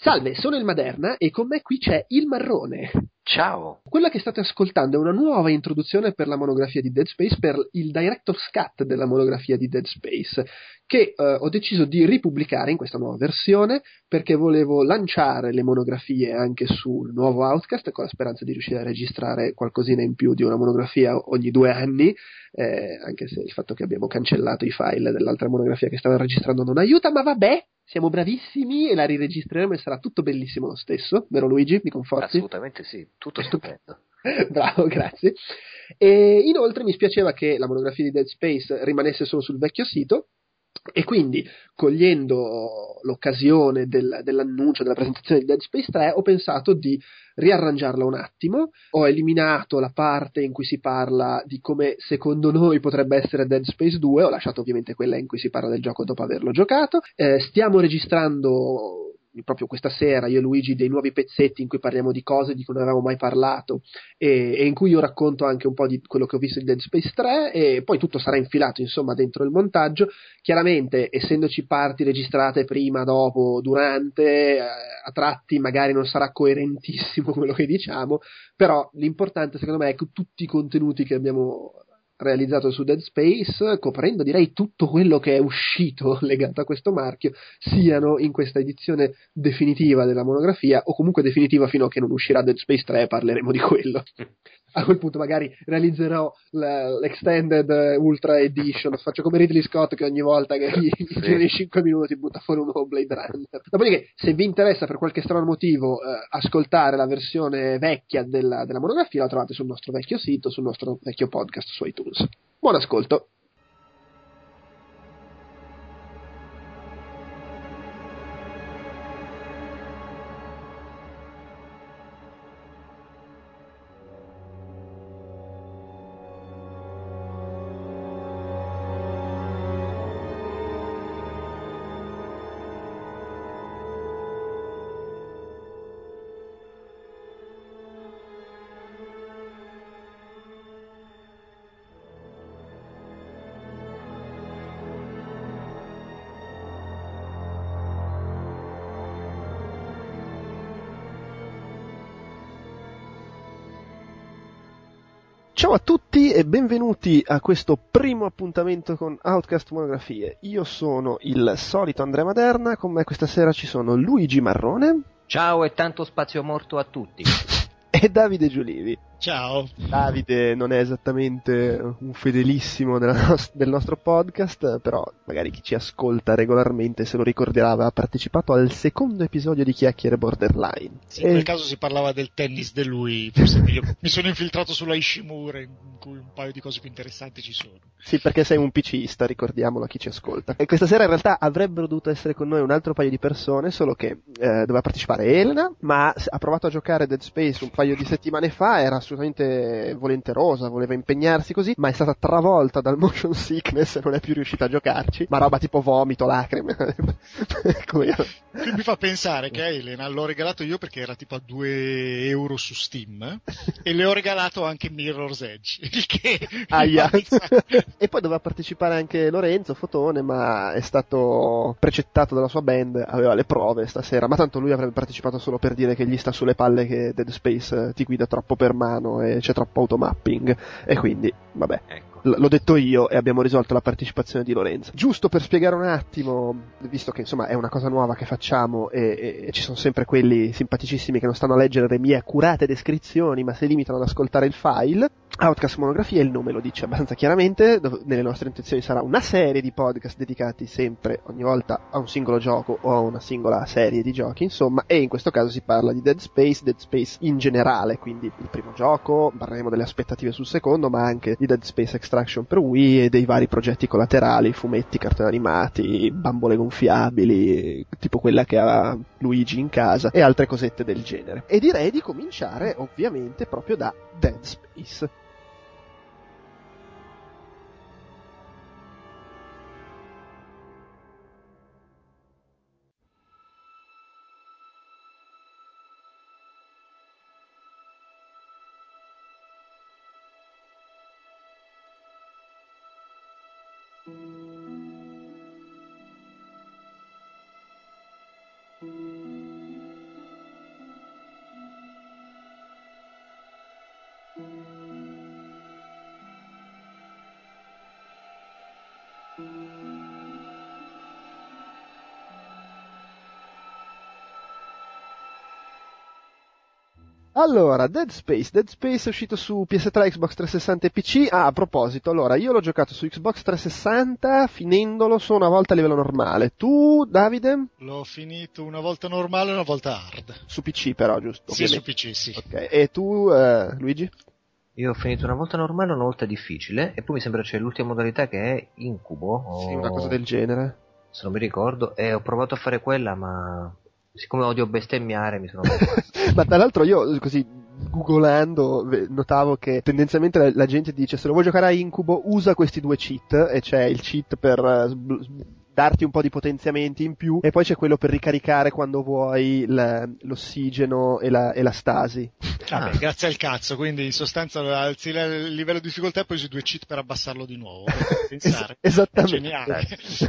Salve, sono il Maderna e con me qui c'è il Marrone. Ciao. Quella che state ascoltando è una nuova introduzione per la monografia di Dead Space, per il Director's Cut della monografia di Dead Space, che ho deciso di ripubblicare in questa nuova versione perché volevo lanciare le monografie anche sul nuovo Outcast, con la speranza di riuscire a registrare qualcosina in più di una monografia ogni 2 anni, anche se il fatto che abbiamo cancellato i file dell'altra monografia che stavo registrando non aiuta, ma vabbè, siamo bravissimi e la riregistreremo e sarà tutto bellissimo lo stesso, vero Luigi? Mi conforti? Assolutamente sì, tutto stupendo. Bravo, grazie. E inoltre mi spiaceva che la monografia di Dead Space rimanesse solo sul vecchio sito, e quindi, cogliendo l'occasione dell'annuncio, della presentazione di Dead Space 3, ho pensato di riarrangiarla un attimo. Ho eliminato la parte in cui si parla di come secondo noi potrebbe essere Dead Space 2, ho lasciato ovviamente quella in cui si parla del gioco dopo averlo giocato. Stiamo registrando proprio questa sera, io e Luigi, dei nuovi pezzetti in cui parliamo di cose di cui non avevamo mai parlato e in cui io racconto anche un po' di quello che ho visto in Dead Space 3, e poi tutto sarà infilato insomma dentro il montaggio. Chiaramente, essendoci parti registrate prima, dopo, durante, a tratti magari non sarà coerentissimo quello che diciamo, però l'importante secondo me è che tutti i contenuti che abbiamo realizzato su Dead Space, coprendo direi tutto quello che è uscito legato a questo marchio, siano in questa edizione definitiva della monografia, o comunque definitiva fino a che non uscirà Dead Space 3 e parleremo di quello. A quel punto magari realizzerò l'extended Ultra Edition, faccio come Ridley Scott che ogni volta che gli gira di 5 minuti butta fuori un nuovo Blade Runner. Dopodiché, se vi interessa per qualche strano motivo ascoltare la versione vecchia della monografia, la trovate sul nostro vecchio sito, sul nostro vecchio podcast su iTunes. Buon ascolto. Ciao a tutti e benvenuti a questo primo appuntamento con Outcast Monografie. Io sono il solito Andrea Maderna, con me questa sera ci sono Luigi Marrone. Ciao e tanto spazio morto a tutti. E Davide Giulivi. Ciao. Davide non è esattamente un fedelissimo del nostro podcast, però magari chi ci ascolta regolarmente se lo ricorderà, aveva partecipato al secondo episodio di Chiacchiere Borderline. Sì, in quel caso si parlava del tennis di lui, forse io mi sono infiltrato sulla Ishimura, in cui un paio di cose più interessanti ci sono. Sì, perché sei un PCista, ricordiamolo a chi ci ascolta. E questa sera in realtà avrebbero dovuto essere con noi un altro paio di persone, solo che doveva partecipare Elena, ma ha provato a giocare Dead Space un paio di settimane fa, era assolutamente volenterosa, voleva impegnarsi così, ma è stata travolta dal motion sickness e non è più riuscita a giocarci, ma roba tipo vomito, lacrime. Che mi fa pensare che a Elena l'ho regalato io perché era tipo a 2 euro su Steam e le ho regalato anche Mirror's Edge, il che E poi doveva partecipare anche Lorenzo Fotone, ma è stato precettato dalla sua band, aveva le prove stasera, ma tanto lui avrebbe partecipato solo per dire che gli sta sulle palle che Dead Space ti guida troppo per mano e c'è troppo automapping, e quindi vabbè. Ecco. L'ho detto io e abbiamo risolto la partecipazione di Lorenzo. Giusto per spiegare un attimo, visto che insomma è una cosa nuova che facciamo e ci sono sempre quelli simpaticissimi che non stanno a leggere le mie accurate descrizioni ma si limitano ad ascoltare il file. Outcast Monografia, il nome lo dice abbastanza chiaramente, nelle nostre intenzioni sarà una serie di podcast dedicati sempre, ogni volta, a un singolo gioco o a una singola serie di giochi, insomma, e in questo caso si parla di Dead Space in generale, quindi il primo gioco, parleremo delle aspettative sul secondo, ma anche di Dead Space Extraction per Wii e dei vari progetti collaterali, fumetti, cartoni animati, bambole gonfiabili, tipo quella che ha Luigi in casa e altre cosette del genere. E direi di cominciare ovviamente proprio da Dead Space. Allora, Dead Space è uscito su PS3, Xbox 360 e PC. Ah, a proposito, allora, io l'ho giocato su Xbox 360, finendolo solo una volta a livello normale. Tu, Davide? L'ho finito una volta normale e una volta hard. Su PC però, giusto? Sì, Ovviamente. su PC, sì. Ok, e tu, Luigi? Io ho finito una volta normale e una volta difficile, e poi mi sembra c'è l'ultima modalità che è incubo, Sì, una cosa del genere. se non mi ricordo, e ho provato a fare quella, ma siccome odio bestemmiare mi sono Ma tra l'altro io così googolando notavo che tendenzialmente la gente dice se lo vuoi giocare a incubo usa questi due cheat, e c'è il cheat per darti un po' di potenziamenti in più e poi c'è quello per ricaricare quando vuoi l'ossigeno e la stasi. Beh, grazie al cazzo, quindi in sostanza alzi il livello di difficoltà e poi usi due cheat per abbassarlo di nuovo, per pensare. Esattamente. È geniale.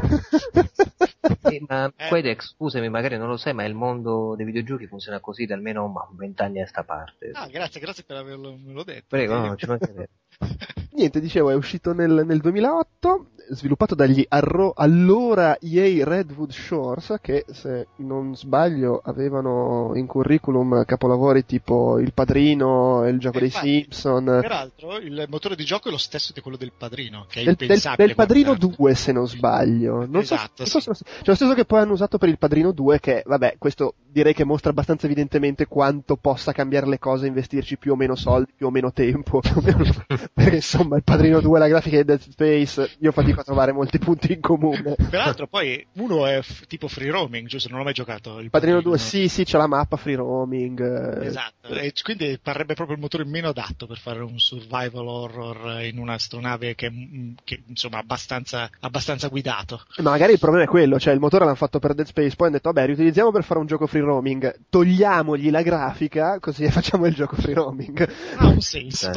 Ma Quedex, scusami, magari non lo sai, ma il mondo dei videogiochi funziona così da almeno 20 anni a sta parte. Ah, grazie per averlo detto. Prego, no, ci mancherebbe. Niente, dicevo, è uscito nel 2008, sviluppato dagli allora EA Redwood Shores, che se non sbaglio avevano in curriculum capolavori tipo Il Padrino e il gioco dei Simpson. Peraltro il motore di gioco è lo stesso di quello del Padrino, che è impensabile. Del Padrino 2 se non sbaglio. Non esatto, so, sì. Cioè lo stesso che poi hanno usato per il Padrino 2, che vabbè, questo direi che mostra abbastanza evidentemente quanto possa cambiare le cose, investirci più o meno soldi, più o meno tempo, perché insomma il Padrino 2 e la grafica di Dead Space io fatico a trovare molti punti in comune. Peraltro poi uno è tipo free roaming, giusto? Non ho mai giocato il Padrino 2 sì, c'è la mappa free roaming. Esatto, e quindi parrebbe proprio il motore meno adatto per fare un survival horror in un'astronave che insomma abbastanza guidato. Ma magari il problema è quello, cioè il motore l'hanno fatto per Dead Space, poi hanno detto vabbè riutilizziamo per fare un gioco free roaming, togliamogli la grafica così facciamo il gioco free roaming. Ha un senso.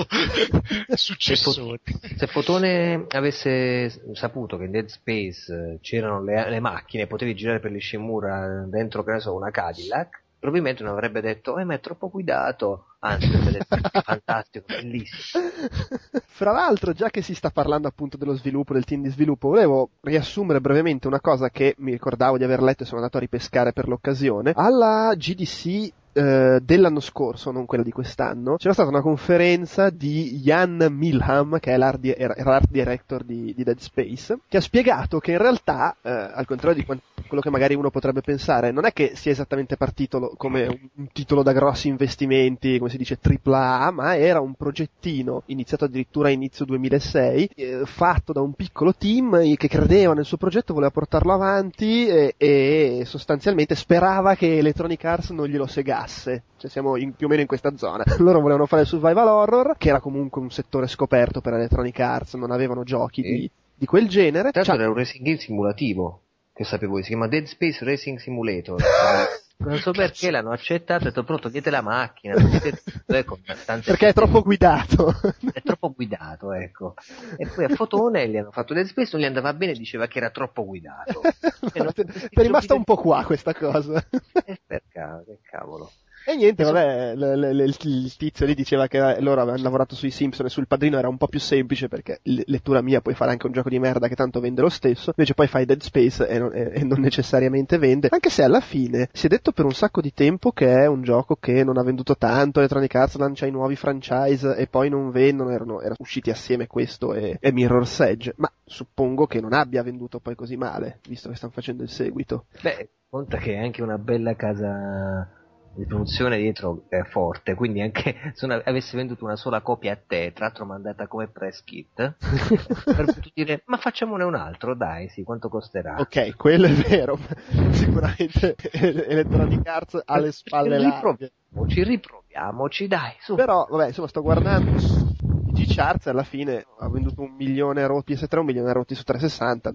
Successore. Se Fotone avesse saputo che in Dead Space c'erano le macchine, potevi girare per l'Ishimura dentro, che ne so, una Cadillac, probabilmente non avrebbe detto ma è troppo guidato, anzi avrebbe detto fantastico, bellissimo. Fra l'altro, già che si sta parlando appunto dello sviluppo, del team di sviluppo, volevo riassumere brevemente una cosa che mi ricordavo di aver letto e sono andato a ripescare per l'occasione. Alla GDC dell'anno scorso, non quella di quest'anno, c'era stata una conferenza di Jan Milham, che è l'art director di Dead Space, che ha spiegato che in realtà, al contrario di quello che magari uno potrebbe pensare, non è che sia esattamente partito come un titolo da grossi investimenti, come si dice AAA, ma era un progettino iniziato addirittura a inizio 2006, fatto da un piccolo team che credeva nel suo progetto, voleva portarlo avanti e sostanzialmente sperava che Electronic Arts non glielo segasse. Cioè siamo più o meno in questa zona. Loro volevano fare il survival horror, che era comunque un settore scoperto per Electronic Arts, non avevano giochi di quel genere. Tra l'altro era un racing game simulativo, che sapevo, si chiama Dead Space Racing Simulator. Non so perché l'hanno accettato, ho detto pronto, diete la macchina, perché è troppo guidato. È troppo guidato, ecco. E poi a Fotone gli hanno fatto Dead Space, non gli andava bene, diceva che era troppo guidato. È rimasta un po' qua questa cosa. Per caso, che cavolo. E niente, vabbè, il tizio lì diceva che loro avevano lavorato sui Simpson e sul Padrino era un po' più semplice perché lettura mia puoi fare anche un gioco di merda che tanto vende lo stesso, invece poi fai Dead Space e non necessariamente vende, anche se alla fine si è detto per un sacco di tempo che è un gioco che non ha venduto tanto, Electronic Arts lancia i nuovi franchise e poi non vendono, erano usciti assieme questo e Mirror's Edge, ma suppongo che non abbia venduto poi così male, visto che stanno facendo il seguito. Beh, conta che è anche una bella casa di produzione dietro è forte, quindi anche se avesse venduto una sola copia a te, tra l'altro mandata come press kit, avrebbe potuto dire ma facciamone un altro, dai, sì, quanto costerà? Ok, quello è vero, sicuramente Electronic Arts ha le spalle larghe. Riproviamoci, dai, su. Però, vabbè, insomma, sto guardando IG Charts, alla fine ha venduto 1 milione rotti PS3, 1 milione rotti su 360,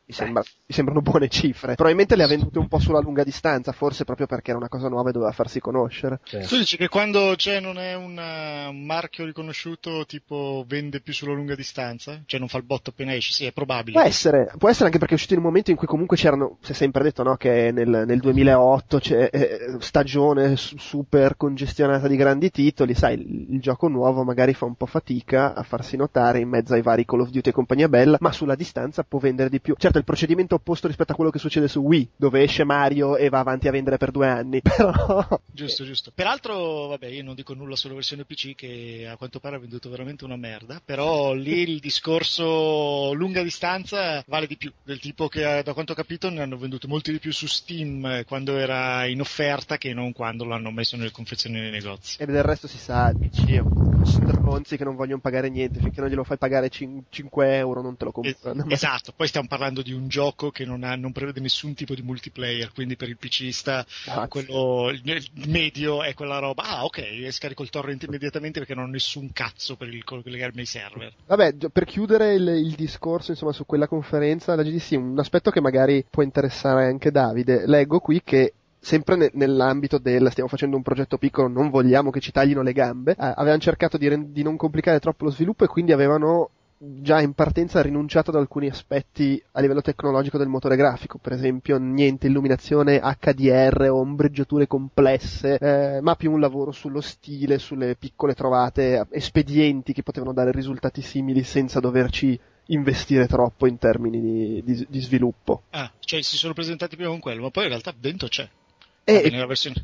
Mi sembrano buone cifre. Probabilmente le ha vendute un po' sulla lunga distanza, forse proprio perché era una cosa nuova e doveva farsi conoscere. Tu dici che quando non è un marchio riconosciuto, tipo vende più sulla lunga distanza? Cioè non fa il botto appena esce? Sì, è probabile. Può essere anche perché è uscito in un momento in cui comunque c'erano, si è sempre detto, no, che nel 2008 c'è stagione super congestionata di grandi titoli, sai, il gioco nuovo magari fa un po' fatica a farsi notare in mezzo ai vari Call of Duty e compagnia bella, ma sulla distanza può vendere di più. Certo, il procedimento opposto rispetto a quello che succede su Wii, dove esce Mario e va avanti a vendere per 2 anni, però... Giusto. Peraltro, vabbè, io non dico nulla sulla versione PC, che a quanto pare ha venduto veramente una merda, però lì il discorso lunga distanza vale di più, del tipo che da quanto ho capito ne hanno venduti molti di più su Steam quando era in offerta che non quando l'hanno messo nelle confezioni nei negozi. E del resto si sa, dici, stronzi che non vogliono pagare niente, finché non glielo fai pagare 5 euro non te lo comprano. Esatto, poi stiamo parlando di un gioco che non prevede nessun tipo di multiplayer, quindi per il PCista quello il medio è quella roba, ok, scarico il torrent immediatamente perché non ho nessun cazzo per collegarmi ai server. Vabbè, per chiudere il discorso, insomma, su quella conferenza, la GDC, un aspetto che magari può interessare anche Davide, leggo qui che sempre nell'ambito stiamo facendo un progetto piccolo, non vogliamo che ci taglino le gambe, avevano cercato di non complicare troppo lo sviluppo e quindi avevano già in partenza rinunciato ad alcuni aspetti a livello tecnologico del motore grafico, per esempio niente illuminazione HDR o ombreggiature complesse, ma più un lavoro sullo stile, sulle piccole trovate espedienti che potevano dare risultati simili senza doverci investire troppo in termini di sviluppo. Cioè si sono presentati prima con quello, ma poi in realtà dentro c'è. Nella versione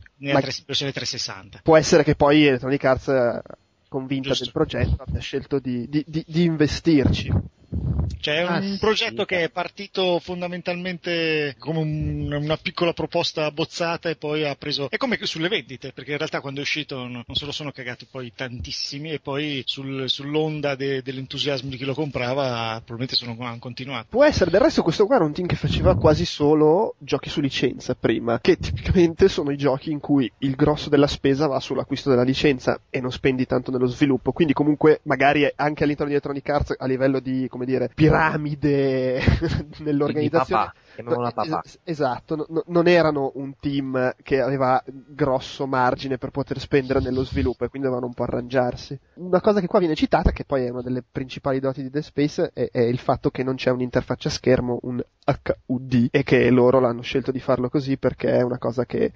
360. Può essere che poi Electronic Arts, convinta del progetto, abbia scelto di investirci. Cioè è un progetto che è partito fondamentalmente come una piccola proposta bozzata e poi ha preso... È come sulle vendite, perché in realtà quando è uscito non se lo sono cagati poi tantissimi e poi sull'onda dell'entusiasmo di chi lo comprava probabilmente hanno continuato. Può essere, del resto questo qua era un team che faceva quasi solo giochi su licenza prima, che tipicamente sono i giochi in cui il grosso della spesa va sull'acquisto della licenza e non spendi tanto nello sviluppo, quindi comunque magari anche all'interno di Electronic Arts a livello di, come dire, piramide nell'organizzazione. Chiamavano papà. Esatto, non erano un team che aveva grosso margine per poter spendere nello sviluppo e quindi dovevano un po' arrangiarsi. Una cosa che qua viene citata, che poi è una delle principali doti di Dead Space, è il fatto che non c'è un'interfaccia a schermo, un HUD, e che loro l'hanno scelto di farlo così perché è una cosa che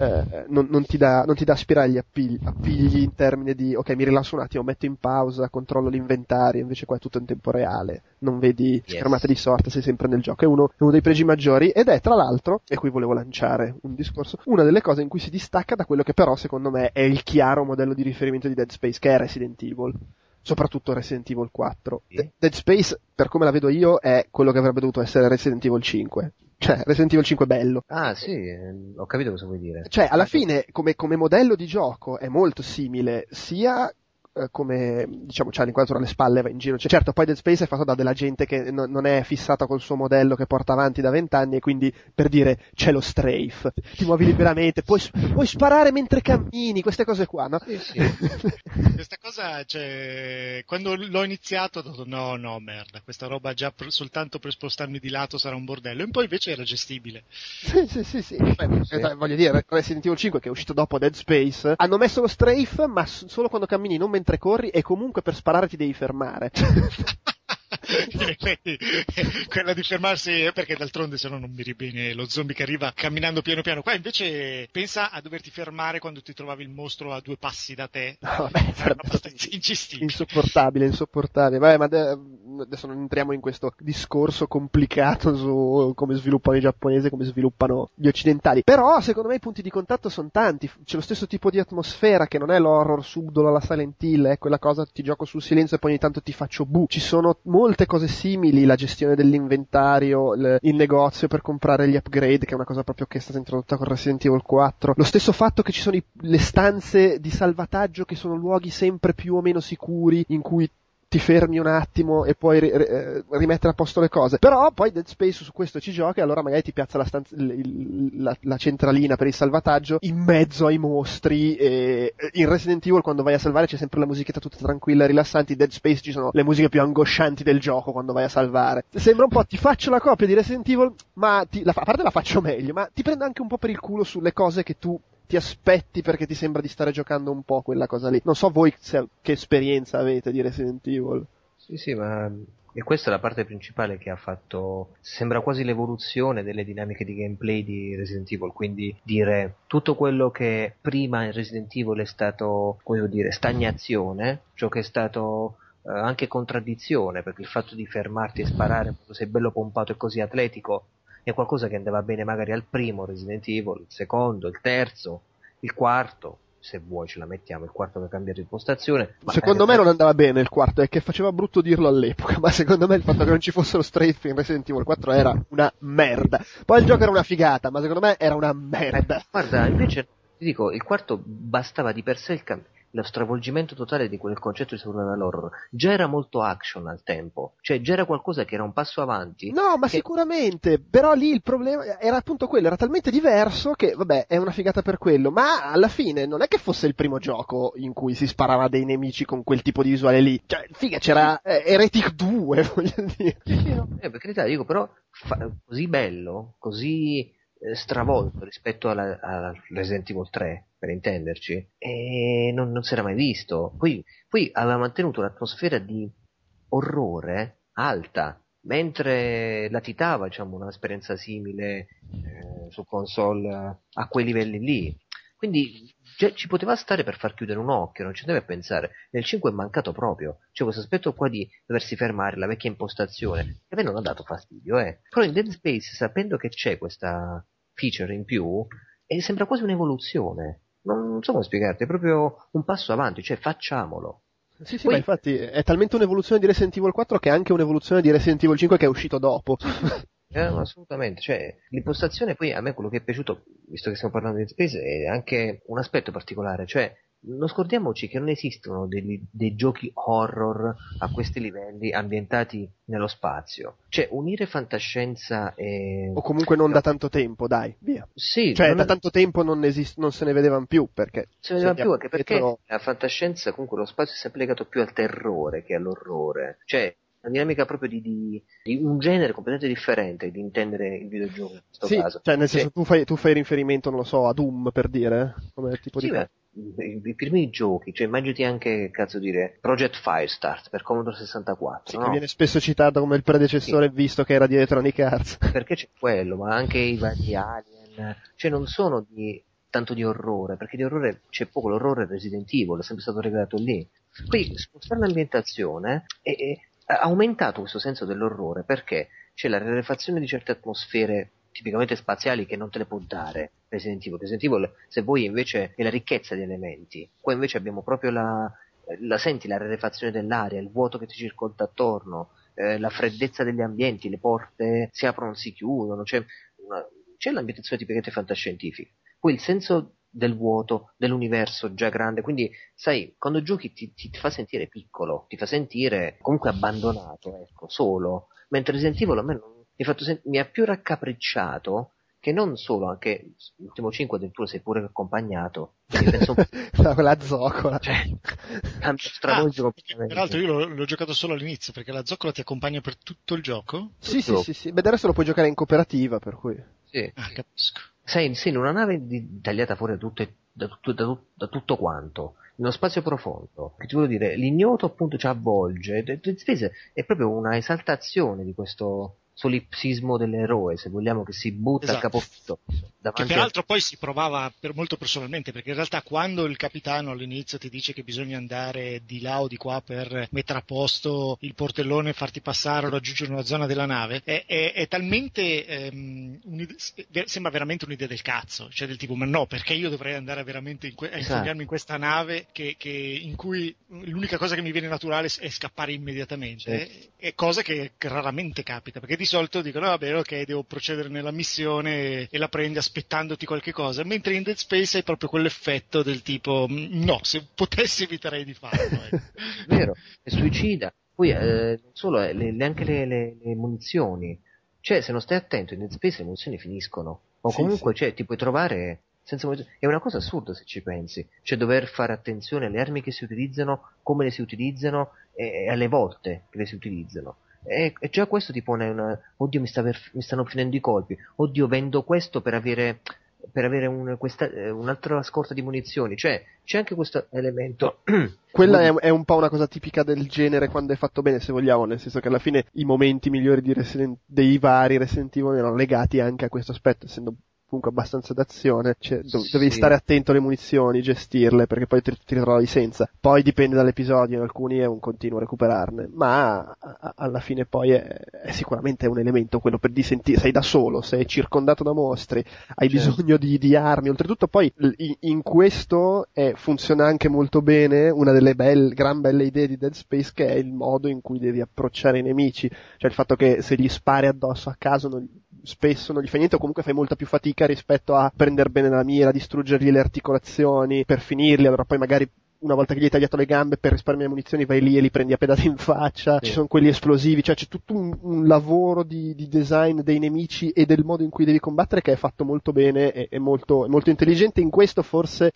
non ti dà spiragli appigli in termini di ok, mi rilasso un attimo, metto in pausa, controllo l'inventario, invece qua è tutto in tempo reale, non vedi schermate di sorta, sei sempre nel gioco. È uno dei pregi maggiori ed è tra l'altro, e qui volevo lanciare un discorso, una delle cose in cui si distacca da quello che però secondo me è il chiaro modello di riferimento di Dead Space, che è Resident Evil, soprattutto Resident Evil 4. Dead Space, per come la vedo io, è quello che avrebbe dovuto essere Resident Evil 5. Cioè, Resident Evil 5 bello. Sì, ho capito cosa vuoi dire. Cioè, alla fine, come modello di gioco è molto simile, sia come, diciamo, c'ha l'inquadratura alle spalle, va in giro. Cioè, certo, poi Dead Space è fatto da della gente che non è fissata col suo modello che porta avanti da 20 anni e quindi, per dire, c'è lo strafe. Ti muovi liberamente, puoi sparare mentre cammini, queste cose qua, no? Sì. Questa cosa, cioè, quando l'ho iniziato ho detto no, merda, questa roba già soltanto per spostarmi di lato sarà un bordello, e poi invece era gestibile. Sì. Beh, voglio dire, Resident Evil 5 che è uscito dopo Dead Space, hanno messo lo strafe, ma solo quando cammini, non mentre corri, e comunque per sparare ti devi fermare. Quella di fermarsi, perché d'altronde se no non miri bene lo zombie che arriva camminando piano piano. Qua invece pensa a doverti fermare quando ti trovavi il mostro a 2 passi da te. Sarebbe ingestibile, insopportabile. Vabbè, ma adesso non entriamo in questo discorso complicato su come sviluppano i giapponesi, come sviluppano gli occidentali, però secondo me i punti di contatto sono tanti. C'è lo stesso tipo di atmosfera, che non è l'horror subdolo alla Silent Hill, è quella cosa, ti gioco sul silenzio e poi ogni tanto ti faccio bu. Ci sono molte cose simili, la gestione dell'inventario, il negozio per comprare gli upgrade, che è una cosa proprio che è stata introdotta con Resident Evil 4, lo stesso fatto che ci sono le stanze di salvataggio che sono luoghi sempre più o meno sicuri in cui ti fermi un attimo e puoi rimettere a posto le cose. Però poi Dead Space su questo ci gioca e allora magari ti piazza la centralina per il salvataggio in mezzo ai mostri, e in Resident Evil quando vai a salvare c'è sempre la musichetta tutta tranquilla e rilassante, in Dead Space ci sono le musiche più angoscianti del gioco quando vai a salvare. Sembra un po' ti faccio la copia di Resident Evil, ma a parte la faccio meglio, ma ti prende anche un po' per il culo sulle cose che tu ti aspetti perché ti sembra di stare giocando un po' quella cosa lì. Non so voi che esperienza avete di Resident Evil. Sì, ma e questa è la parte principale che ha fatto, sembra quasi l'evoluzione delle dinamiche di gameplay di Resident Evil, quindi dire tutto quello che prima in Resident Evil è stato, come devo dire, stagnazione, ciò che è stato anche contraddizione, perché il fatto di fermarti e sparare quando sei bello pompato e così atletico è qualcosa che andava bene magari al primo Resident Evil, il secondo, il terzo, il quarto, se vuoi ce la mettiamo, il quarto che ha cambiato impostazione. Secondo me non andava bene il quarto, è che faceva brutto dirlo all'epoca, ma secondo me il fatto che non ci fossero strafe in Resident Evil 4 era una merda. Poi il gioco era una figata, ma secondo me era una merda. Guarda, invece ti dico, il quarto bastava di per sé lo stravolgimento totale di quel concetto di survival horror. Già era molto action al tempo, cioè già era qualcosa che era un passo avanti. No, ma sicuramente, però lì il problema era appunto quello, era talmente diverso che, vabbè, è una figata per quello, ma alla fine non è che fosse il primo gioco in cui si sparava a dei nemici con quel tipo di visuale lì. Cioè, figa, c'era Heretic 2, voglio dire. Sì, no, per carità, dico, però così bello, così stravolto rispetto a Resident Evil 3, per intenderci, e non si era mai visto. Poi aveva mantenuto un'atmosfera di orrore alta, mentre latitava, diciamo, un'esperienza simile su console a quei livelli lì. Quindi ci poteva stare per far chiudere un occhio, non ci deve pensare. Nel 5 è mancato proprio, c'è questo aspetto qua di doversi fermare, la vecchia impostazione, che a me non ha dato fastidio, Però in Dead Space, sapendo che c'è questa feature in più, sembra quasi un'evoluzione. Non so come spiegarti, è proprio un passo avanti, cioè facciamolo. Sì, Poi, ma infatti è talmente un'evoluzione di Resident Evil 4 che è anche un'evoluzione di Resident Evil 5 che è uscito dopo. assolutamente, cioè l'impostazione poi a me quello che è piaciuto, visto che stiamo parlando di Dead Space, è anche un aspetto particolare, cioè non scordiamoci che non esistono dei giochi horror a questi livelli ambientati nello spazio, cioè unire fantascienza e... O comunque non da tanto tempo, dai, via. Sì, Cioè, da tanto tempo non se ne vedevano più, perché... se ne vedeva più anche perché la fantascienza, comunque lo spazio è sempre legato più al terrore che all'orrore, cioè una dinamica proprio di un genere completamente differente di intendere il videogioco in questo Sì, caso. cioè nel senso tu fai riferimento, non lo so, a Doom per dire, come tipo Sì, di... beh, i primi giochi, cioè immaginati anche, cazzo dire, Project Firestart per Commodore 64, Sì, no? che viene spesso citato come il Sì, predecessore visto che era di Electronic Arts. perché c'è quello, ma anche i vari Alien, cioè non sono tanto di orrore, perché di orrore c'è poco, l'orrore è Resident Evil, è sempre stato regolato lì. Qui spostare l'ambientazione ha aumentato questo senso dell'orrore, perché c'è la rarefazione di certe atmosfere tipicamente spaziali che non te le può dare Resident Evil. Resident Evil, se vuoi, invece è la ricchezza di elementi. Qua invece abbiamo proprio la senti la rarefazione dell'aria, il vuoto che ti circonda attorno, la freddezza degli ambienti, le porte si aprono, si chiudono, c'è l'ambientazione tipicamente fantascientifica. Poi il senso del vuoto, dell'universo già grande, quindi sai, quando giochi ti fa sentire piccolo, ti fa sentire comunque abbandonato, ecco, solo, mentre Resident Evil a me mi ha più raccapricciato che non solo, anche l'ultimo 5 addirittura sei pure accompagnato, quindi penso No, quella zoccola. cioè, stravolge completamente. Peraltro io l'ho giocato solo all'inizio perché la zoccola ti accompagna per tutto il gioco. Sì. Beh, adesso lo puoi giocare in cooperativa, per cui... Sì. Capisco. Sei in una nave tagliata fuori da tutto quanto, in uno spazio profondo, che ti voglio dire, l'ignoto appunto ci avvolge, Dead Space è proprio una esaltazione di questo solipsismo dell'eroe, se vogliamo, che si butta a capofitto Che peraltro poi si provava molto personalmente, perché in realtà quando il capitano all'inizio ti dice che bisogna andare di là o di qua per mettere a posto il portellone, farti passare o raggiungere una zona della nave, è talmente sembra veramente un'idea del cazzo, cioè del tipo, ma no, perché io dovrei andare veramente a infogliarmi in questa nave in cui l'unica cosa che mi viene naturale è scappare immediatamente, è cosa che raramente capita, perché di solito dicono vabbè, ok, devo procedere nella missione e la prendi aspettandoti qualche cosa, mentre in Dead Space hai proprio quell'effetto del tipo no, se potessi eviterei di farlo. Vero, è suicida. Poi non solo, neanche le munizioni. Cioè, se non stai attento in Dead Space le munizioni finiscono. O Sì, comunque, sì. cioè, ti puoi trovare senza munizioni. È una cosa assurda se ci pensi. Cioè, dover fare attenzione alle armi che si utilizzano, come le si utilizzano e alle volte che le si utilizzano. E già questo ti pone una... Oddio, mi stanno finendo i colpi. Oddio, vendo questo per avere un'altra scorta di munizioni. Cioè, c'è anche questo elemento. Se Quella vuoi, è un po' una cosa tipica del genere quando è fatto bene, se vogliamo, nel senso che alla fine i momenti migliori dei vari Resident Evil erano legati anche a questo aspetto, essendo comunque abbastanza d'azione, cioè, dovevi sì, stare attento alle munizioni, gestirle, perché poi ti ritrovavi senza. Poi dipende dall'episodio, in alcuni è un continuo recuperarne, ma alla fine poi è sicuramente un elemento quello per di sentire, sei da solo, sei circondato da mostri, hai certo. bisogno di armi, oltretutto poi in questo funziona anche molto bene una delle gran belle idee di Dead Space, che è il modo in cui devi approcciare i nemici, cioè il fatto che se gli spari addosso a caso spesso non gli fai niente, o comunque fai molta più fatica rispetto a prendere bene la mira, distruggergli le articolazioni per finirli, allora poi magari una volta che gli hai tagliato le gambe per risparmiare munizioni vai lì e li prendi a pedate in faccia, ci Sì. sono quelli esplosivi, cioè c'è tutto un lavoro di design dei nemici e del modo in cui devi combattere che è fatto molto bene e molto intelligente. In questo forse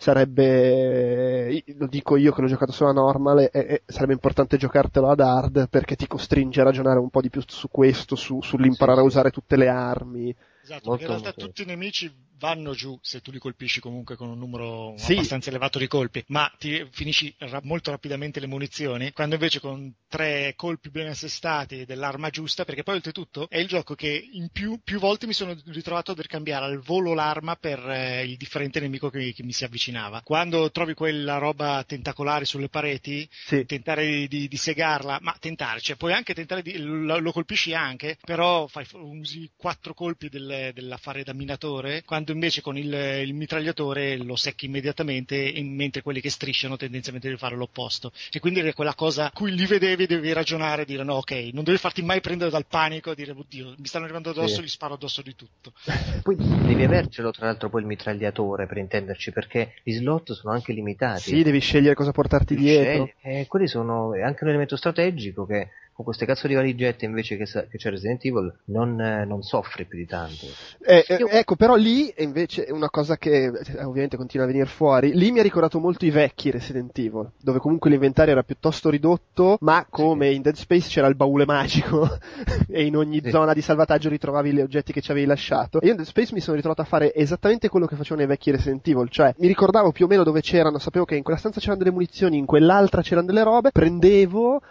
sarebbe, lo dico io che l'ho giocato solo a normal, sarebbe importante giocartelo ad hard perché ti costringe a ragionare un po' di più su questo, Sì, sull'imparare a sì, usare tutte le armi. Esatto, perché in molto realtà molto. tutti i nemici vanno giù se tu li colpisci comunque con un numero Sì, abbastanza elevato di colpi, ma ti finisci molto rapidamente le munizioni, quando invece con 3 colpi ben assestati dell'arma giusta, perché poi oltretutto è il gioco che in più volte mi sono ritrovato a dover cambiare al volo l'arma per il differente nemico che mi si avvicinava. Quando trovi quella roba tentacolare sulle pareti, sì. tentare di segarla, ma tentare, cioè puoi anche tentare lo colpisci anche, però usi 4 colpi dell'affare da minatore, quando invece con il mitragliatore lo secchi immediatamente, mentre quelli che strisciano tendenzialmente devi fare l'opposto. E quindi è quella cosa cui li vedevi, devi ragionare, dire no, ok, non devi farti mai prendere dal panico, dire oddio, mi stanno arrivando addosso, Sì. gli sparo addosso di tutto. Poi devi avercelo tra l'altro poi il mitragliatore per intenderci, perché gli slot sono anche limitati. Sì, devi scegliere cosa portarti Devi dietro. scegliere. E quelli sono è anche un elemento strategico che con queste cazzo di valigette invece che c'è Resident Evil non soffri più di tanto. Io, Ecco, però lì è invece una cosa che ovviamente continua a venire fuori. Lì mi ha ricordato molto i vecchi Resident Evil, dove comunque l'inventario era piuttosto ridotto, ma sì, come in Dead Space c'era il baule magico e in ogni sì, zona di salvataggio ritrovavi gli oggetti che ci avevi lasciato. E io in Dead Space mi sono ritrovato a fare esattamente quello che facevano i vecchi Resident Evil, cioè mi ricordavo più o meno dove c'erano, sapevo che in quella stanza c'erano delle munizioni, in quell'altra c'erano delle robe, prendevo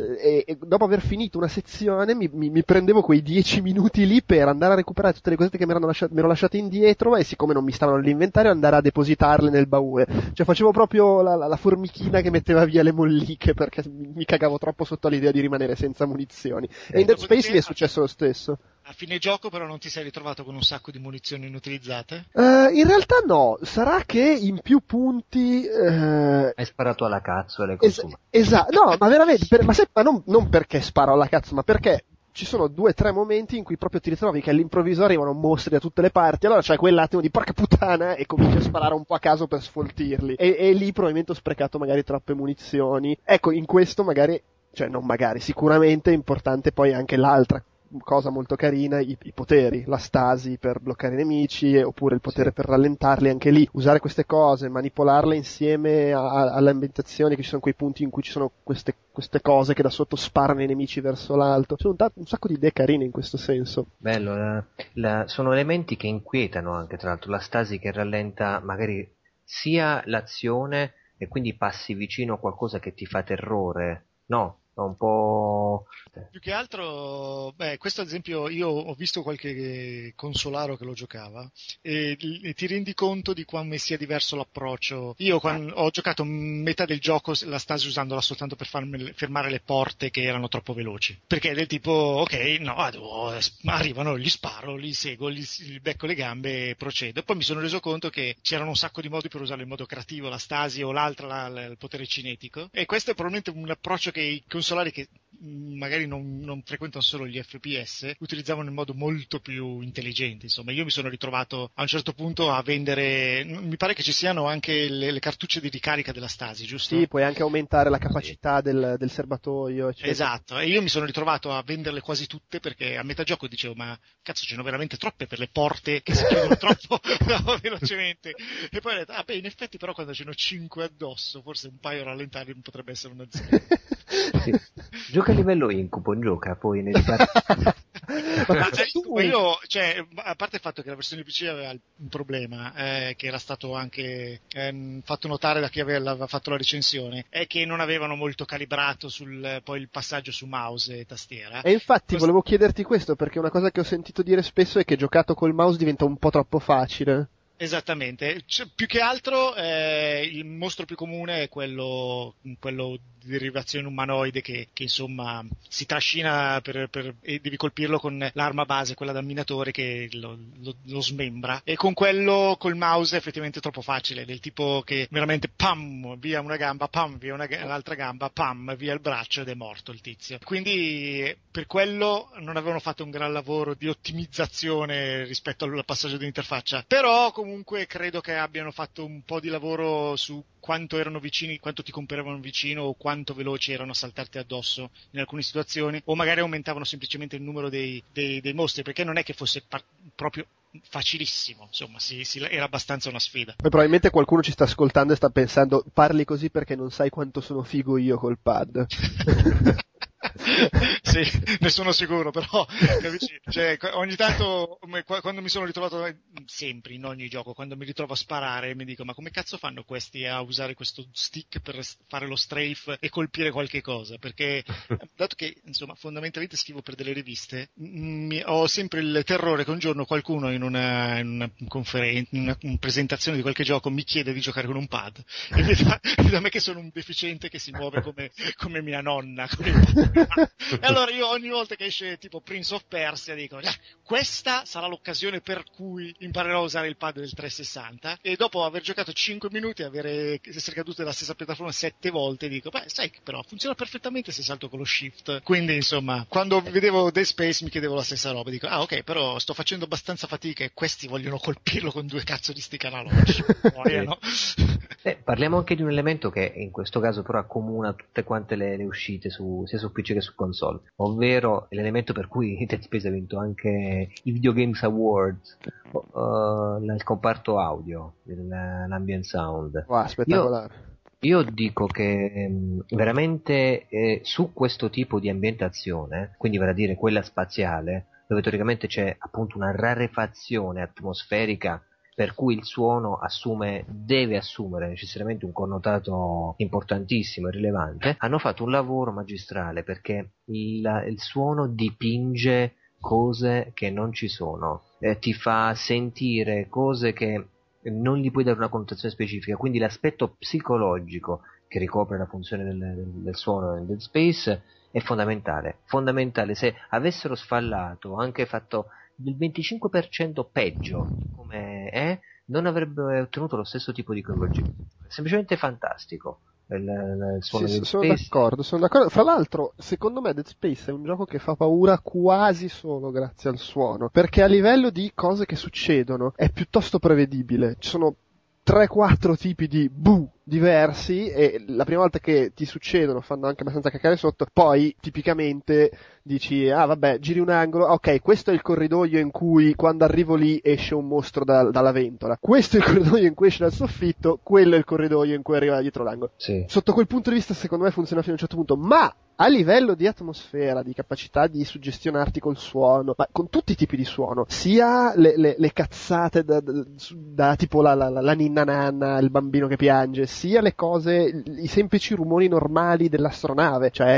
e dopo aver finito una sezione mi prendevo quei 10 minuti lì per andare a recuperare tutte le cosette che mi ero lasciate indietro e siccome non mi stavano nell'inventario andare a depositarle nel baule. Cioè facevo proprio la formichina che metteva via le molliche perché mi cagavo troppo sotto l'idea di rimanere senza munizioni. E in sì. Dead Space mi Dopodiché è successo lo stesso. a fine gioco però non ti sei ritrovato con un sacco di munizioni inutilizzate? In realtà no, sarà che in più punti Hai sparato alla cazzo e l'hai consumato. Esatto, no, ma veramente, ma non perché sparo alla cazzo, ma perché ci sono 2 o 3 momenti in cui proprio ti ritrovi che all'improvviso arrivano mostri da tutte le parti, allora c'è quell'attimo di porca puttana e cominci a sparare un po' a caso per sfoltirli. E lì probabilmente ho sprecato magari troppe munizioni. Ecco, in questo magari, cioè non magari, sicuramente è importante poi anche l'altra cosa molto carina, i poteri, la stasi per bloccare i nemici, oppure il potere Sì. per rallentarli, anche lì, usare queste cose, manipolarle insieme alle ambientazioni, che ci sono quei punti in cui ci sono queste cose che da sotto sparano i nemici verso l'alto. C'è un sacco di idee carine in questo senso. Bello, sono elementi che inquietano anche, tra l'altro, la stasi che rallenta magari sia l'azione e quindi passi vicino a qualcosa che ti fa terrore. No, è un po'... Più che altro, questo ad esempio io ho visto qualche consolaro che lo giocava e ti rendi conto di come sia diverso l'approccio. Io quando ho giocato metà del gioco la stasi usandola soltanto per fermare le porte che erano troppo veloci. Perché è del tipo, ok, no, arrivano, gli sparo, li seguo, gli becco le gambe e procedo. Poi mi sono reso conto che c'erano un sacco di modi per usarlo in modo creativo, la stasi o l'altra, il potere cinetico. E questo è probabilmente un approccio che i consolari che magari non frequentano solo gli FPS, utilizzavano in modo molto più intelligente. Insomma, io mi sono ritrovato a un certo punto a vendere, mi pare che ci siano anche le cartucce di ricarica della Stasi, giusto? Sì, puoi anche aumentare la capacità del serbatoio, eccetera. Esatto, e io mi sono ritrovato a venderle quasi tutte perché a metà gioco dicevo, ma cazzo, ce ne ho veramente troppe per le porte che si chiudono troppo velocemente. E poi ho detto, beh, in effetti però quando ce ne ho 5 addosso, forse un paio rallentarli potrebbe essere una zona. Sì. Gioca a livello incubo, gioca, poi ne Ma io, cioè, a parte il fatto che la versione PC aveva un problema, che era stato anche fatto notare da chi aveva fatto la recensione, è che non avevano molto calibrato poi il passaggio su mouse e tastiera. E infatti volevo chiederti questo, perché una cosa che ho sentito dire spesso è che giocato col mouse diventa un po' troppo facile. Esattamente, più che altro il mostro più comune è quello di derivazione umanoide che insomma si trascina e devi colpirlo con l'arma base, quella da minatore che lo smembra, e con quello col mouse è effettivamente troppo facile, del tipo che veramente pam, via una gamba, pam, via un'altra gamba, pam, via il braccio ed è morto il tizio. Quindi per quello non avevano fatto un gran lavoro di ottimizzazione rispetto al passaggio di interfaccia, però comunque credo che abbiano fatto un po' di lavoro su quanto erano vicini, quanto ti comparavano vicino o quanto veloci erano a saltarti addosso in alcune situazioni, o magari aumentavano semplicemente il numero dei mostri, perché non è che fosse proprio facilissimo, insomma, era abbastanza una sfida. Poi probabilmente qualcuno ci sta ascoltando e sta pensando, parli così perché non sai quanto sono figo io col pad. Sì, ne sono sicuro, però capisci? Cioè, ogni tanto quando mi sono ritrovato, sempre in ogni gioco, quando mi ritrovo a sparare mi dico, ma come cazzo fanno questi a usare questo stick per fare lo strafe e colpire qualche cosa? Perché dato che insomma fondamentalmente scrivo per delle riviste, ho sempre il terrore che un giorno qualcuno in una conferenza, in una presentazione di qualche gioco mi chiede di giocare con un pad e vede a me che sono un deficiente che si muove come mia nonna con il pad. E allora io ogni volta che esce tipo Prince of Persia dico, questa sarà l'occasione per cui imparerò a usare il pad del 360, e dopo aver giocato 5 minuti e essere caduto nella stessa piattaforma 7 volte dico, beh, sai che però funziona perfettamente se salto con lo shift. Quindi insomma, quando vedevo Dead Space mi chiedevo la stessa roba, dico, ok, però sto facendo abbastanza fatica e questi vogliono colpirlo con 2 cazzo di stick analogici. No? Parliamo anche di un elemento che in questo caso però accomuna tutte quante le uscite sia su PC che su console, ovvero l'elemento per cui Dead Space ha vinto anche i Video Games Awards, il comparto audio, l'ambient sound. Wow, spettacolare. Io dico che veramente su questo tipo di ambientazione, quindi vale a dire quella spaziale, dove teoricamente c'è appunto una rarefazione atmosferica per cui il suono deve assumere necessariamente un connotato importantissimo e rilevante, hanno fatto un lavoro magistrale perché il suono dipinge cose che non ci sono, ti fa sentire cose che non gli puoi dare una connotazione specifica, quindi l'aspetto psicologico che ricopre la funzione del suono nel Dead Space è fondamentale. Se avessero sfallato, anche fatto del 25% peggio come è, non avrebbe ottenuto lo stesso tipo di coinvolgimento. È semplicemente fantastico il suono Sì, del Space. sono d'accordo. Fra l'altro, secondo me Dead Space è un gioco che fa paura quasi solo grazie al suono, perché a livello di cose che succedono è piuttosto prevedibile. Ci sono 3-4 tipi di diversi e la prima volta che ti succedono fanno anche abbastanza cacare sotto, poi tipicamente dici, vabbè, giri un angolo, ok, questo è il corridoio in cui quando arrivo lì esce un mostro dalla ventola, questo è il corridoio in cui esce dal soffitto, quello è il corridoio in cui arriva dietro l'angolo. Sì. Sotto quel punto di vista secondo me funziona fino a un certo punto, ma a livello di atmosfera, di capacità di suggestionarti col suono, ma con tutti i tipi di suono, sia le cazzate da tipo la ninna nanna, il bambino che piange, sia le cose, i semplici rumori normali dell'astronave, cioè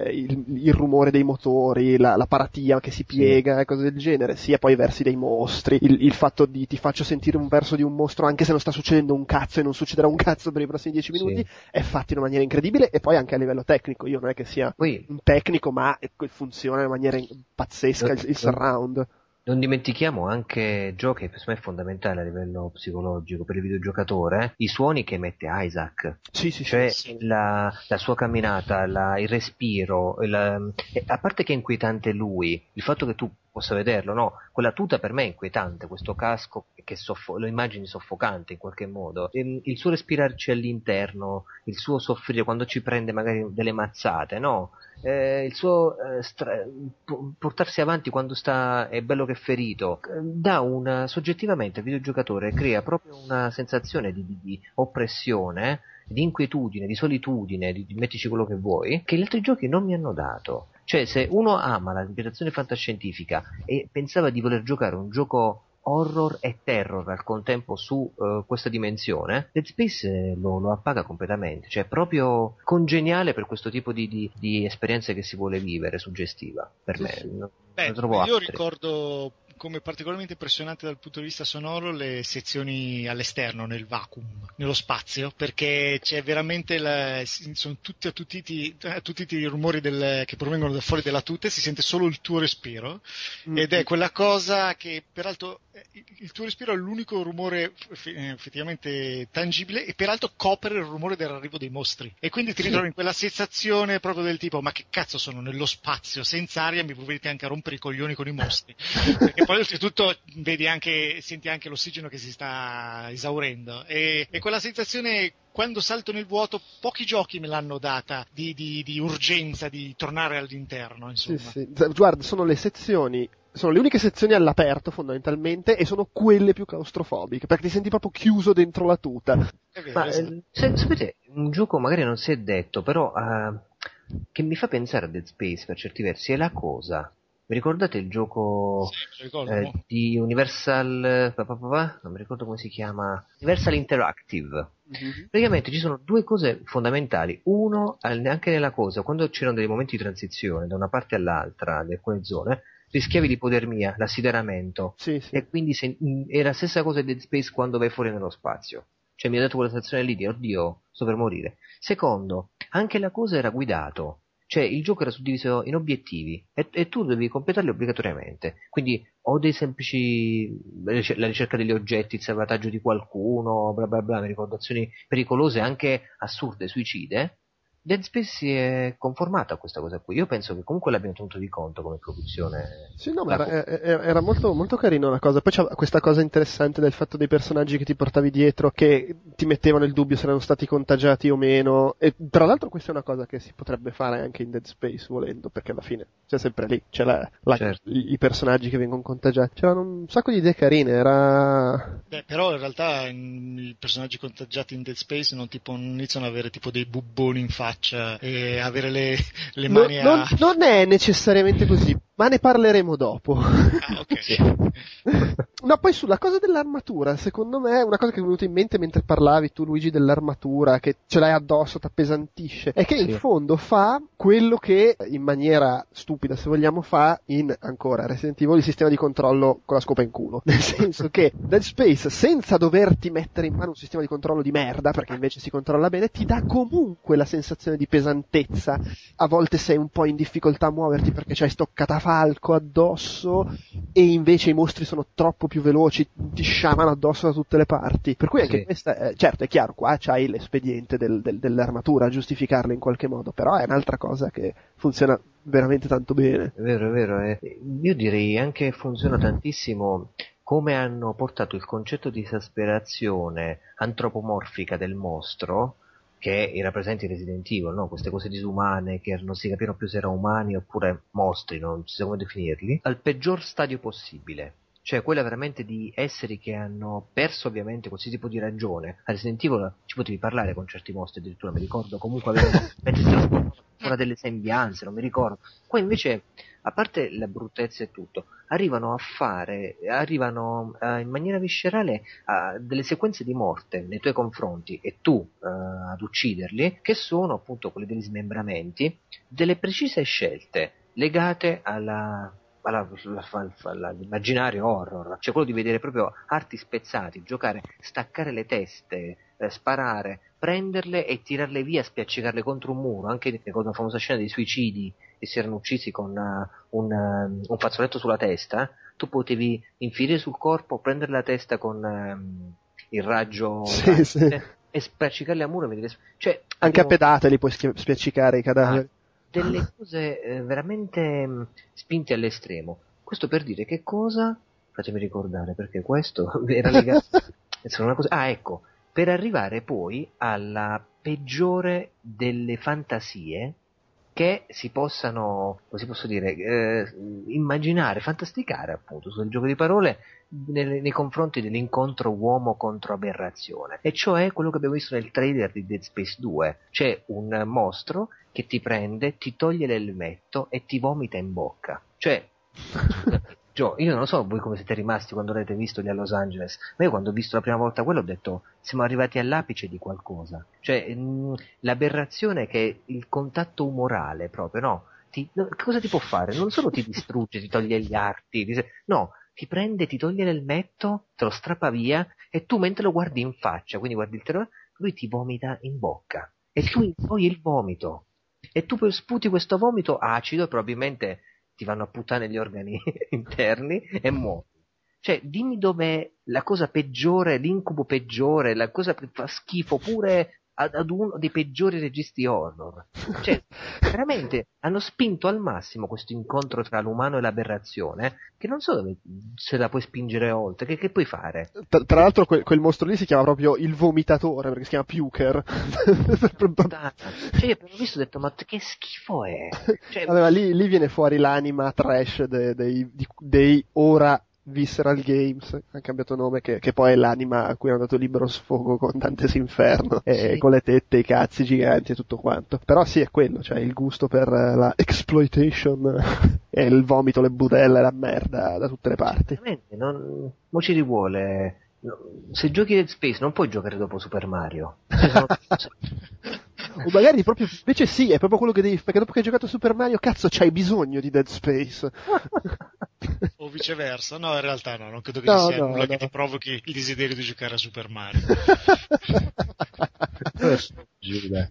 il rumore dei motori, la paratia che si piega e cose del genere, sia poi i versi dei mostri, il fatto di ti faccio sentire un verso di un mostro anche se non sta succedendo un cazzo e non succederà un cazzo per i prossimi 10 minuti, è fatto in una maniera incredibile, e poi anche a livello tecnico, io non è che sia un tecnico, ma funziona in maniera pazzesca il surround. Non dimentichiamo anche giochi che per me è fondamentale a livello psicologico per il videogiocatore, i suoni che emette Isaac. Sì, sì, Cioè sì. la sua camminata, il respiro, a parte che è inquietante lui, il fatto che tu possa vederlo, no? Quella tuta per me è inquietante, questo casco che lo immagini soffocante in qualche modo. Il suo respirarci all'interno, il suo soffrire quando ci prende magari delle mazzate, no? Il suo portarsi avanti quando è bello che ferito, dà soggettivamente al videogiocatore, crea proprio una sensazione di oppressione, di inquietudine, di solitudine, mettici quello che vuoi, che gli altri giochi non mi hanno dato. Cioè, se uno ama la ambientazione fantascientifica e pensava di voler giocare un gioco horror e terror al contempo su questa dimensione, Dead Space lo appaga completamente, cioè è proprio congeniale per questo tipo di esperienze che si vuole vivere, suggestiva, per Sì, me, sì. non Beh, ne trovo io altre. ricordo come particolarmente impressionante dal punto di vista sonoro le sezioni all'esterno, nel vacuum, nello spazio, perché c'è veramente sono tutti attutiti i rumori che provengono da fuori della tuta e si sente solo il tuo respiro, ed è quella cosa che peraltro il tuo respiro è l'unico rumore effettivamente tangibile e peraltro copre il rumore dell'arrivo dei mostri, e quindi ti ritrovi in quella sensazione proprio del tipo: ma che cazzo, sono nello spazio senza aria, mi provate anche a rompere i coglioni con i mostri, perché poi oltretutto senti anche l'ossigeno che si sta esaurendo, e quella sensazione, quando salto nel vuoto, pochi giochi me l'hanno data di urgenza di tornare all'interno, Sì, insomma. sì. Guarda, sono le uniche sezioni all'aperto fondamentalmente, e sono quelle più claustrofobiche, perché ti senti proprio chiuso dentro la tuta. È vero, Ma esatto. sapete, un gioco magari non si è detto, però che mi fa pensare a Dead Space per certi versi è La Cosa. Vi ricordate il Sì, gioco me lo ricordo. di Universal, non mi ricordo come si chiama, Universal Interactive? Mhm. Praticamente ci sono due cose fondamentali. Uno, anche nella Cosa, quando c'erano dei momenti di transizione da una parte all'altra di alcune zone, rischiavi l'ipotermia, l'assideramento, Sì, sì. e quindi era la stessa cosa di Dead Space quando vai fuori nello spazio. Cioè mi ha dato quella sensazione lì di oddio, sto per morire. Secondo, anche La Cosa era guidato. Cioè il gioco era suddiviso in obiettivi e tu devi completarli obbligatoriamente. Quindi o dei semplici, la ricerca degli oggetti, il salvataggio di qualcuno, bla bla bla, ricordazioni pericolose, anche assurde, suicide. Dead Space si è conformato a questa cosa qui. Io penso che comunque l'abbiano tenuto di conto come produzione. Sì, no, ma La era molto, molto carino la cosa. Poi c'è questa cosa interessante del fatto dei personaggi che ti portavi dietro, che ti mettevano il dubbio se erano stati contagiati o meno. E tra l'altro questa è una cosa che si potrebbe fare anche in Dead Space, volendo, perché alla fine c'è sempre lì, c'è Certo. i personaggi che vengono contagiati. C'erano un sacco di idee carine, era... Beh, però in realtà i personaggi contagiati in Dead Space non iniziano ad avere tipo dei bubboni in faccia e avere le mani a... Non è necessariamente così, ma ne parleremo dopo. Ah, ok. Sì. No, poi sulla cosa dell'armatura, secondo me, una cosa che mi è venuta in mente mentre parlavi tu, Luigi, dell'armatura, che ce l'hai addosso, t'appesantisce, è che in Sì. fondo fa quello che, in maniera stupida, se vogliamo, fa in, ancora, Resident Evil, il sistema di controllo con la scopa in culo. Nel senso che Dead Space, senza doverti mettere in mano un sistema di controllo di merda, perché invece si controlla bene, ti dà comunque la sensazione di pesantezza. A volte sei un po' in difficoltà a muoverti perché c'hai sto catafalco addosso, e invece i mostri sono troppo più veloci, ti sciamano addosso da tutte le parti. Per cui anche Sì. questa, certo, è chiaro, qua c'hai l'espediente dell'armatura a giustificarla in qualche modo, però è un'altra cosa che funziona veramente tanto bene. È vero, è vero. Io direi anche funziona tantissimo come hanno portato il concetto di esasperazione antropomorfica del mostro, che era presente in Resident Evil, no? Queste cose disumane che non si capivano più se erano umani oppure mostri, non si sa come definirli, al peggior stadio possibile. Cioè quella veramente di esseri che hanno perso ovviamente qualsiasi tipo di ragione. A Resident Evil ci potevi parlare con certi mostri, addirittura mi ricordo, comunque avevano mentre si trasformavano ancora delle sembianze, non mi ricordo. Qua invece, a parte la bruttezza e tutto, arrivano in maniera viscerale a delle sequenze di morte nei tuoi confronti e tu ad ucciderli, che sono appunto quelli degli smembramenti, delle precise scelte legate all'immaginario horror, cioè quello di vedere proprio arti spezzati, giocare, staccare le teste, sparare, prenderle e tirarle via, spiaccicarle contro un muro, anche con la famosa scena dei suicidi che si erano uccisi con un fazzoletto sulla testa, tu potevi infierire sul corpo, prendere la testa con il raggio Sì. e spiaccicarli a muro e vedere, cioè, Anche a pedate li puoi spiaccicare i cadaveri. delle cose veramente spinte all'estremo. Questo per dire che cosa? Fatemi ricordare, perché questo era legato a una cosa. Ah, ecco, per arrivare poi alla peggiore delle fantasie che si possano, come si posso dire, immaginare, fantasticare appunto sul gioco di parole nei confronti dell'incontro uomo contro aberrazione, e cioè quello che abbiamo visto nel trailer di Dead Space 2. C'è un mostro che ti prende, ti toglie l'elmetto e ti vomita in bocca. Cioè, Gio, io non so voi come siete rimasti quando l'avete visto lì a Los Angeles, ma io quando ho visto la prima volta quello ho detto siamo arrivati all'apice di qualcosa. Cioè, l'aberrazione che è il contatto umorale proprio, no? Che cosa ti può fare? Non solo ti distrugge, ti toglie gli arti, no, ti prende, ti toglie l'elmetto, te lo strappa via e tu mentre lo guardi in faccia, quindi guardi il terrore, lui ti vomita in bocca e tu impoi il vomito e tu poi sputi questo vomito acido e probabilmente ti vanno a puttane gli organi interni e muori. Cioè, dimmi dov'è la cosa peggiore, l'incubo peggiore, la cosa che fa schifo pure ad uno dei peggiori registi horror. Cioè, veramente hanno spinto al massimo questo incontro tra l'umano e l'aberrazione, che non so dove se la puoi spingere oltre, che puoi fare? Tra l'altro quel mostro lì si chiama proprio il vomitatore, perché si chiama Puker. Cioè, io appena visto ho detto, ma che schifo è? Cioè, Allora, lì viene fuori l'anima trash dei ora Visceral Games, hanno cambiato nome, che poi è l'anima a cui hanno dato libero sfogo con Dante's Inferno, e sì. con le tette, i cazzi giganti e tutto quanto. Però sì, è quello, cioè il gusto per la exploitation e il vomito, le budelle, la merda da tutte le parti. Veramente, mo ci rivuole. Se giochi Dead Space non puoi giocare dopo Super Mario. Cioè, O magari proprio, invece sì, è proprio quello che devi, perché dopo che hai giocato Super Mario, cazzo, c'hai bisogno di Dead Space. O viceversa. No, in realtà no, non credo che ci No, sia no, nulla no. che ti provochi il desiderio di giocare a Super Mario. Giuda.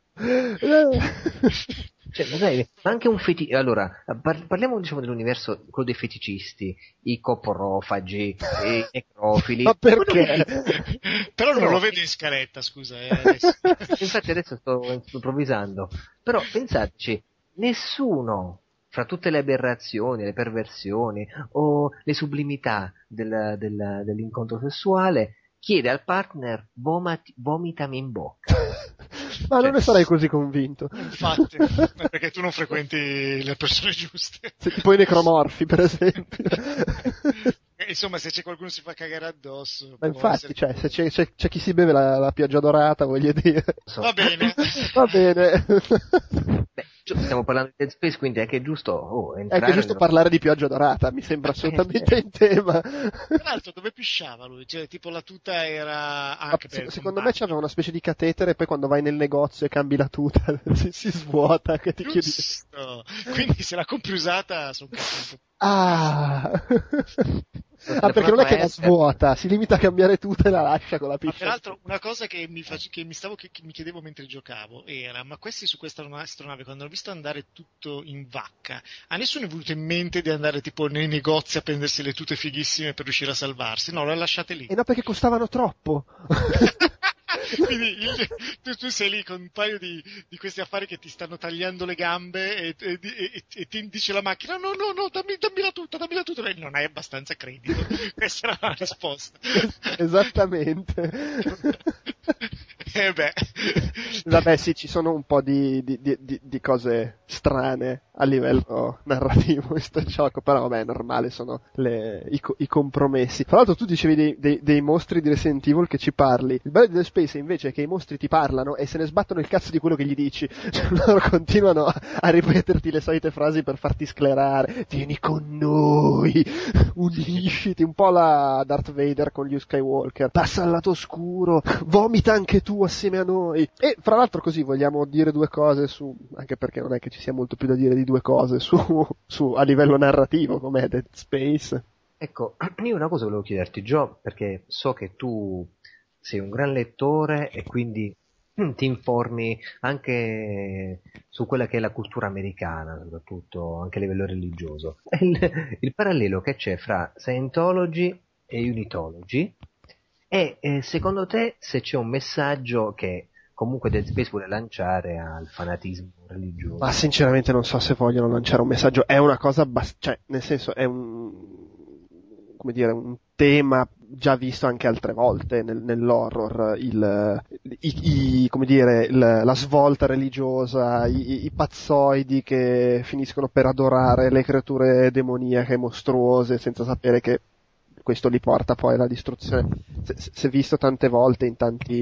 Cioè, ma sai, ma anche un allora, parliamo diciamo dell'universo, quello dei feticisti, i coprofagi, i necrofili. Ma perché? Però non Però, lo vedo in scaletta, scusa, adesso. infatti adesso sto improvvisando, però pensateci, nessuno fra tutte le aberrazioni, le perversioni o le sublimità dell'incontro sessuale chiede al partner vomitami in bocca. Ma non Cioè, ne sarei così convinto. Infatti, è perché tu non frequenti le persone giuste. Se tipo i necromorfi, per esempio. Insomma, se c'è qualcuno che si fa cagare addosso, Ma può infatti, essere cioè, se che... c'è chi si beve la pioggia dorata, voglio dire. Va bene. Va bene. beh, stiamo parlando di Dead Space, quindi è anche giusto È anche entrare giusto parlare di pioggia dorata, mi sembra assolutamente in tema. Tra l'altro, dove pisciava lui? Cioè, tipo la tuta era anche per il Secondo me combattere. c'aveva una specie di catetere e poi quando vai nel negozio e cambi la tuta si svuota che ti chiudi. Giusto! Quindi se la compri usata sono cazzo. Ah! non Ah, perché non telefonato è a che la Esther. svuota, si limita a cambiare tuta e la lascia con la Ma piscia. peraltro una cosa che che mi chiedevo mentre giocavo era, ma questi su questa astronave, quando hanno visto andare tutto in vacca, a nessuno è venuto in mente di andare tipo nei negozi a prendersi le tute fighissime per riuscire a salvarsi? No, le lasciate lì. E no, perché costavano troppo. Quindi tu sei lì con un paio di questi affari che ti stanno tagliando le gambe e ti dice la macchina no, dammi la tuta, dammi la tuta. E non hai abbastanza credito. Questa era la risposta. Esattamente. Beh. Vabbè, sì, ci sono un po' di cose strane a livello narrativo in sto gioco, però vabbè, è normale, sono i compromessi. Tra l'altro tu dicevi dei mostri di Resident Evil che ci parli. Il bello di Dead Space invece è che i mostri ti parlano e se ne sbattono il cazzo di quello che gli dici. Cioè, loro continuano a ripeterti le solite frasi per farti sclerare. Vieni con noi, unisciti, un po' la Darth Vader con gli Skywalker. Passa al lato oscuro, vomita anche tu assieme a noi. E fra l'altro così vogliamo dire due cose anche perché non è che ci sia molto più da dire di due cose a livello narrativo come Dead Space. Ecco, io una cosa volevo chiederti, Gio, perché so che tu sei un gran lettore e quindi ti informi anche su quella che è la cultura americana, soprattutto anche a livello religioso. Il parallelo che c'è fra Scientology e Unitology è, secondo te, se c'è un messaggio che comunque Dead Space vuole lanciare al fanatismo religioso? Ma sinceramente non so se vogliono lanciare un messaggio, è una cosa cioè, nel senso, è come dire, un tema già visto anche altre volte nell'horror, come dire, la svolta religiosa, i pazzoidi che finiscono per adorare le creature demoniache mostruose senza sapere che questo li porta poi alla distruzione. Si è visto tante volte in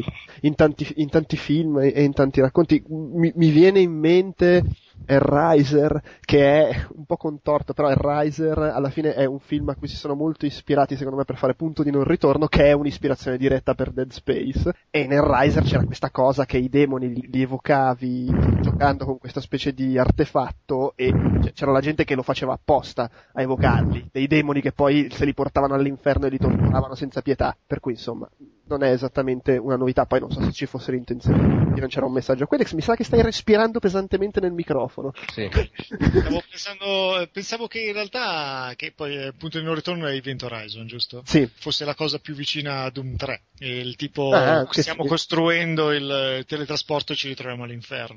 tanti film e in tanti racconti. Mi viene in mente Hellraiser, che è un po' contorto, però Hellraiser alla fine è un film a cui si sono molto ispirati, secondo me, per fare Punto di non ritorno, che è un'ispirazione diretta per Dead Space. E in Hellraiser c'era questa cosa che i demoni li evocavi giocando con questa specie di artefatto, e c'era la gente che lo faceva apposta a evocarli, dei demoni che poi se li portavano all'inferno e li torturavano senza pietà. Per cui insomma non è esattamente una novità. Poi non so se ci fosse l'intenzione di lanciare un messaggio. Quedex, mi sa che stai respirando pesantemente nel microfono. Sì. Pensavo che in realtà, che poi il punto di non ritorno è Event Horizon, giusto? Sì. Fosse la cosa più vicina a Doom 3, e il tipo stiamo costruendo il teletrasporto e ci ritroviamo all'inferno.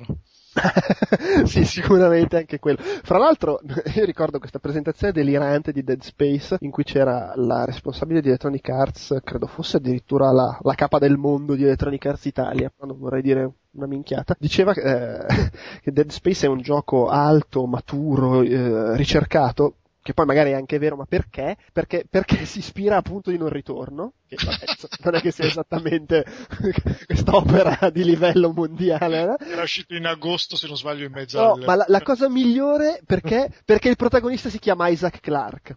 Sì, sicuramente anche quello. Fra l'altro, io ricordo questa presentazione delirante di Dead Space in cui c'era la responsabile di Electronic Arts, credo fosse addirittura la capa del mondo di Electronic Arts Italia, non vorrei dire una minchiata, diceva che Dead Space è un gioco alto, maturo, ricercato, che poi magari è anche vero, ma perché? Perché si ispira a Punto di non ritorno, che non è che sia esattamente quest'opera di livello mondiale. Era uscito in agosto, se non sbaglio, in mezzo ma la cosa migliore, perché il protagonista si chiama Isaac Clarke.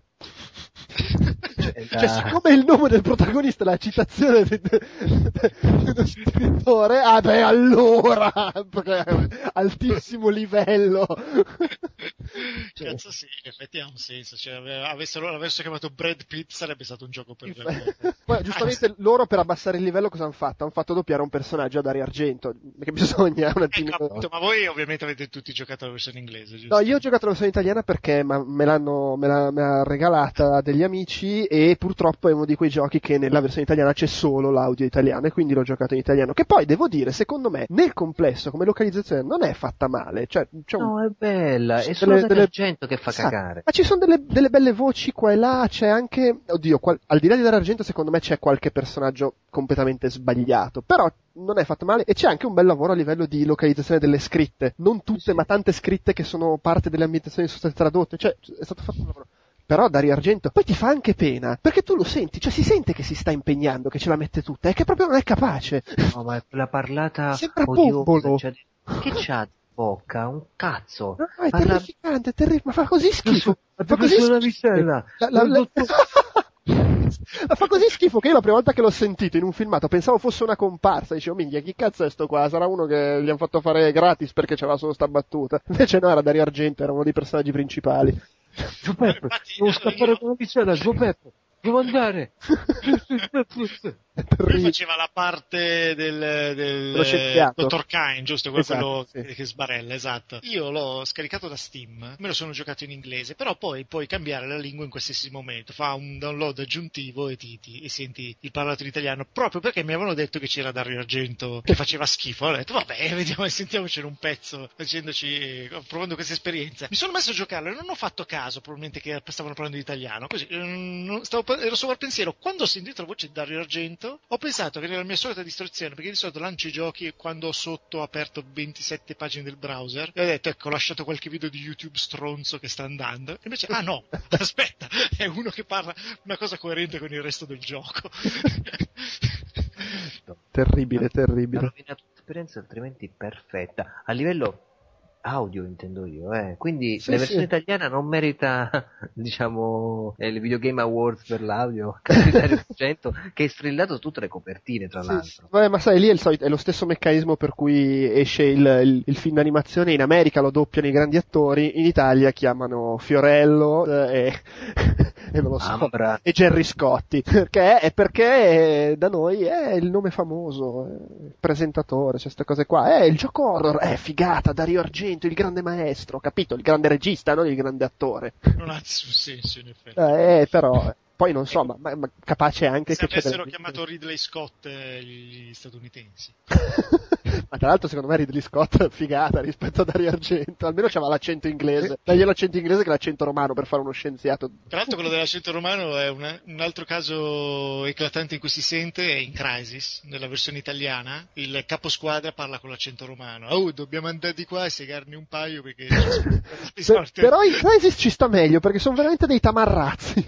Cioè, siccome il nome del protagonista è la citazione dello scrittore, allora altissimo livello. Cazzo, sì, in effetti ha un senso. Cioè, l'avessero chiamato Brad Pitt sarebbe stato un gioco per Poi giustamente loro, per abbassare il livello, cosa hanno fatto? Hanno fatto doppiare un personaggio a Dario Argento, perché bisogna un attimo. Ma voi ovviamente avete tutti giocato la versione inglese, giusto? No, io ho giocato la versione italiana perché me l'ha regalata degli amici, e purtroppo è uno di quei giochi che nella versione italiana c'è solo l'audio italiano, e quindi l'ho giocato in italiano, che poi devo dire, secondo me, nel complesso come localizzazione non è fatta male, cioè no, è bella, è solo dell'argento che fa cagare. Ma ci sono delle belle voci qua e là, c'è anche, oddio, al di là di dell'argento secondo me c'è qualche personaggio completamente sbagliato, però non è fatto male, e c'è anche un bel lavoro a livello di localizzazione delle scritte, non tutte, sì, ma tante scritte che sono parte delle ambientazioni che sono state tradotte, cioè è stato fatto un lavoro. Però Dario Argento poi ti fa anche pena, perché tu lo senti, cioè si sente che si sta impegnando, che ce la mette tutta, e che proprio non è capace. No, ma la parlata sembra bombolo. Che c'ha di bocca? Un cazzo. No, è terrificante, ma fa così schifo. Fa così schifo. Fa così schifo che io la prima volta che l'ho sentito in un filmato pensavo fosse una comparsa, dicevo minchia, chi cazzo è sto qua? Sarà uno che gli hanno fatto fare gratis perché c'era solo sta battuta. Invece no, era Dario Argento, era uno dei personaggi principali. Giuseppe, devo scappare con la vicenda, Giuseppe, devo andare. Lui faceva la parte del Dottor Kine, giusto? Esatto, quello sì, che sbarella, esatto. Io l'ho scaricato da Steam, me lo sono giocato in inglese, però poi puoi cambiare la lingua in qualsiasi momento, fa un download aggiuntivo e senti il parlato in italiano, proprio perché mi avevano detto che c'era Dario Argento che faceva schifo. Ho detto vabbè, vediamo, sentiamocene un pezzo, provando questa esperienza. Mi sono messo a giocarlo e non ho fatto caso probabilmente che stavano parlando di italiano, così ero solo al pensiero. Quando ho sentito la voce di Dario Argento ho pensato che nella mia solita distrazione, perché di solito lancio i giochi quando ho sotto aperto 27 pagine del browser, e ho detto ecco, ho lasciato qualche video di YouTube stronzo che sta andando, e invece no, aspetta, è uno che parla una cosa coerente con il resto del gioco. Terribile. Ha rovinato l'esperienza altrimenti perfetta a livello audio, intendo io, quindi sì, la versione italiana non merita, diciamo, il Video Game Awards per l'audio che è strillato tutte le copertine, tra l'altro. Vabbè, ma sai, lì è lo stesso meccanismo per cui esce il film d'animazione, in America lo doppiano i grandi attori, in Italia chiamano Fiorello E non lo so. Ambra. E Gerry Scotti. Perché da noi è il nome famoso, il presentatore, c'è queste cose qua. Il gioco horror, figata, Dario Argento, il grande maestro, capito? Il grande regista, non il grande attore. Non ha nessun senso, in effetti. Però... Poi non so, ma capace anche se che c'è avessero chiamato Ridley Scott gli statunitensi. Ma tra l'altro secondo me Ridley Scott è figata rispetto a Dario Argento, almeno c'aveva l'accento inglese. Dagli l'accento inglese che l'accento romano per fare uno scienziato. Tra l'altro quello dell'accento romano è un altro caso eclatante in cui si sente, è in Crysis, nella versione italiana, il caposquadra parla con l'accento romano. Dobbiamo andare di qua e segarne un paio perché però in Crysis ci sta meglio perché sono veramente dei tamarrazzi.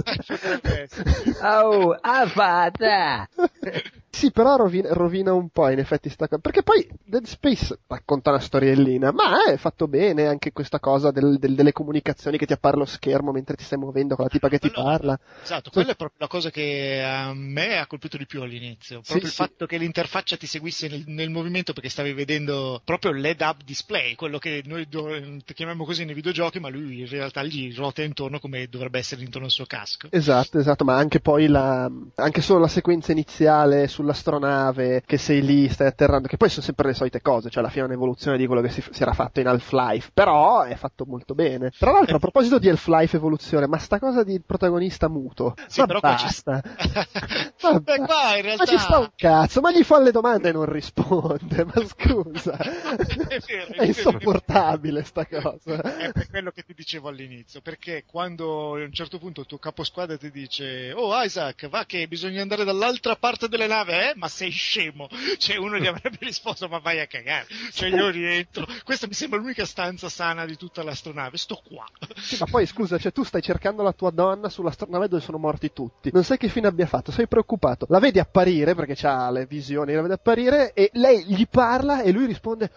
Oh, avada! Sì, però rovina un po' in effetti sta cosa. Perché poi Dead Space racconta una storiellina, ma è fatto bene anche questa cosa delle comunicazioni che ti appare lo schermo mentre ti stai muovendo con la tipa che ti parla. Esatto, quella è proprio la cosa che a me ha colpito di più all'inizio. Proprio il fatto che l'interfaccia ti seguisse nel movimento perché stavi vedendo proprio l'head-up display, quello che noi chiamiamo così nei videogiochi, ma lui in realtà gli ruota intorno come dovrebbe essere intorno al suo casco. Esatto, ma anche poi anche solo la sequenza iniziale sull'astronave, che sei lì, stai atterrando, che poi sono sempre le solite cose, cioè alla fine è un'evoluzione di quello che si era fatto in Half-Life, però è fatto molto bene. Tra l'altro, a proposito di Half-Life evoluzione, ma sta cosa di protagonista muto, sì, ma però basta. Beh, qua in realtà... Ma ci sta un cazzo, ma gli fa le domande e non risponde, ma scusa. È insopportabile sta cosa. È per quello che ti dicevo all'inizio, perché quando a un certo punto il tuo caposquadra ti dice Isaac, va che bisogna andare dall'altra parte delle nave, ma sei scemo, cioè uno gli avrebbe risposto ma vai a cagare, cioè io rientro, questa mi sembra l'unica stanza sana di tutta l'astronave, sto qua. Sì, ma poi scusa, cioè tu stai cercando la tua donna sull'astronave dove sono morti tutti, non sai che fine abbia fatto, sei preoccupato, la vedi apparire perché c'ha le visioni, la vede apparire e lei gli parla e lui risponde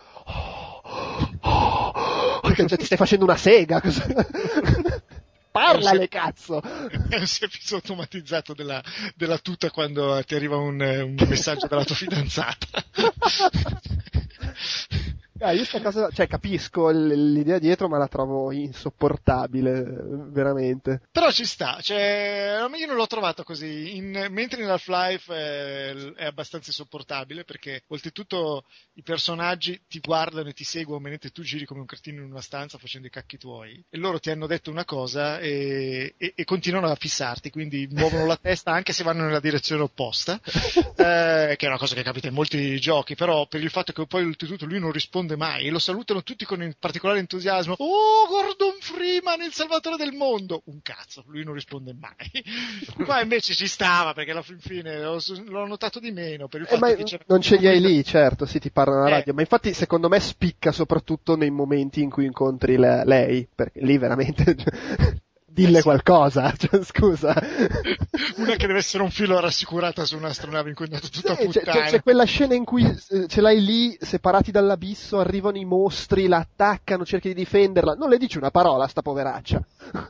cioè, ti stai facendo una sega. Parlale, cazzo! È un servizio automatizzato della tuta quando ti arriva un messaggio dalla tua fidanzata. Io sta cosa, cioè capisco l'idea dietro, ma la trovo insopportabile, veramente. Però ci sta, cioè, io non l'ho trovato così, mentre in Half-Life è abbastanza insopportabile, perché oltretutto i personaggi ti guardano e ti seguono mentre tu giri come un cretino in una stanza facendo i cacchi tuoi, e loro ti hanno detto una cosa e continuano a fissarti, quindi muovono la testa anche se vanno nella direzione opposta, che è una cosa che capita in molti giochi, però per il fatto che poi oltretutto lui non risponde mai e lo salutano tutti con particolare entusiasmo. Gordon Freeman, il salvatore del mondo! Un cazzo, lui non risponde mai. Qua invece ci stava, perché alla fine l'ho notato di meno per il fatto che c'era non ce li hai lì, certo, sì, ti parlano alla radio, ma infatti secondo me spicca soprattutto nei momenti in cui incontri lei, perché lì veramente dille qualcosa, cioè, scusa. Una che deve essere un filo rassicurata su un'astronave in cui è andata tutta puttana. C'è quella scena in cui ce l'hai lì, separati dall'abisso, arrivano i mostri, la attaccano, cerchi di difenderla, non le dici una parola a sta poveraccia.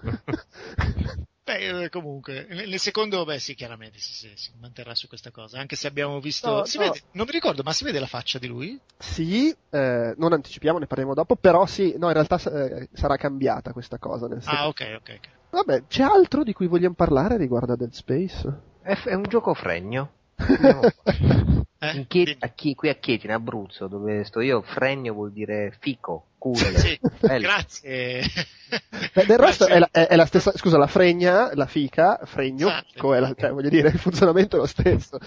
Beh, comunque, nel secondo, sì, chiaramente si manterrà su questa cosa, anche se abbiamo visto... Vede, non mi ricordo, ma si vede la faccia di lui? Sì, non anticipiamo, ne parliamo dopo, però sì, no, in realtà sarà cambiata questa cosa. Ok. Vabbè, c'è altro di cui vogliamo parlare riguardo a Dead Space? È un gioco fregno. Qui a Chieti, in Abruzzo, dove sto io, fregno vuol dire fico, culo. Sì, grazie. Del resto è la stessa, scusa, la fregna, la fica, fregno, fico, cioè, voglio dire, il funzionamento è lo stesso.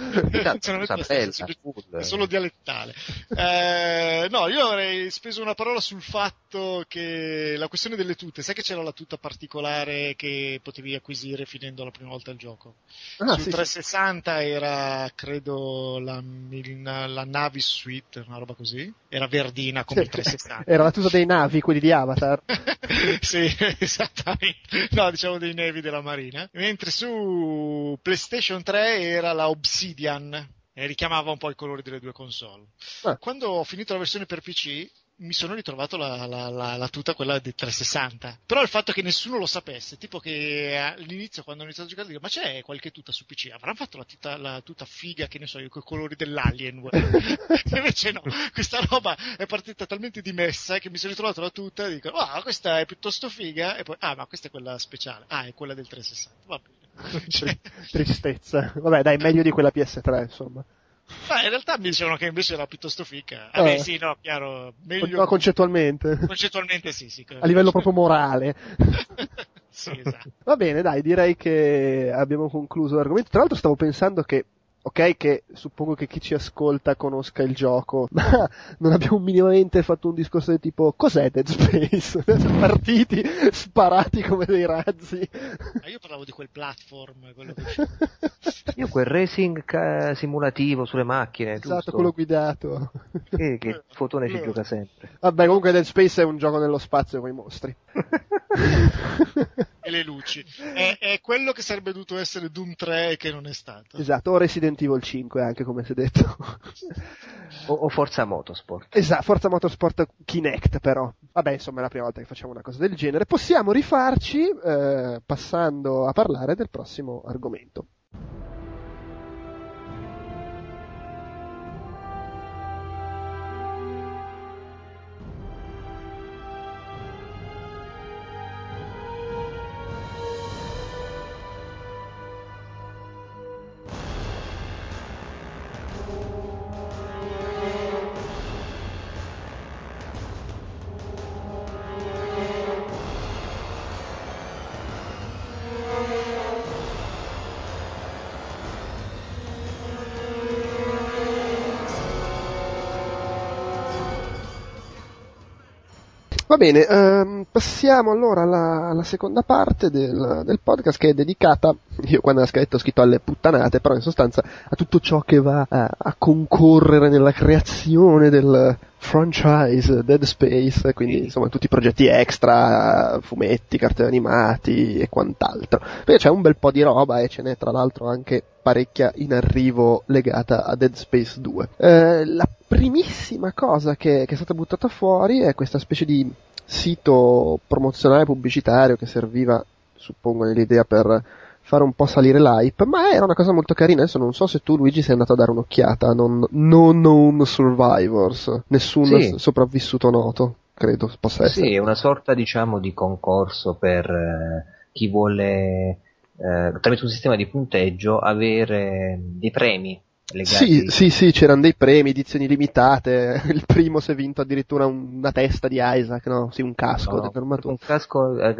È solo dialettale. No, io avrei speso una parola sul fatto che la questione delle tute, sai che c'era la tuta particolare che potevi acquisire finendo la prima volta il gioco? Su 360 era, credo, la Navis Suite, una roba così, era verdina come il 360. Era la tuta dei navi, quelli di Avatar. Sì, esattamente. No, diciamo dei nevi della marina. Mentre su PlayStation 3 era la Obsidian e richiamava un po' i colori delle due console. Quando ho finito la versione per PC mi sono ritrovato la tuta, quella del 360. Però il fatto che nessuno lo sapesse, tipo che all'inizio quando ho iniziato a giocare dico, ma c'è qualche tuta su PC? Avranno fatto la tuta figa, che ne so io, con i colori dell'Alien. Invece no, questa roba è partita talmente dimessa che mi sono ritrovato la tuta e dico, questa è piuttosto figa, e poi, ma questa è quella speciale, è quella del 360, va bene. Tristezza. Vabbè, dai, meglio di quella PS3, insomma. Ma in realtà mi dicevano che invece era piuttosto fica. Sì, no, chiaro, meglio. No, concettualmente. Concettualmente sì. A livello proprio morale. Sì, esatto. Va bene, dai, direi che abbiamo concluso l'argomento. Tra l'altro stavo pensando che, ok, che suppongo che chi ci ascolta conosca il gioco, ma non abbiamo minimamente fatto un discorso del tipo, cos'è Dead Space? Partiti, sparati come dei razzi. Ma io parlavo di quel platform, quello che... Io quel racing simulativo sulle macchine, Esatto, giusto? quello guidato. Che fotone ci gioca sempre. Vabbè, comunque Dead Space è un gioco nello spazio con i mostri. E le luci. È quello che sarebbe dovuto essere Doom 3 e che non è stato. Esatto, o Resident Evil 5 anche, come si è detto. O Forza Motorsport. Esatto, Forza Motorsport Kinect però. Vabbè, insomma è la prima volta che facciamo una cosa del genere. Possiamo rifarci passando a parlare del prossimo argomento. Va bene, passiamo allora alla seconda parte del podcast, che è dedicata, io quando ho scritto alle puttanate, però in sostanza a tutto ciò che va a concorrere nella creazione del franchise Dead Space, quindi insomma tutti i progetti extra, fumetti, cartoni animati e quant'altro. Perché c'è un bel po' di roba e ce n'è tra l'altro anche parecchia in arrivo legata a Dead Space 2. La primissima cosa che è stata buttata fuori è questa specie di sito promozionale pubblicitario che serviva, suppongo, nell'idea per fare un po' salire l'hype, ma era una cosa molto carina. Adesso non so se tu, Luigi, sei andato a dare un'occhiata. No known survivors, nessun sopravvissuto noto, credo possa essere. Sì, è una sorta, diciamo, di concorso per chi vuole, tramite un sistema di punteggio, avere dei premi legati. Sì, c'erano dei premi, edizioni limitate. Il primo si è vinto addirittura una testa di Isaac, no? Sì, un casco dell'armatura. Un casco a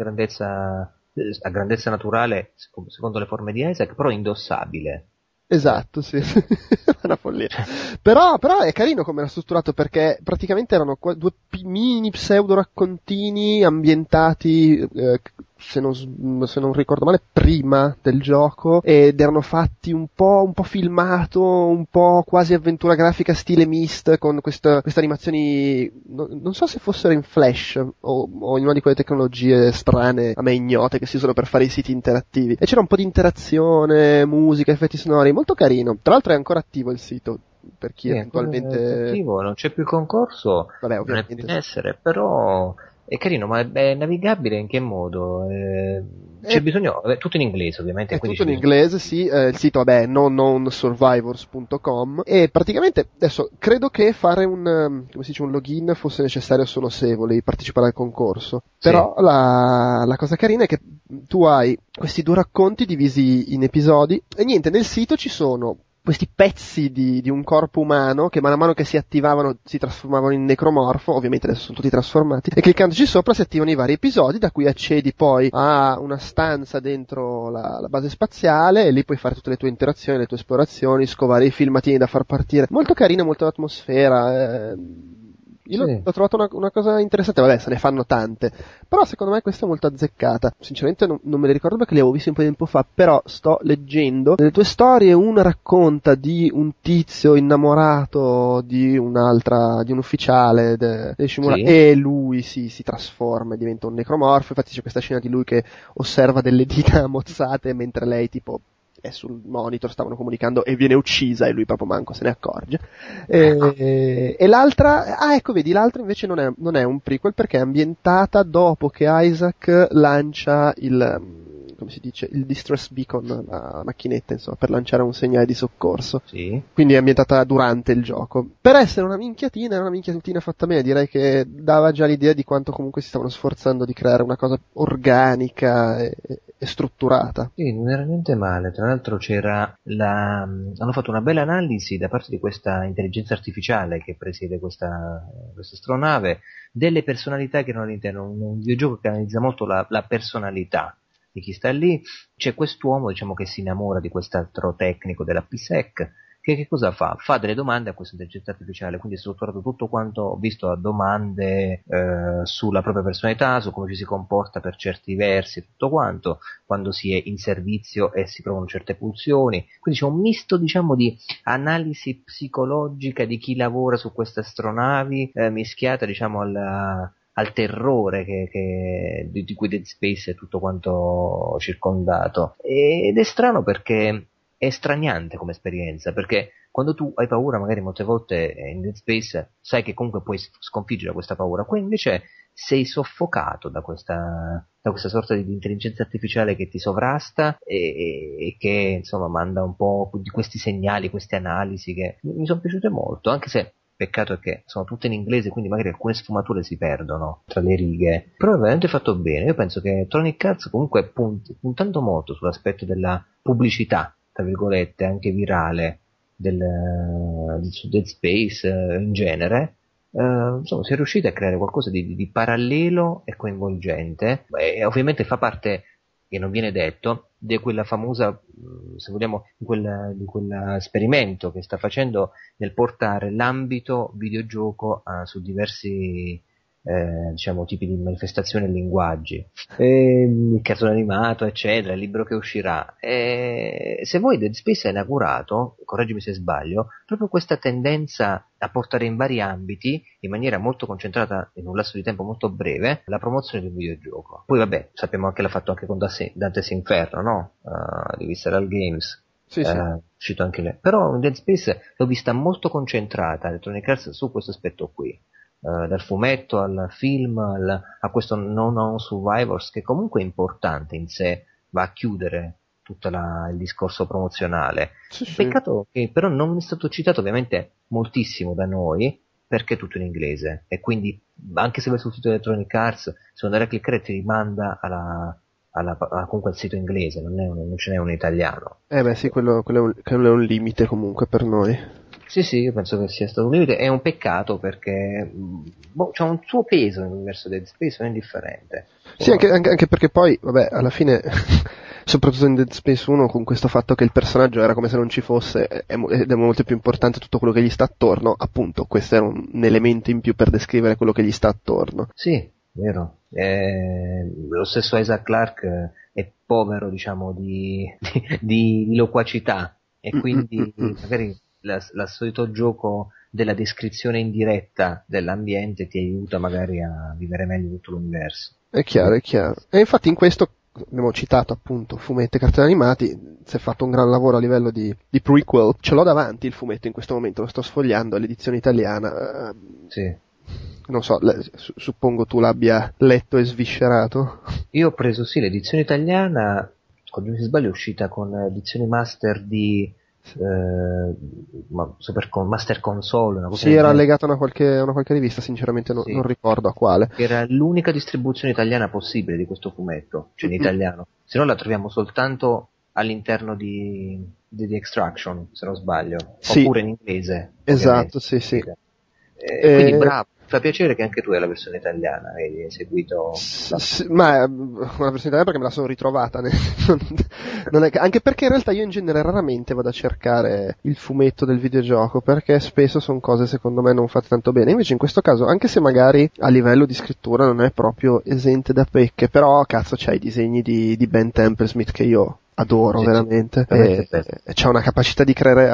grandezza naturale, secondo le forme di Isaac, però indossabile. Esatto, sì. Una follia. Però è carino come era strutturato, perché praticamente erano due mini pseudo raccontini ambientati, se non ricordo male, prima del gioco, ed erano fatti un po' filmato, un po' quasi avventura grafica stile Myst, con queste animazioni, non so se fossero in Flash o in una di quelle tecnologie strane, a me ignote, che si usano per fare i siti interattivi. E c'era un po' di interazione, musica, effetti sonori, molto carino. Tra l'altro è ancora attivo il sito, per chi eventualmente... È attivo, non c'è più il concorso, vabbè, non è ovviamente più in essere, però è carino. Ma è navigabile in che modo? C'è bisogno, tutto in inglese ovviamente. È quindi tutto in inglese, sì, il sito vabbè è nonknownsurvivors.com, e praticamente adesso credo che fare come si dice, un login fosse necessario solo se volevi partecipare al concorso. Sì. Però la cosa carina è che tu hai questi due racconti divisi in episodi, e niente, nel sito ci sono questi pezzi di un corpo umano che man mano che si attivavano si trasformavano in necromorfo, ovviamente adesso sono tutti trasformati, e cliccandoci sopra si attivano i vari episodi, da cui accedi poi a una stanza dentro la base spaziale, e lì puoi fare tutte le tue interazioni, le tue esplorazioni, scovare i filmatini da far partire. Molto carino, molto atmosfera. Io l'ho trovato una cosa interessante, vabbè, se ne fanno tante, però secondo me questa è molto azzeccata. Sinceramente non me le ricordo perché le avevo viste un po' di tempo fa, però sto leggendo. Nelle tue storie una racconta di un tizio innamorato di un ufficiale del Shimura, Sì. e lui si trasforma e diventa un necromorfo. Infatti c'è questa scena di lui che osserva delle dita mozzate mentre lei tipo è sul monitor, stavano comunicando e viene uccisa e lui proprio manco se ne accorge. E l'altra, ecco vedi, l'altra invece non è un prequel perché è ambientata dopo che Isaac lancia come si dice, il distress beacon, la macchinetta insomma per lanciare un segnale di soccorso. Sì. Quindi è ambientata durante il gioco. Per essere una minchiatina fatta bene, direi che dava già l'idea di quanto comunque si stavano sforzando di creare una cosa organica e strutturata. Sì, non era niente male. Tra l'altro hanno fatto una bella analisi da parte di questa intelligenza artificiale che presiede questa astronave delle personalità che erano all'interno. Un videogioco che analizza molto la personalità di chi sta lì. C'è quest'uomo, diciamo, che si innamora di quest'altro tecnico della PSEC, che cosa fa? Fa delle domande a questa intelligenza artificiale, quindi è strutturato tutto quanto visto a domande sulla propria personalità, su come ci si comporta per certi versi, tutto quanto, quando si è in servizio e si provano certe pulsioni. Quindi c'è un misto, diciamo, di analisi psicologica di chi lavora su queste astronavi, mischiata, diciamo, al terrore di cui Dead Space è tutto quanto circondato. Ed è strano perché è straniante come esperienza, perché quando tu hai paura, magari molte volte in Dead Space sai che comunque puoi sconfiggere questa paura, qui invece sei soffocato da questa sorta di intelligenza artificiale che ti sovrasta e che insomma manda un po' di questi segnali, queste analisi che mi sono piaciute molto, anche se peccato è che sono tutte in inglese, quindi magari alcune sfumature si perdono tra le righe, però è veramente fatto bene. Io penso che Electronic Arts comunque puntando molto sull'aspetto della pubblicità, tra virgolette, anche virale su Dead Space in genere, insomma si è riusciti a creare qualcosa di parallelo e coinvolgente, e ovviamente fa parte, che non viene detto, di quella famosa, se vogliamo, di quell'esperimento che sta facendo nel portare l'ambito videogioco su diversi diciamo tipi di manifestazioni e linguaggi, il cartone animato eccetera, il libro che uscirà, se vuoi Dead Space ha inaugurato, correggimi se sbaglio, proprio questa tendenza a portare in vari ambiti in maniera molto concentrata in un lasso di tempo molto breve la promozione di un videogioco. Poi vabbè, sappiamo che l'ha fatto anche con Dante's Inferno, no? Di Visceral Games. Sì. Uscito anche lei. Però in Dead Space l'ho vista molto concentrata Electronic Arts su questo aspetto qui, dal fumetto al film a questo non Survivors, che comunque è importante in sé, va a chiudere tutto il discorso promozionale. Sì. Peccato che però non è stato citato ovviamente moltissimo da noi, perché è tutto in inglese, e quindi anche se vai sul sito Electronic Arts, se andare a cliccare ti rimanda comunque al sito inglese, non ce n'è un italiano. Beh sì, quello è un limite comunque per noi. Sì, io penso che sia stato un limite, è un peccato perché c'ha un suo peso nell'universo Dead Space, non è indifferente. Sì, anche perché poi, vabbè, alla fine, soprattutto in Dead Space 1, con questo fatto che il personaggio era come se non ci fosse, ed è molto più importante tutto quello che gli sta attorno, appunto, questo era un elemento in più per descrivere quello che gli sta attorno. Sì, vero. Lo stesso Isaac Clarke è povero, diciamo, di loquacità, e quindi magari il solito gioco della descrizione indiretta dell'ambiente ti aiuta magari a vivere meglio tutto l'universo. È chiaro. E infatti in questo, abbiamo citato appunto fumetti e cartoni animati, si è fatto un gran lavoro a livello di prequel. Ce l'ho davanti il fumetto in questo momento, lo sto sfogliando, l'edizione italiana. Sì. Non so, suppongo tu l'abbia letto e sviscerato. Io ho preso l'edizione italiana, non mi sbaglio è uscita con edizione master di Master Console, una cosa sì, era allegato a una qualche rivista, sinceramente non ricordo a quale. Era l'unica distribuzione italiana possibile di questo fumetto, cioè in italiano, se no la troviamo soltanto all'interno di The Extraction, se non sbaglio, oppure in inglese. Esatto, sì. Quindi bravo, fa piacere che anche tu hai la versione italiana, hai seguito. Ma è una versione italiana perché me la sono ritrovata, non è anche perché in realtà io in genere raramente vado a cercare il fumetto del videogioco, perché spesso sono cose secondo me non fatte tanto bene. Invece in questo caso, anche se magari a livello di scrittura non è proprio esente da pecche, però cazzo c'hai i disegni di Ben Templesmith che io adoro Sì, veramente. veramente bello. C'ha una capacità di creare,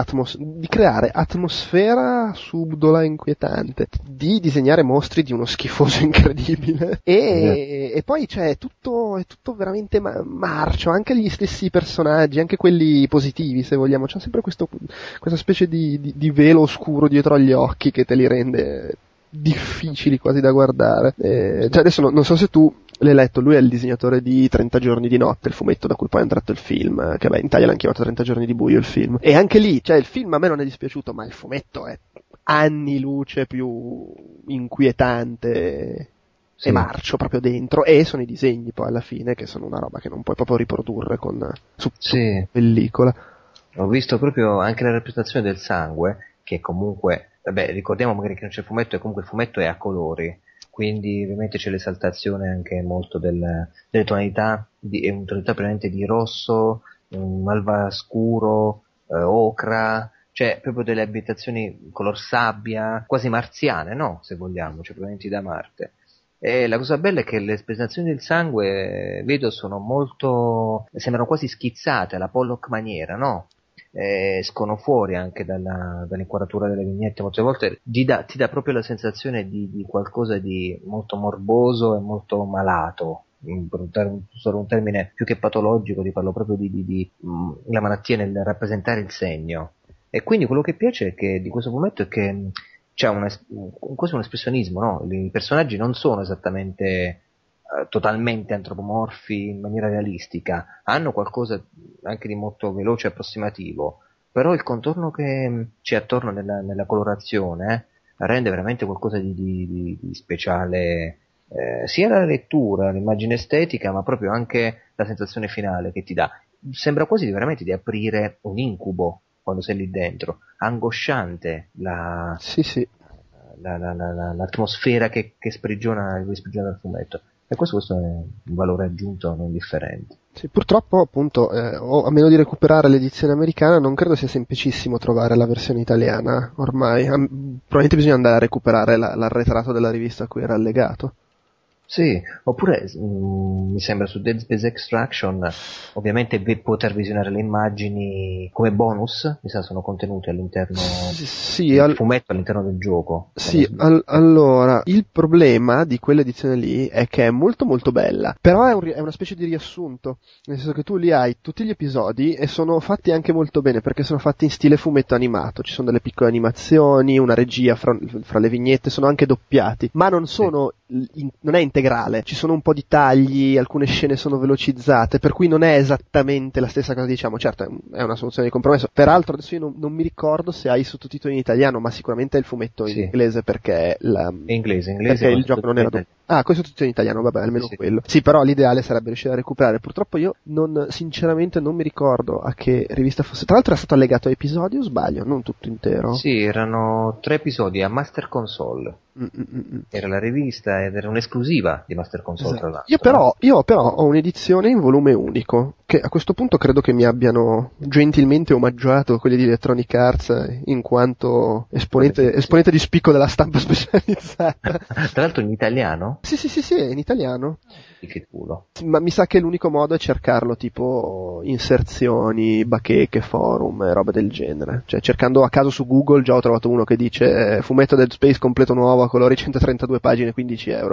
atmosfera subdola inquietante, di disegnare mostri di uno schifoso incredibile, e poi è tutto veramente marcio, anche gli stessi personaggi, anche quelli positivi se vogliamo, c'ha sempre questa specie di velo oscuro dietro agli occhi che te li rende difficili quasi da guardare. Adesso non so se tu l'hai letto, lui è il disegnatore di 30 giorni di notte, il fumetto da cui poi è tratto il film, che in Italia l'hanno chiamato 30 giorni di buio il film. E anche lì, il film a me non è dispiaciuto, ma il fumetto è anni luce più inquietante e marcio proprio dentro, e sono i disegni poi alla fine che sono una roba che non puoi proprio riprodurre su pellicola. Ho visto proprio anche la rappresentazione del sangue, che comunque, vabbè, ricordiamo magari che non c'è il fumetto, e comunque il fumetto è a colori, quindi ovviamente c'è l'esaltazione anche molto delle tonalità, tonalità praticamente di rosso, malva scuro, ocra, cioè proprio delle ambientazioni color sabbia, quasi marziane, no? Se vogliamo, cioè provenienti da Marte. E la cosa bella è che le espressioni del sangue, vedo, sono molto, sembrano quasi schizzate alla Pollock maniera, no? Escono fuori anche dall'inquadratura delle vignette, molte volte ti dà proprio la sensazione di qualcosa di molto morboso e molto malato, per usare un termine più che patologico, ti parlo proprio di la malattia nel rappresentare il segno. E quindi quello che piace di questo fumetto è che c'è quasi un espressionismo, no? I personaggi non sono esattamente totalmente antropomorfi in maniera realistica, hanno qualcosa anche di molto veloce e approssimativo, però il contorno che c'è attorno nella colorazione rende veramente qualcosa di speciale, sia la lettura, l'immagine estetica, ma proprio anche la sensazione finale che ti dà. Sembra quasi veramente di aprire un incubo quando sei lì dentro, angosciante l'atmosfera che sprigiona dal fumetto. E questo è un valore aggiunto non differente. Sì, purtroppo appunto a meno di recuperare l'edizione americana non credo sia semplicissimo trovare la versione italiana ormai. Probabilmente bisogna andare a recuperare l'arretrato della rivista a cui era allegato. Sì, oppure mi sembra su Dead Space Extraction ovviamente poter visionare le immagini come bonus, mi sa sono contenute all'interno del fumetto, all'interno del gioco. Sì, allora, il problema di quell'edizione lì è che è molto molto bella, però è una specie di riassunto, nel senso che tu li hai tutti gli episodi e sono fatti anche molto bene perché sono fatti in stile fumetto animato, ci sono delle piccole animazioni, una regia fra le vignette, sono anche doppiati, ma non sono non è integrale, ci sono un po' di tagli, alcune scene sono velocizzate, per cui non è esattamente la stessa cosa, diciamo. Certo è una soluzione di compromesso, peraltro adesso io non mi ricordo se hai i sottotitoli in italiano, ma sicuramente è il fumetto in inglese perché inglese perché il gioco non era questo tutto in italiano, vabbè, almeno quello. Sì, però l'ideale sarebbe riuscire a recuperare. Purtroppo io sinceramente non mi ricordo a che rivista fosse. Tra l'altro era stato allegato a episodi, o sbaglio? Non tutto intero? Sì, erano 3 episodi a Master Console. Era la rivista ed era un'esclusiva di Master Console, esatto. Tra l'altro. Io però ho un'edizione in volume unico, che a questo punto credo che mi abbiano gentilmente omaggiato quelli di Electronic Arts in quanto esponente di spicco della stampa specializzata. Tra l'altro in italiano? Sì, è in italiano. Che culo. Ma mi sa che l'unico modo è cercarlo tipo inserzioni, bacheche, forum e robe del genere. Cioè cercando a caso su Google già ho trovato uno che dice fumetto Dead Space completo nuovo a colori, 132 pagine, 15 euro.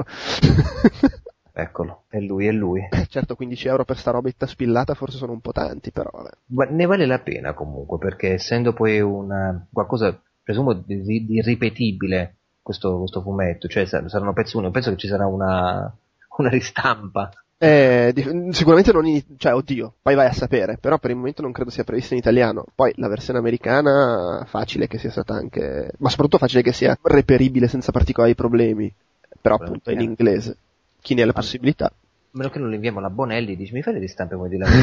Eccolo, è lui. Certo, 15 euro per sta robetta spillata forse sono un po' tanti, però vabbè. Ma ne vale la pena comunque, perché essendo poi qualcosa, presumo, di irripetibile questo fumetto, cioè saranno pezzi unici, penso che ci sarà una ristampa. Sicuramente non poi vai a sapere, però per il momento non credo sia previsto in italiano. Poi la versione americana facile che sia stata anche, ma soprattutto facile che sia reperibile senza particolari problemi, però appunto è in inglese. Chi ne ha la possibilità? A meno che non li inviamo alla Bonelli e dici mi fai le ristampe come di la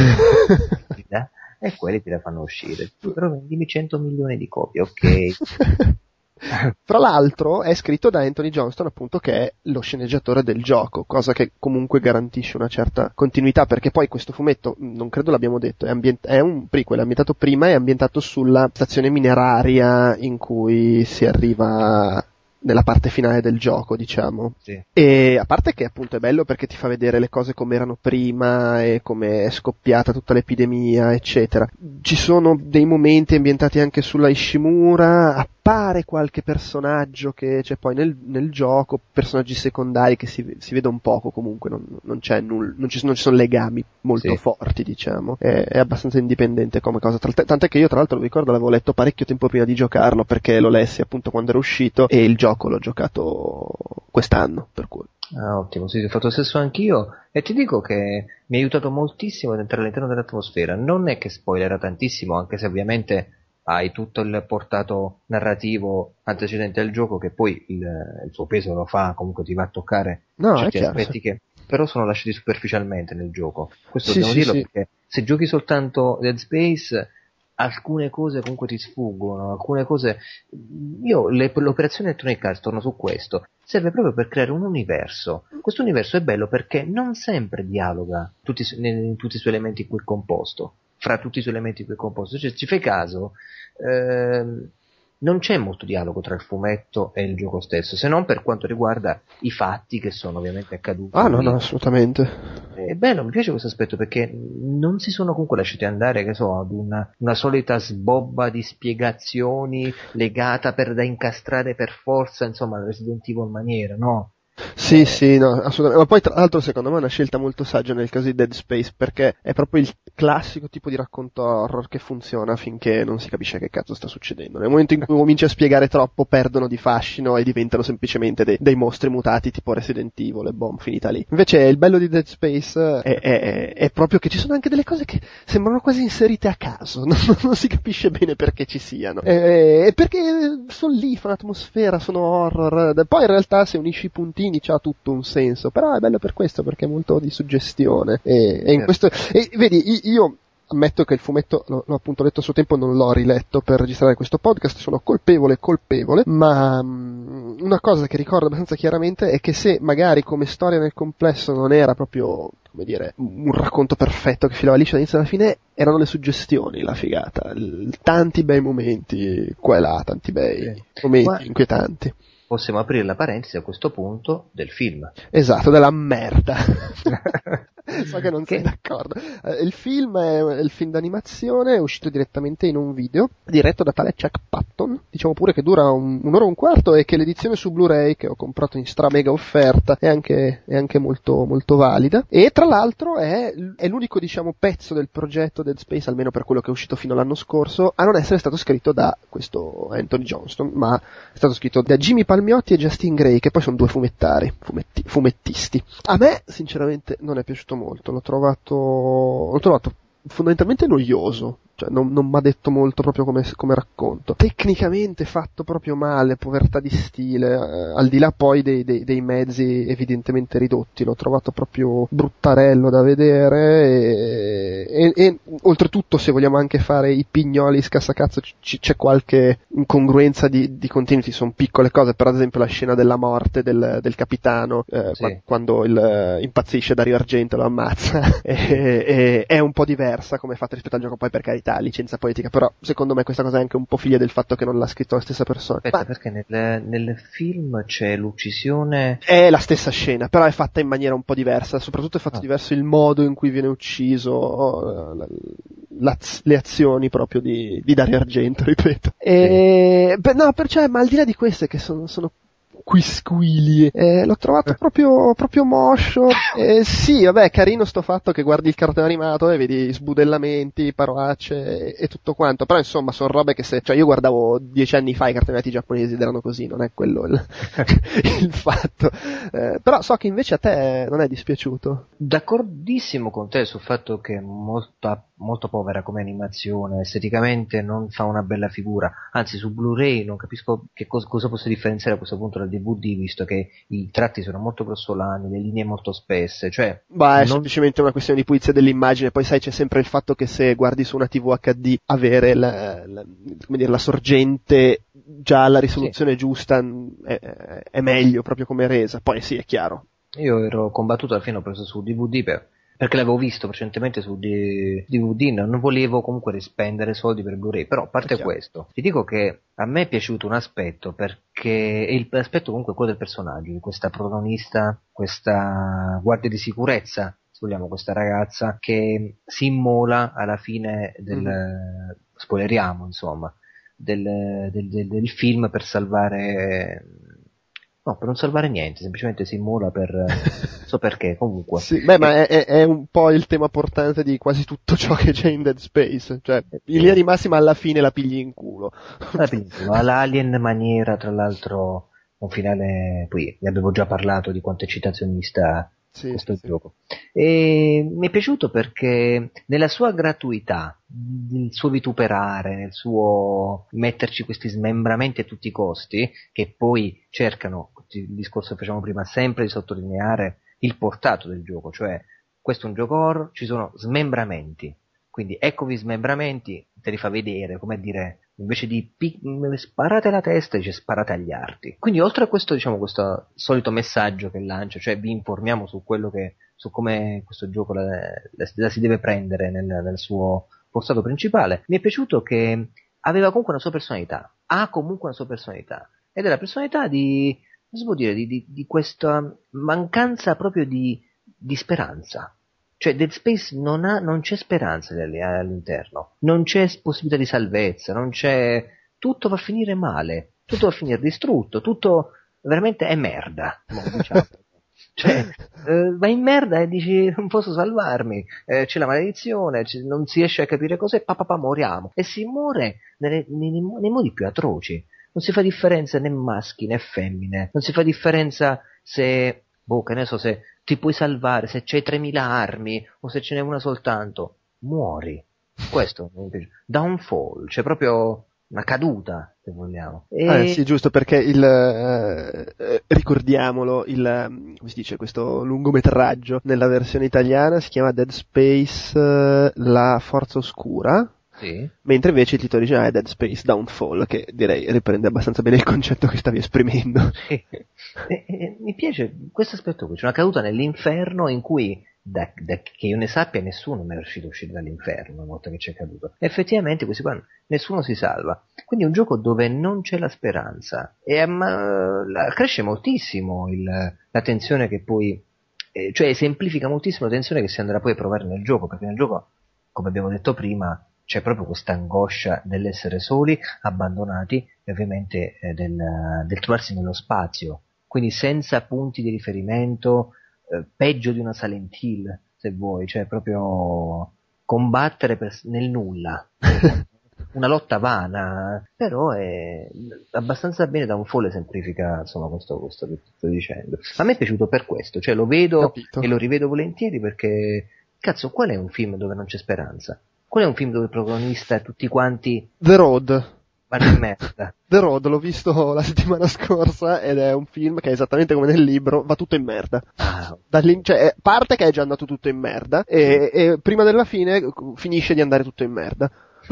e quelli te la fanno uscire. Però vendimi 100 milioni di copie, ok. Fra l'altro è scritto da Anthony Johnston, appunto, che è lo sceneggiatore del gioco, cosa che comunque garantisce una certa continuità, perché poi questo fumetto, non credo l'abbiamo detto, è un prequel, è ambientato prima, è ambientato sulla stazione mineraria in cui si arriva nella parte finale del gioco, diciamo. Sì. E a parte che appunto è bello perché ti fa vedere le cose come erano prima e come è scoppiata tutta l'epidemia, eccetera. Ci sono dei momenti ambientati anche sulla Ishimura, appare qualche personaggio che c'è poi nel gioco, personaggi secondari che si vede un poco comunque, non c'è nulla, non ci sono legami molto forti, diciamo. È abbastanza indipendente come cosa, tant'è che io tra l'altro lo ricordo l'avevo letto parecchio tempo prima di giocarlo, perché lo lessi appunto quando era uscito e il gioco l'ho giocato quest'anno, per cui. Ah, ottimo, sì, ho fatto lo stesso anch'io e ti dico che mi ha aiutato moltissimo ad entrare all'interno dell'atmosfera. Non è che spoilerà tantissimo, anche se ovviamente hai tutto il portato narrativo antecedente al gioco, che poi il suo peso lo fa, comunque ti va a toccare certi Chiaro, aspetti che però sono lasciati superficialmente nel gioco. Questo sì, dobbiamo dirlo, sì. perché se giochi soltanto Dead Space alcune cose comunque ti sfuggono, alcune cose. L'operazione Electronic Arts, torno su questo, serve proprio per creare un universo. Questo universo è bello perché non sempre dialoga in tutti i suoi elementi in cui è composto, fra tutti i suoi elementi in cui è composto. Cioè, ci fai caso, non c'è molto dialogo tra il fumetto e il gioco stesso, se non per quanto riguarda i fatti che sono ovviamente accaduti. No, assolutamente. È bello, mi piace questo aspetto perché non si sono comunque lasciati andare, che so, ad una solita sbobba di spiegazioni legata da incastrare per forza, insomma, la Resident Evil maniera, no? Sì, no, assolutamente. Ma poi tra l'altro secondo me è una scelta molto saggia nel caso di Dead Space, perché è proprio il classico tipo di racconto horror che funziona finché non si capisce che cazzo sta succedendo. Nel momento in cui cominci a spiegare troppo, perdono di fascino e diventano semplicemente dei mostri mutati tipo Resident Evil e boom, finita lì. Invece il bello di Dead Space è proprio che ci sono anche delle cose che sembrano quasi inserite a caso, non si capisce bene perché ci siano. E perché sono lì, fanno atmosfera, sono horror. Poi in realtà se unisci i puntini c'ha tutto un senso, però è bello per questo, perché è molto di suggestione. E in questo, e vedi, io ammetto che il fumetto, l'ho appunto letto a suo tempo, non l'ho riletto per registrare questo podcast, sono colpevole, ma una cosa che ricordo abbastanza chiaramente è che se magari come storia nel complesso non era proprio, come dire, un racconto perfetto che filava liscio dall'inizio alla fine, erano le suggestioni la figata, tanti bei momenti qua e là, tanti bei momenti inquietanti. Possiamo aprire la parentesi a questo punto del film. Esatto, della merda. So che non sei d'accordo. Il film è il film d'animazione, è uscito direttamente in un video, diretto da tale Chuck Patton, diciamo pure che dura un'ora e un quarto, e che l'edizione su Blu-ray, che ho comprato in stra mega offerta, è anche molto, molto valida. E tra l'altro è l'unico, diciamo, pezzo del progetto Dead Space, almeno per quello che è uscito fino all'anno scorso, a non essere stato scritto da questo Anthony Johnston, ma è stato scritto da Jimmy Palmiotti e Justin Gray, che poi sono due fumettisti. A me, sinceramente, non è piaciuto molto, l'ho trovato fondamentalmente noioso, cioè non mi ha detto molto proprio come racconto. Tecnicamente fatto proprio male, povertà di stile, al di là poi dei mezzi evidentemente ridotti, l'ho trovato proprio bruttarello da vedere e oltretutto, se vogliamo anche fare i pignoli scassacazzo, c'è qualche incongruenza di continuity, sono piccole cose, per esempio la scena della morte del capitano, quando impazzisce Dario Argento, lo ammazza, è un po' diversa come è fatta rispetto al gioco, poi per carità licenza poetica, però secondo me questa cosa è anche un po' figlia del fatto che non l'ha scritto la stessa persona. Aspetta, perché nel film c'è l'uccisione? È la stessa scena, però è fatta in maniera un po' diversa, soprattutto è fatto diverso il modo in cui viene ucciso, le azioni proprio di Dario Argento, ripeto. Ma al di là di queste che sono quisquili, l'ho trovato proprio moscio. Sì, vabbè, carino sto fatto che guardi il cartone animato e vedi sbudellamenti, parolacce e tutto quanto, però insomma sono robe che cioè io guardavo 10 anni fa i cartoni animati giapponesi ed erano così, non è quello il fatto. Però so che invece a te non è dispiaciuto. D'accordissimo con te sul fatto che è molto povera come animazione, esteticamente non fa una bella figura, anzi su Blu-ray non capisco che cosa possa differenziare a questo punto dal DVD, visto che i tratti sono molto grossolani, le linee molto spesse, cioè è semplicemente una questione di pulizia dell'immagine, poi sai c'è sempre il fatto che se guardi su una TV HD avere la sorgente già alla risoluzione giusta è meglio proprio come resa, poi sì, è chiaro. Io ero combattuto, alla fine ho preso su DVD per perché l'avevo visto recentemente su DVD, non volevo comunque rispendere soldi per Blu-ray, però a parte questo, ti dico che a me è piaciuto un aspetto, perché l'aspetto comunque quello del personaggio, di questa protagonista, questa guardia di sicurezza, se vogliamo, questa ragazza che si immola alla fine spoileriamo insomma, del film per salvare... No, per non salvare niente, semplicemente si immola per... non so perché, comunque. Sì, beh, ma è un po' il tema portante di quasi tutto ciò che c'è in Dead Space, cioè in linea di massima alla fine la pigli in culo. All'Alien maniera, tra l'altro, un finale, poi ne avevo già parlato di quanto è citazionista questo gioco. E mi è piaciuto perché nella sua gratuità, nel suo vituperare, nel suo metterci questi smembramenti a tutti i costi, che poi cercano, il discorso che facciamo prima, sempre di sottolineare il portato del gioco, cioè questo è un gioco horror, ci sono smembramenti, quindi eccovi smembramenti, te li fa vedere, come a dire, invece di sparate alla testa, dice sparate agli arti. Quindi oltre a questo, diciamo, questo solito messaggio che lancia, cioè vi informiamo su quello che, su come questo gioco la si deve prendere nel suo portato principale, mi è piaciuto che aveva comunque una sua personalità, ha comunque una sua personalità, ed è la personalità di, come si può dire, di questa mancanza proprio di speranza. Cioè Dead Space non c'è speranza all'interno, non c'è possibilità di salvezza, non c'è, tutto va a finire male, tutto va a finire distrutto, tutto veramente è merda, diciamo. Cioè, vai in merda e dici non posso salvarmi, c'è la maledizione, non si riesce a capire cos'è, moriamo, e si muore nei modi più atroci, non si fa differenza né maschi né femmine, non si fa differenza se, che ne so, se ti puoi salvare, se c'hai 3000 armi o se ce n'è una soltanto, muori. Questo mi piace. Downfall, c'è proprio una caduta, se vogliamo. Sì, giusto, perché ricordiamolo, come si dice, questo lungometraggio nella versione italiana si chiama Dead Space La Forza Oscura. Sì. Mentre invece il titolo originale è Dead Space Downfall, che direi riprende abbastanza bene il concetto che stavi esprimendo. Mi piace questo aspetto qui, c'è una caduta nell'inferno in cui, che io ne sappia, nessuno è riuscito a uscire dall'inferno una volta che c'è caduto. Effettivamente questi qua nessuno si salva. Quindi è un gioco dove non c'è la speranza e cresce moltissimo la tensione che poi, cioè semplifica moltissimo la tensione che si andrà poi a provare nel gioco, perché nel gioco, come abbiamo detto prima, c'è proprio questa angoscia dell'essere soli, abbandonati e ovviamente del trovarsi nello spazio, quindi senza punti di riferimento, peggio di una Silent Hill, se vuoi, cioè proprio combattere nel nulla, una lotta vana, però è abbastanza bene. Downfall semplifica insomma questo che sto dicendo. A me è piaciuto per questo, cioè lo vedo e lo rivedo volentieri perché, cazzo, qual è un film dove non c'è speranza? Qual è un film dove il protagonista e tutti quanti The Road vanno in merda? The Road l'ho visto la settimana scorsa ed è un film che è esattamente come nel libro, va tutto in merda. Cioè, parte che è già andato tutto in merda e prima della fine finisce di andare tutto in merda.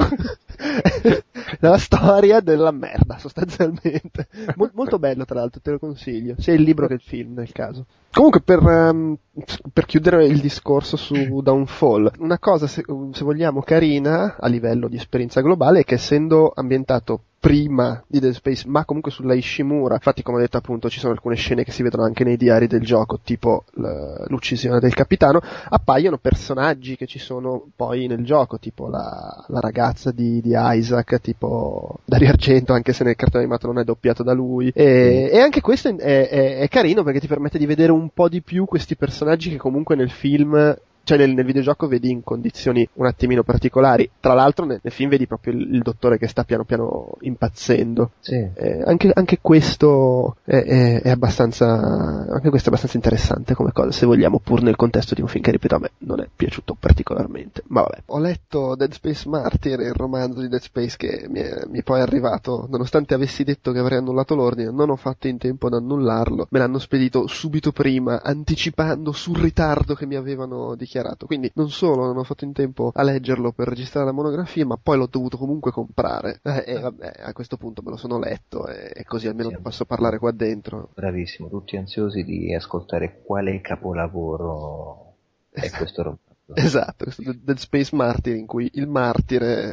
La storia della merda, sostanzialmente. Molto bello, tra l'altro, te lo consiglio, sia il libro che il film nel caso. Comunque, per chiudere il discorso su Downfall, una cosa, se vogliamo, carina a livello di esperienza globale è che, essendo ambientato prima di Dead Space, ma comunque sulla Ishimura, infatti, come ho detto, appunto, ci sono alcune scene che si vedono anche nei diari del gioco, tipo l'uccisione del capitano, appaiono personaggi che ci sono poi nel gioco, tipo la ragazza di Isaac, tipo Dario Argento, anche se nel cartone animato non è doppiato da lui, e anche questo è carino perché ti permette di vedere un po' di più questi personaggi che comunque nel film, cioè nel videogioco, vedi in condizioni un attimino particolari. Tra l'altro nel film vedi proprio il dottore che sta piano piano impazzendo. Sì. Anche questo è abbastanza, anche questo è abbastanza interessante come cosa, se vogliamo, pur nel contesto di un film che, ripeto, a me non è piaciuto particolarmente. Ma vabbè. Ho letto Dead Space Martyr, il romanzo di Dead Space che mi è poi arrivato, nonostante avessi detto che avrei annullato l'ordine, non ho fatto in tempo ad annullarlo, me l'hanno spedito subito prima, anticipando sul ritardo che mi avevano dichiarato. Quindi non solo non ho fatto in tempo a leggerlo per registrare la monografia, ma poi l'ho dovuto comunque comprare. E vabbè, a questo punto me lo sono letto e così almeno posso parlare qua dentro. Bravissimo, tutti ansiosi di ascoltare quale capolavoro è questo romanzo. Esatto, questo Dead Space Martyr, in cui il martire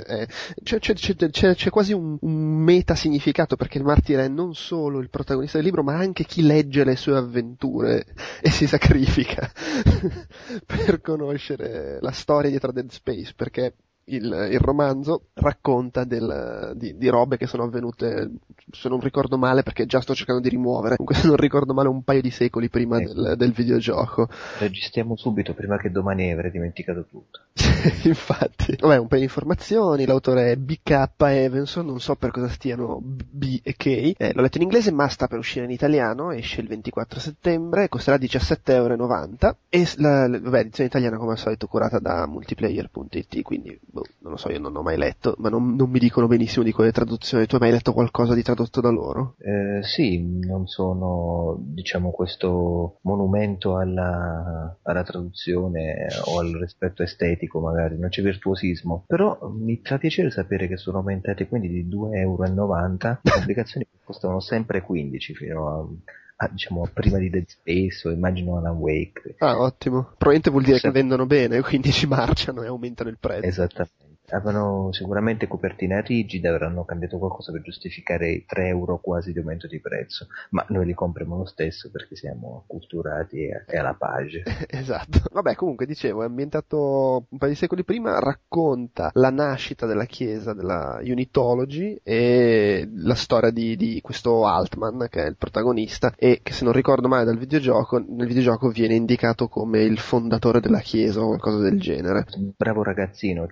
c'è quasi un meta significato, perché il martire è non solo il protagonista del libro, ma anche chi legge le sue avventure e si sacrifica per conoscere la storia dietro a Dead Space, perché il romanzo racconta di robe che sono avvenute, se non ricordo male, perché già sto cercando di rimuovere, comunque se non ricordo male un paio di secoli prima del videogioco. Registriamo subito prima che domani avrei dimenticato tutto. Infatti, vabbè, un paio di informazioni, l'autore è B.K. Evanson, non so per cosa stiano B e K, l'ho letto in inglese ma sta per uscire in italiano, esce il 24 settembre, costerà 17,90 € e vabbè, edizione italiana come al solito curata da multiplayer.it, quindi non lo so, io non ho mai letto, ma non mi dicono benissimo di quelle traduzioni. Tu hai mai letto qualcosa di tradotto da loro? Sì, non sono, diciamo, questo monumento alla traduzione o al rispetto estetico, magari, non c'è virtuosismo, però mi fa piacere sapere che sono aumentati quindi di 2,90 €, le pubblicazioni che costavano sempre 15 fino a diciamo prima di Dead Space o immagino Alan Wake. Ah, ottimo. Probabilmente vuol dire che vendono bene, quindi ci marciano e aumentano il prezzo. Esattamente. Avevano sicuramente copertina rigida, avranno cambiato qualcosa per giustificare i 3 € quasi di aumento di prezzo, ma noi li compriamo lo stesso perché siamo acculturati e alla page. Esatto. Vabbè, comunque dicevo, è ambientato un paio di secoli prima, racconta la nascita della chiesa della Unitology e la storia di questo Altman, che è il protagonista, e che se non ricordo male nel videogioco viene indicato come il fondatore della chiesa o qualcosa del genere. Un bravo ragazzino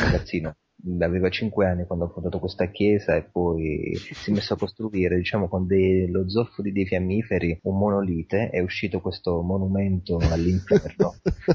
aveva 5 anni quando ha fondato questa chiesa e poi si è messo a costruire, diciamo, con lo zolfo di dei fiammiferi un monolite, è uscito questo monumento all'inferno.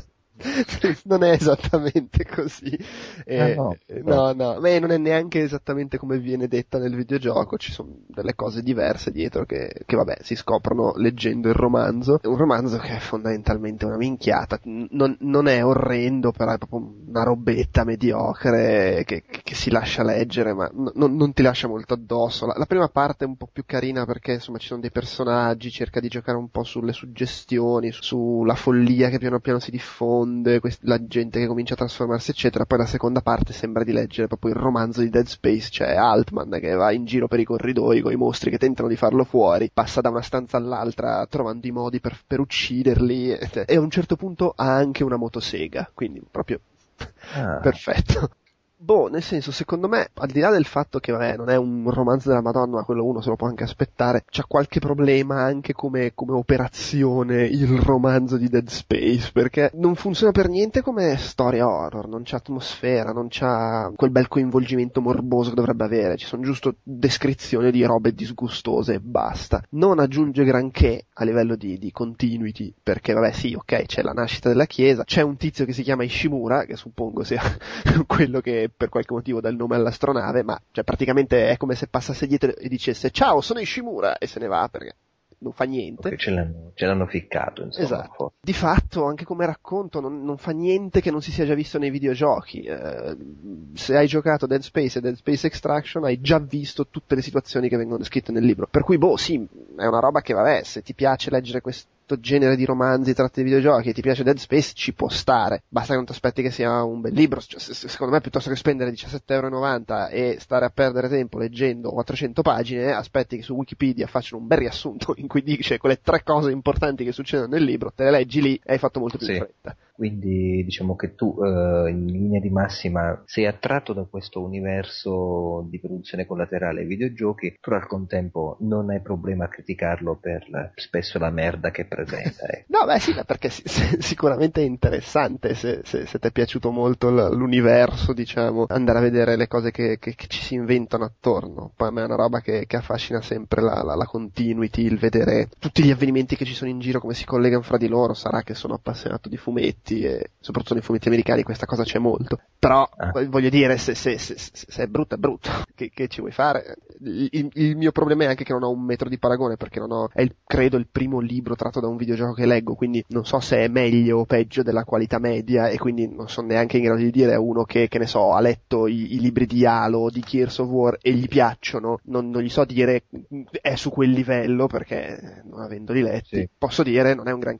Non è esattamente così. No. No, beh, non è neanche esattamente come viene detta nel videogioco, ci sono delle cose diverse dietro che vabbè si scoprono leggendo il romanzo. È un romanzo che è fondamentalmente una minchiata, non è orrendo, però è proprio una robetta mediocre che si lascia leggere, ma non ti lascia molto addosso. La prima parte è un po' più carina perché insomma ci sono dei personaggi, cerca di giocare un po' sulle suggestioni, sulla follia che piano piano si diffonde, la gente che comincia a trasformarsi eccetera. Poi la seconda parte sembra di leggere proprio il romanzo di Dead Space, cioè Altman che va in giro per i corridoi con i mostri che tentano di farlo fuori, passa da una stanza all'altra trovando i modi per ucciderli, e a un certo punto ha anche una motosega, quindi proprio perfetto. Nel senso, secondo me, al di là del fatto che, vabbè, non è un romanzo della Madonna, ma quello uno se lo può anche aspettare, c'ha qualche problema anche come operazione il romanzo di Dead Space, perché non funziona per niente come storia horror, non c'ha atmosfera, non c'ha quel bel coinvolgimento morboso che dovrebbe avere, ci sono giusto descrizioni di robe disgustose e basta. Non aggiunge granché a livello di continuity, perché, vabbè, sì, ok, c'è la nascita della chiesa, c'è un tizio che si chiama Ishimura, che suppongo sia quello che per qualche motivo dà il nome all'astronave, ma cioè praticamente è come se passasse dietro e dicesse ciao, sono Ishimura, e se ne va perché non fa niente. Okay, ce l'hanno ficcato, insomma. Esatto. Di fatto, anche come racconto, non fa niente che non si sia già visto nei videogiochi. Se hai giocato Dead Space e Dead Space Extraction, hai già visto tutte le situazioni che vengono descritte nel libro. Per cui, sì, è una roba che, vabbè, se ti piace leggere questo genere di romanzi tratti di videogiochi e ti piace Dead Space, ci può stare. Basta che non ti aspetti che sia un bel libro. Cioè, secondo me, piuttosto che spendere 17,90 € e stare a perdere tempo leggendo 400 pagine, aspetti che su Wikipedia facciano un bel riassunto in cui dice quelle 3 cose importanti che succedono nel libro, te le leggi lì e hai fatto molto più in fretta. Quindi diciamo che tu in linea di massima sei attratto da questo universo di produzione collaterale ai videogiochi, però al contempo non hai problema a criticarlo per spesso la merda che presenta. No, beh sì, perché sicuramente è interessante se ti è piaciuto molto l'universo, diciamo, andare a vedere le cose che ci si inventano attorno. Poi a me è una roba che affascina sempre la continuity, il vedere tutti gli avvenimenti che ci sono in giro, come si collegano fra di loro. Sarà che sono appassionato di fumetti e soprattutto nei fumetti americani questa cosa c'è molto, però voglio dire, se è brutto è brutto, che ci vuoi fare? Il mio problema è anche che non ho un metro di paragone, perché credo il primo libro tratto da un videogioco che leggo, quindi non so se è meglio o peggio della qualità media, e quindi non sono neanche in grado di dire a uno che ne so, ha letto i libri di Halo, di Gears of War e gli piacciono, non gli so dire è su quel livello, perché non avendoli letti, posso dire non è un granché.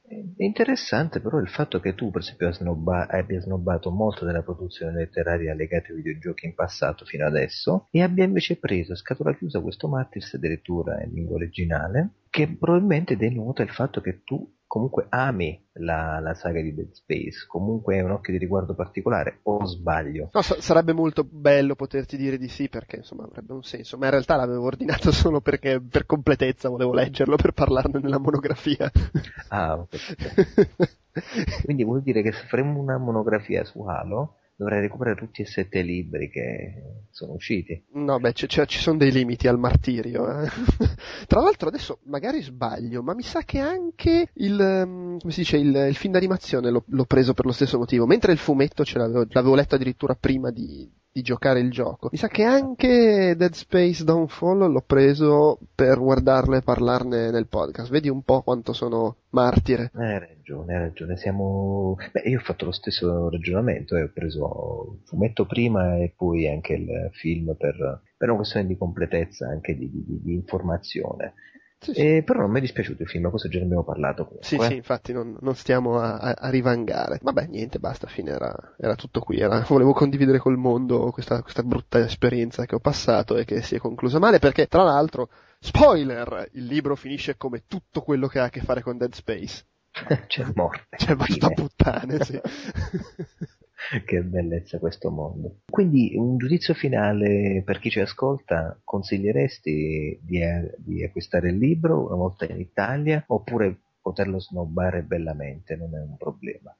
È interessante però il fatto che tu, per esempio, abbia snobbato molto della produzione letteraria legata ai videogiochi in passato fino adesso e abbia invece preso a scatola chiusa questo Martyrs addirittura in lingua originale, che probabilmente denota il fatto che tu comunque ami la saga di Dead Space, comunque è un occhio di riguardo particolare, o sbaglio? No, sarebbe molto bello poterti dire di sì perché insomma avrebbe un senso, ma in realtà l'avevo ordinato solo perché per completezza volevo leggerlo per parlarne nella monografia. Ah, ok. Quindi vuol dire che se faremo una monografia su Halo dovrei recuperare tutti e 7 libri che sono usciti. No, beh, ci sono dei limiti al martirio. Tra l'altro adesso magari sbaglio, ma mi sa che anche come si dice, il film d'animazione l'ho preso per lo stesso motivo, mentre il fumetto l'avevo letto addirittura prima di giocare il gioco. Mi sa che anche Dead Space Downfall l'ho preso per guardarlo e parlarne nel podcast. Vedi un po' quanto sono martire. Hai ragione, siamo... Beh, io ho fatto lo stesso ragionamento, ho preso il fumetto prima e poi anche il film per una questione di completezza, anche di informazione. Sì, sì. Però non mi è dispiaciuto il film, questo già ne abbiamo parlato Sì, sì, comunque. infatti non stiamo a rivangare. Vabbè, niente, basta, fine era tutto qui. Volevo condividere col mondo questa brutta esperienza che ho passato e che si è conclusa male, perché tra l'altro, spoiler, il libro finisce come tutto quello che ha a che fare con Dead Space. C'è morte, Cioè, va tutto a fine. puttane, sì. Che bellezza questo mondo. Quindi un giudizio finale per chi ci ascolta, consiglieresti di acquistare il libro una volta in Italia oppure poterlo snobbare bellamente, non è un problema?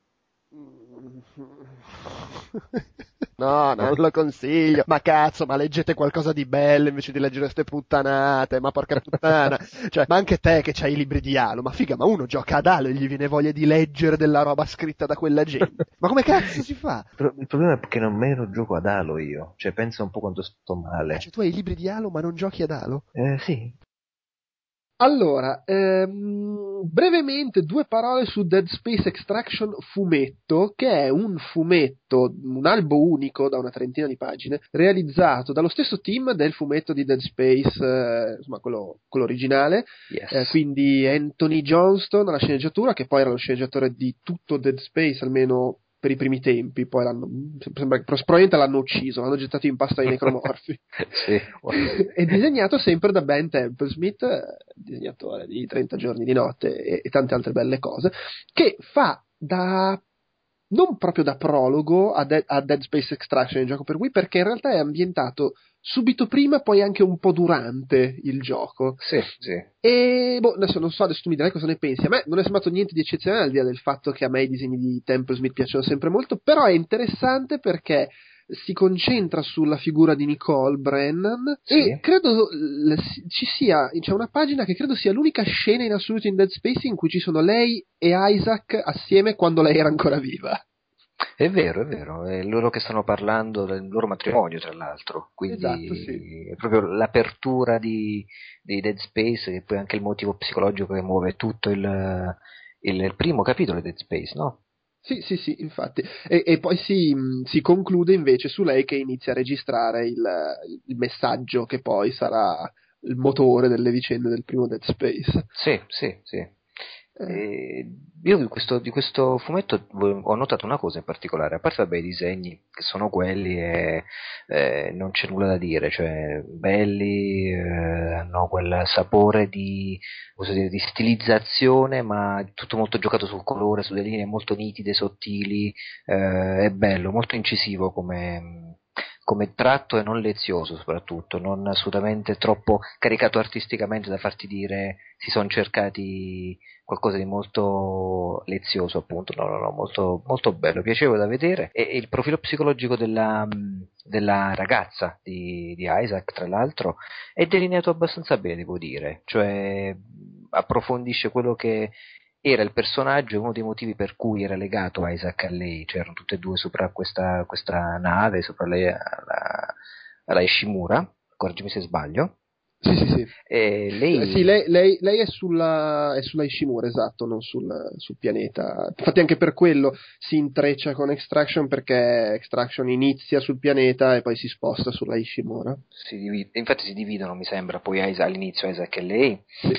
No, non lo consiglio. Ma cazzo, ma leggete qualcosa di bello invece di leggere ste puttanate. Ma porca puttana. Cioè, ma anche te che c'hai i libri di Halo. Ma figa, ma uno gioca ad Halo e gli viene voglia di leggere della roba scritta da quella gente. Ma come cazzo si fa? Il problema è che non me lo gioco ad Halo io, cioè pensa un po' quanto sto Ah, male. cioè tu hai i libri di Halo ma non giochi ad Halo? Sì, Allora, brevemente due parole su Dead Space Extraction fumetto, che è un fumetto, un albo unico da una trentina di pagine, realizzato dallo stesso team del fumetto di Dead Space, insomma quello originale, yes. quindi Anthony Johnston alla sceneggiatura, che poi era lo sceneggiatore di tutto Dead Space, almeno per i primi tempi, poi probabilmente l'hanno ucciso, l'hanno gettato in pasta ai necromorfi. Sì. È disegnato sempre da Ben Templesmith, disegnatore di 30 giorni di notte e tante altre belle cose, che fa da non proprio da prologo a Dead Space Extraction, il gioco per Wii, perché in realtà è ambientato subito prima, poi anche un po' durante il gioco. Sì, sì. E adesso tu mi dirai cosa ne pensi. A me non è sembrato niente di eccezionale, al di là del fatto che a me i disegni di Templesmith piacciono sempre molto, però è interessante perché si concentra sulla figura di Nicole Brennan e Sì. credo c'è una pagina che credo sia l'unica scena in assoluto in Dead Space in cui ci sono lei e Isaac assieme quando lei era ancora viva. È vero, è loro che stanno parlando del loro matrimonio, tra l'altro, Esatto, sì. quindi è proprio l'apertura di Dead Space, che poi è anche il motivo psicologico che muove tutto il primo capitolo di Dead Space, no? Sì, sì, sì, infatti. E poi si conclude invece su lei che inizia a registrare il messaggio che poi sarà il motore delle vicende del primo Dead Space. Sì, sì, sì. Eh, Io di questo fumetto ho notato una cosa in particolare, a parte vabbè, i disegni che sono quelli e non c'è nulla da dire, cioè belli, hanno quel sapore posso dire, di stilizzazione, ma tutto molto giocato sul colore, sulle linee molto nitide, sottili, è bello, molto incisivo come tratto e non lezioso soprattutto, non assolutamente troppo caricato artisticamente da farti dire si sono cercati qualcosa di molto lezioso appunto, no, molto, molto bello, piacevole da vedere e il profilo psicologico della ragazza di Isaac tra l'altro è delineato abbastanza bene devo dire, cioè approfondisce quello che era il personaggio e uno dei motivi per cui era legato Isaac a lei, cioè erano tutte e due sopra questa nave, sopra lei alla Ishimura, correggimi se sbaglio. Sì, sì, sì. Lei... Sì, lei è sulla Ishimura, esatto, non sul pianeta. Infatti anche per quello si intreccia con Extraction, perché Extraction inizia sul pianeta e poi si sposta sulla Ishimura. Infatti si dividono, mi sembra, poi all'inizio Isaac e lei. Sì.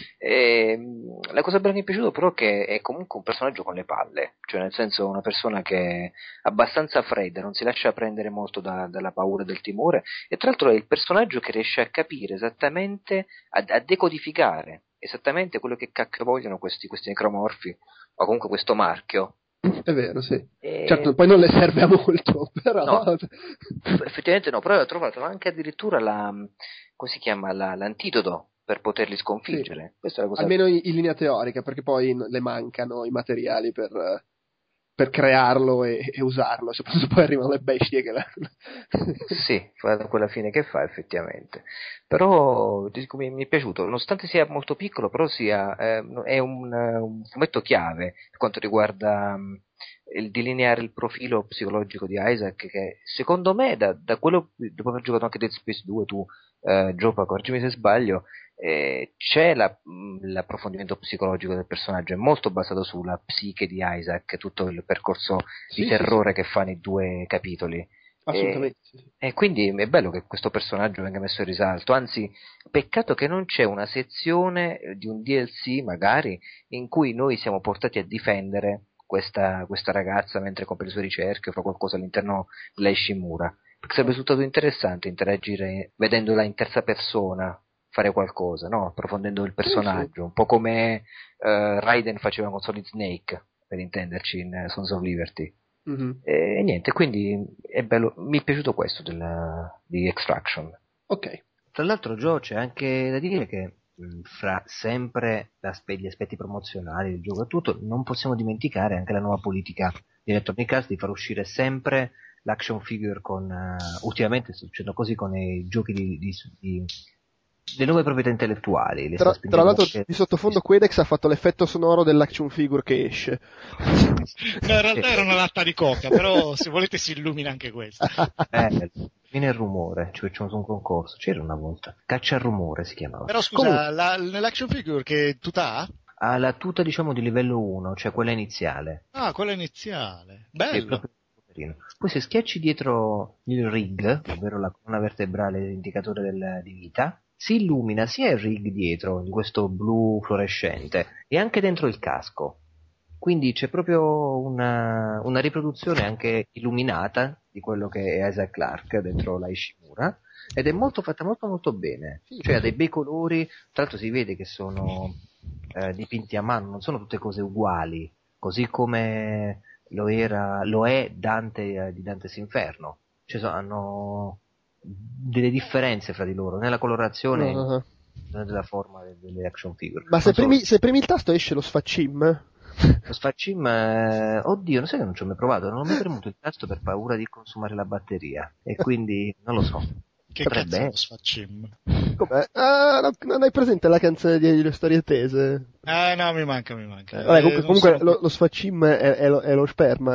La cosa bella che mi è piaciuta però è che è comunque un personaggio con le palle, cioè nel senso una persona che è abbastanza fredda, non si lascia prendere molto dalla paura e del timore, e tra l'altro è il personaggio che riesce a capire esattamente, a decodificare esattamente quello che cacchio vogliono questi necromorfi, o comunque questo marchio. È vero, sì. E... Certo, poi non le serve a molto, però... No, effettivamente no, però ho trovato anche addirittura come si chiama, l'antidoto per poterli Sì. sconfiggere. Questa è la cosa. Almeno in linea teorica, perché poi le mancano i materiali per crearlo e usarlo, soprattutto poi arrivano le bestie che Sì, fa quella fine che fa effettivamente. Però ti dico, mi è piaciuto, nonostante sia molto piccolo, però è un fumetto chiave per quanto riguarda il delineare il profilo psicologico di Isaac, che secondo me, da quello, dopo aver giocato anche Dead Space 2, tu, Giopa, correggimi se sbaglio, c'è l'approfondimento psicologico del personaggio, è molto basato sulla psiche di Isaac, tutto il percorso di sì, terrore sì. che fa nei 2 capitoli. Assolutamente, sì. E quindi è bello che questo personaggio venga messo in risalto, anzi, peccato che non c'è una sezione di un DLC, magari, in cui noi siamo portati a difendere questa ragazza mentre compie le sue ricerche o fa qualcosa all'interno della Ishimura. Perché sarebbe risultato interessante interagire vedendola in terza persona, fare qualcosa, no? Approfondendo il Sì. personaggio, un po' come Raiden faceva con Solid Snake, per intenderci, in Sons of Liberty. Mm-hmm. E niente, quindi è bello, mi è piaciuto questo di Extraction. Ok. Tra l'altro, Joe, c'è anche da dire che fra sempre gli aspetti promozionali del gioco e tutto, non possiamo dimenticare anche la nuova politica di Electronic Arts di far uscire sempre l'action figure ultimamente sta succedendo così con i giochi le nuove proprietà intellettuali, le sta Tra spingendo l'altro anche di sottofondo Quedex ha fatto l'effetto sonoro dell'action figure che esce. No, in realtà era una latta di coca, però se volete si illumina anche questa. Viene il rumore, cioè c'è un concorso, c'era una volta, Caccia al rumore si chiamava. Però Comunque, scusa, nell'action figure che tu ha? ha la tuta diciamo di livello 1, cioè quella iniziale. Ah, quella iniziale. Sì, è Bello. proprio carino. Poi se schiacci dietro il rig, ovvero la colonna vertebrale, l'indicatore di vita, si illumina sia il rig dietro, di questo blu fluorescente, e anche dentro il casco. Quindi c'è proprio una riproduzione anche illuminata di quello che è Isaac Clarke dentro la Ishimura, ed è molto fatta molto molto bene. Cioè ha dei bei colori, tra l'altro si vede che sono dipinti a mano, non sono tutte cose uguali, così come lo è Dante di Dante's Inferno. Cioè, hanno delle differenze fra di loro, nella colorazione Uh-huh. e nella forma delle action figure. Ma Non solo. se premi il tasto esce lo sfaccim? Lo sfaccim, oddio, non sai che non ci ho mai provato, non ho mai premuto il tasto per paura di consumare la batteria, e quindi non lo so. Che Potrebbe cazzo è lo essere. sfaccim? Com'è? Ah, non hai presente la canzone di Le Storie Tese? No, mi manca. Vabbè, Non comunque sono... lo sfaccim è lo sperma.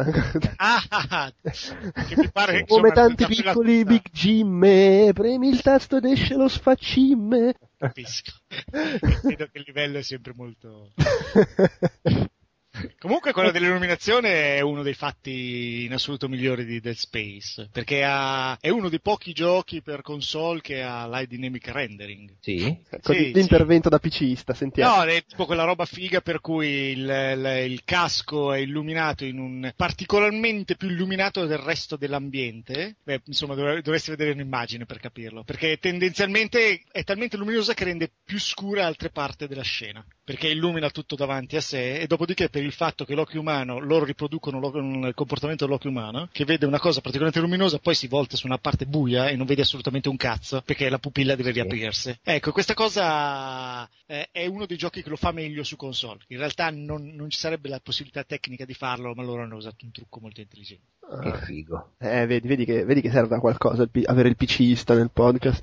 Che mi pare, Sì. Come insomma, tanti da quella piccoli tutta... Big Jim, premi il tasto ed esce lo sfaccim. Capisco. Vedo che il livello è sempre molto... Comunque quello dell'illuminazione è uno dei fatti in assoluto migliori di Dead Space, perché è uno dei pochi giochi per console che ha l'high dynamic rendering. Sì? Ecco, Sì, sì. l'intervento da PCista, sentiamo. No, è tipo quella roba figa per cui il casco è illuminato particolarmente più illuminato del resto dell'ambiente. Beh, insomma, dovresti vedere un'immagine per capirlo, perché tendenzialmente è talmente luminosa che rende più scura altre parti della scena, perché illumina tutto davanti a sé, e dopodiché per il fatto che l'occhio umano, loro riproducono il comportamento dell'occhio umano, che vede una cosa particolarmente luminosa, poi si volta su una parte buia e non vede assolutamente un cazzo, perché la pupilla deve Sì. riaprirsi. Ecco, questa cosa è uno dei giochi che lo fa meglio su console. In realtà non ci sarebbe la possibilità tecnica di farlo, ma loro hanno usato un trucco molto intelligente. Che figo. Vedi che serve a qualcosa avere il PCista nel podcast.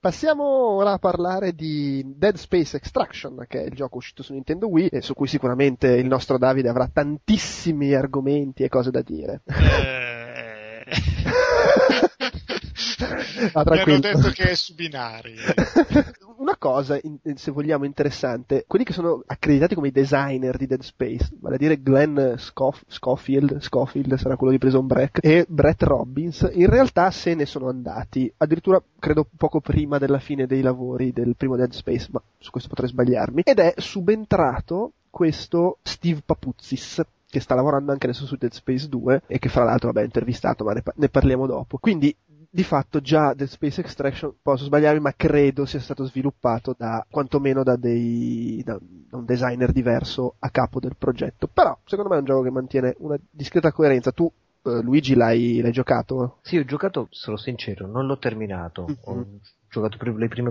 Passiamo ora a parlare di Dead Space Extraction, che è il gioco uscito su Nintendo Wii e su cui sicuramente il nostro Davide avrà tantissimi argomenti e cose da dire. Mi hanno detto che è su binari. Una cosa, se vogliamo, interessante, quelli che sono accreditati come i designer di Dead Space, vale a dire Glenn Schofield sarà quello di Prison Break, e Brett Robbins, in realtà se ne sono andati, addirittura credo poco prima della fine dei lavori del primo Dead Space, ma su questo potrei sbagliarmi, ed è subentrato questo Steve Papuzzis, che sta lavorando anche adesso su Dead Space 2 e che fra l'altro, vabbè, è intervistato, ma ne parliamo dopo. Quindi di fatto già Dead Space Extraction, posso sbagliarmi, ma credo sia stato sviluppato quantomeno da un designer diverso a capo del progetto. Però secondo me è un gioco che mantiene una discreta coerenza. Tu Luigi l'hai giocato? Sì, ho giocato, sarò sincero, non l'ho terminato. Ho giocato le prime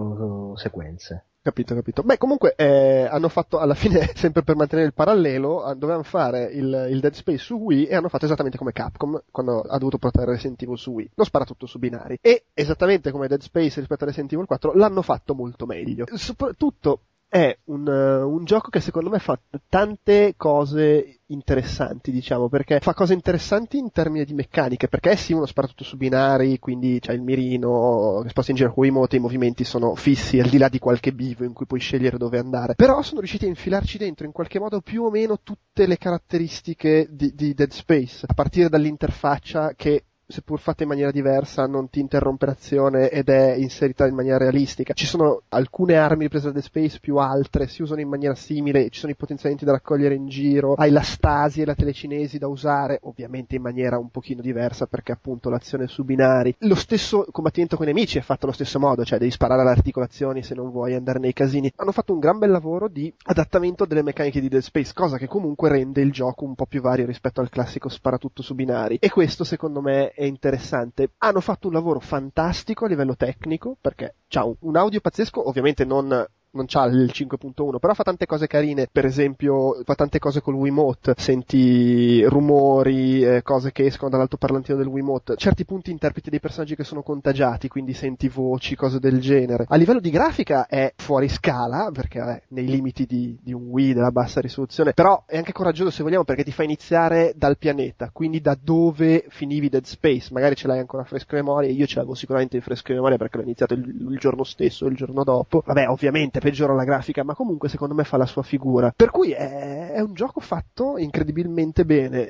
4 sequenze. Capito. Beh, comunque hanno fatto alla fine, sempre per mantenere il parallelo, dovevano fare il Dead Space su Wii e hanno fatto esattamente come Capcom quando ha dovuto portare Resident Evil su Wii. Lo spara tutto su binari. E esattamente come Dead Space rispetto a Resident Evil 4 l'hanno fatto molto meglio. Soprattutto è un gioco che secondo me fa tante cose interessanti, diciamo, perché fa cose interessanti in termini di meccaniche, perché sì, uno spara tutto su binari, quindi c'è il mirino che sposta in giro con Wiimote, i movimenti sono fissi al di là di qualche bivio in cui puoi scegliere dove andare, però sono riusciti a infilarci dentro in qualche modo più o meno tutte le caratteristiche di Dead Space, a partire dall'interfaccia che, seppur fatta in maniera diversa, non ti interrompe l'azione ed è inserita in maniera realistica. Ci sono alcune armi prese da Dead Space, più altre si usano in maniera simile, ci sono i potenziamenti da raccogliere in giro, hai la stasi e la telecinesi da usare, ovviamente in maniera un pochino diversa perché appunto l'azione è su binari. Lo stesso combattimento con i nemici è fatto allo stesso modo, cioè devi sparare alle articolazioni se non vuoi andare nei casini. Hanno fatto un gran bel lavoro di adattamento delle meccaniche di Dead Space, cosa che comunque rende il gioco un po' più vario rispetto al classico sparatutto su binari, e questo secondo me è interessante. Hanno fatto un lavoro fantastico a livello tecnico, perché c'ha un audio pazzesco, ovviamente non c'ha il 5.1, però fa tante cose carine, per esempio fa tante cose col Wiimote, senti rumori, cose che escono dall'altoparlantino del Wiimote, certi punti interpreti dei personaggi che sono contagiati, quindi senti voci, cose del genere. A livello di grafica è fuori scala, perché è nei limiti di un Wii della bassa risoluzione, però è anche coraggioso se vogliamo, perché ti fa iniziare dal pianeta, quindi da dove finivi Dead Space, magari ce l'hai ancora fresco in memoria, io ce l'avevo sicuramente in fresco in memoria perché l'ho iniziato il giorno stesso, il giorno dopo, vabbè, ovviamente peggiora la grafica, ma comunque secondo me fa la sua figura, per cui è un gioco fatto incredibilmente bene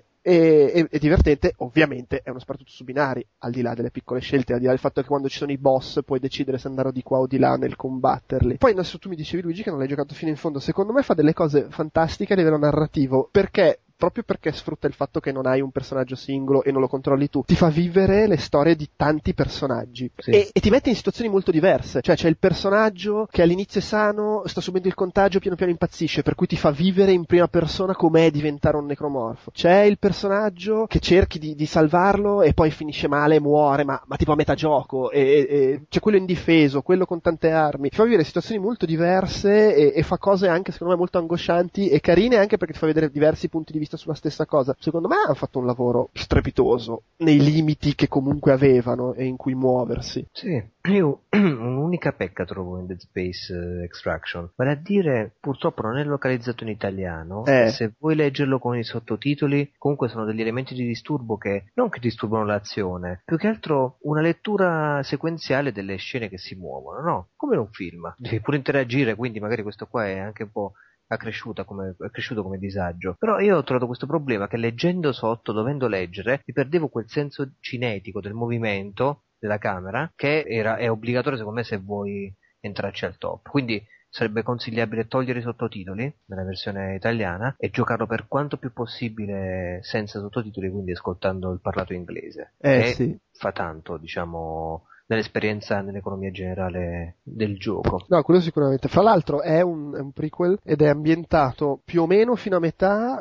e divertente. Ovviamente è uno sparatutto su binari, al di là delle piccole scelte, al di là del fatto che quando ci sono i boss puoi decidere se andare di qua o di là nel combatterli. Poi adesso tu mi dicevi, Luigi, che non l'hai giocato fino in fondo, secondo me fa delle cose fantastiche a livello narrativo, perché proprio perché sfrutta il fatto che non hai un personaggio singolo e non lo controlli tu, ti fa vivere le storie di tanti personaggi, sì. e ti mette in situazioni molto diverse, cioè c'è il personaggio che all'inizio è sano, sta subendo il contagio, piano piano impazzisce, per cui ti fa vivere in prima persona com'è diventare un necromorfo. C'è il personaggio che cerchi di salvarlo e poi finisce male, muore, ma tipo a metà gioco, e c'è quello indifeso, quello con tante armi, ti fa vivere situazioni molto diverse e fa cose anche secondo me molto angoscianti e carine, anche perché ti fa vedere diversi punti di vista sulla stessa cosa. Secondo me hanno fatto un lavoro strepitoso nei limiti che comunque avevano e in cui muoversi. Sì, io un'unica pecca trovo in Dead Space Extraction, vale a dire purtroppo non è localizzato in italiano e se vuoi leggerlo con i sottotitoli comunque sono degli elementi di disturbo che non che disturbano l'azione, più che altro una lettura sequenziale delle scene che si muovono, no? Come in un film, devi pure interagire, quindi magari questo qua è anche un po' è cresciuto come disagio. Però io ho trovato questo problema che leggendo sotto, dovendo leggere, mi perdevo quel senso cinetico del movimento della camera che è obbligatorio secondo me se vuoi entrarci al top. Quindi sarebbe consigliabile togliere i sottotitoli nella versione italiana e giocarlo per quanto più possibile senza sottotitoli, quindi ascoltando il parlato inglese, che sì. fa tanto, diciamo, nell'esperienza, nell'economia generale del gioco. No, quello sicuramente. Fra l'altro è un prequel ed è ambientato più o meno fino a metà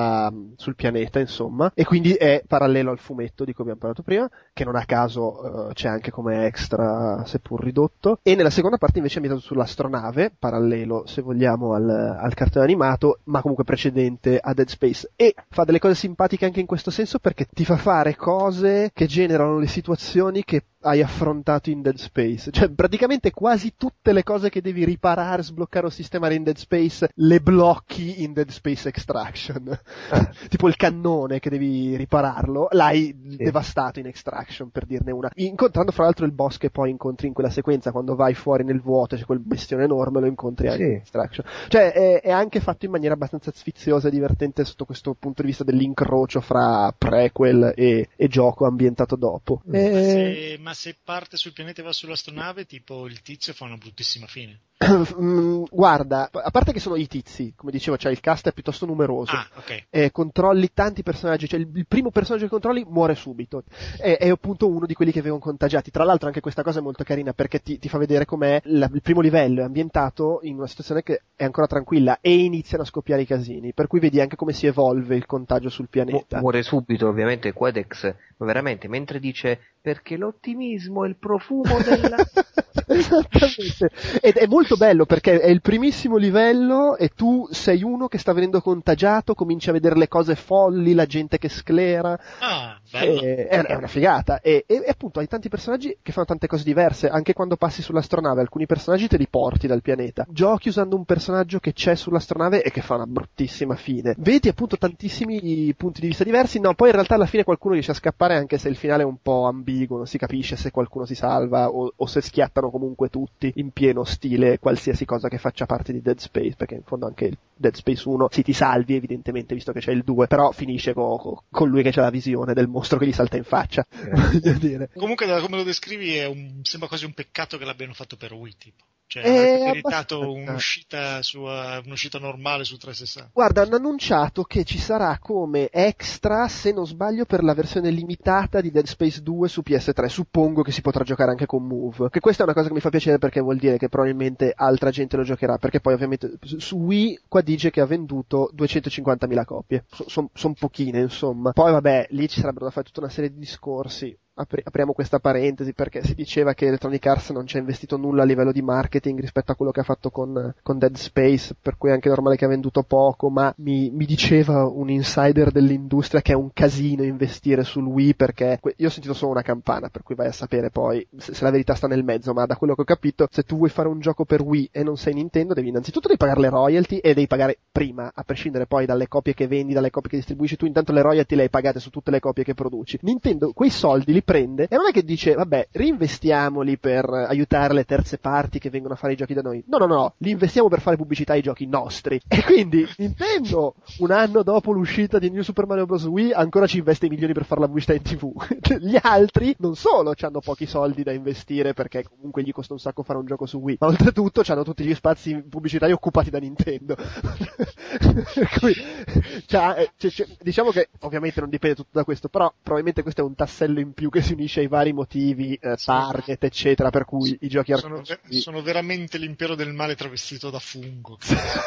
sul pianeta, insomma, e quindi è parallelo al fumetto di cui abbiamo parlato prima, che non a caso c'è anche come extra, seppur ridotto, e nella seconda parte invece è ambientato sull'astronave, parallelo se vogliamo al cartone animato, ma comunque precedente a Dead Space, e fa delle cose simpatiche anche in questo senso perché ti fa fare cose che generano le situazioni che hai affrontato in Dead Space. Cioè, praticamente quasi tutte le cose che devi riparare, sbloccare o sistemare in Dead Space le blocchi in Dead Space Extraction. Tipo il cannone che devi ripararlo, l'hai devastato in Extraction, per dirne una. Incontrando fra l'altro il boss che poi incontri in quella sequenza, quando vai fuori nel vuoto, c'è quel bestione enorme, lo incontri anche in Extraction. Cioè, è anche fatto in maniera abbastanza sfiziosa e divertente sotto questo punto di vista dell'incrocio fra prequel e gioco ambientato dopo. Ma se parte sul pianeta e va sull'astronave, tipo il tizio fa una bruttissima fine. Guarda, a parte che sono i tizi, come dicevo, cioè il cast è piuttosto numeroso. Ok. Controlli tanti personaggi, cioè il primo personaggio che controlli muore subito. È appunto uno di quelli che vengono contagiati. Tra l'altro anche questa cosa è molto carina perché ti fa vedere com'è il primo livello, è ambientato in una situazione che è ancora tranquilla e iniziano a scoppiare i casini, per cui vedi anche come si evolve il contagio sul pianeta. Muore subito ovviamente Quedex, ma veramente, mentre dice perché l'ottimismo è il profumo della... Esattamente, ed è molto bello perché è il primissimo livello e tu sei uno che sta venendo contagiato, cominci a vedere le cose folli, la gente che sclera, è una figata e appunto hai tanti personaggi che fanno tante cose diverse, anche quando passi sull'astronave alcuni personaggi te li porti dal pianeta, giochi usando un personaggio che c'è sull'astronave e che fa una bruttissima fine, vedi appunto tantissimi punti di vista diversi, no, poi in realtà alla fine qualcuno riesce a scappare anche se il finale è un po' ambiguo, non si capisce se qualcuno si salva o se schiattano comunque tutti in pieno stile qualsiasi cosa che faccia parte di Dead Space, perché in fondo anche il Dead Space 1 ti salvi evidentemente visto che c'è il 2, però finisce con lui che c'ha la visione del mostro che gli salta in faccia. Voglio dire. Comunque da come lo descrivi sembra quasi un peccato che l'abbiano fatto per Wii, tipo. Cioè, avrebbe meritato un'uscita normale su 360. Guarda, hanno annunciato che ci sarà come extra, se non sbaglio, per la versione limitata di Dead Space 2 su PS3. Suppongo che si potrà giocare anche con Move. Che questa è una cosa che mi fa piacere perché vuol dire che probabilmente altra gente lo giocherà. Perché poi ovviamente su Wii qua dice che ha venduto 250.000 copie. Sono pochine, insomma. Poi vabbè, lì ci sarebbero da fare tutta una serie di discorsi. Apriamo questa parentesi perché si diceva che Electronic Arts non ci ha investito nulla a livello di marketing rispetto a quello che ha fatto con Dead Space, per cui è anche normale che ha venduto poco, ma mi diceva un insider dell'industria che è un casino investire sul Wii perché io ho sentito solo una campana, per cui vai a sapere poi se la verità sta nel mezzo, ma da quello che ho capito, se tu vuoi fare un gioco per Wii e non sei Nintendo, innanzitutto devi pagare le royalty e devi pagare prima, a prescindere poi dalle copie che vendi, dalle copie che distribuisci tu, intanto le royalty le hai pagate su tutte le copie che produci. Nintendo quei soldi li prende e non è che dice vabbè reinvestiamoli per aiutare le terze parti che vengono a fare i giochi da noi, no, li investiamo per fare pubblicità ai giochi nostri, e quindi Nintendo un anno dopo l'uscita di New Super Mario Bros. Wii ancora ci investe i milioni per fare la pubblicità in TV. Gli altri non solo hanno pochi soldi da investire perché comunque gli costa un sacco fare un gioco su Wii, ma oltretutto hanno tutti gli spazi pubblicitari occupati da Nintendo. Diciamo che ovviamente non dipende tutto da questo, però probabilmente questo è un tassello in più che si unisce ai vari motivi, target eccetera, per cui i giochi sono veramente l'impero del male travestito da fungo.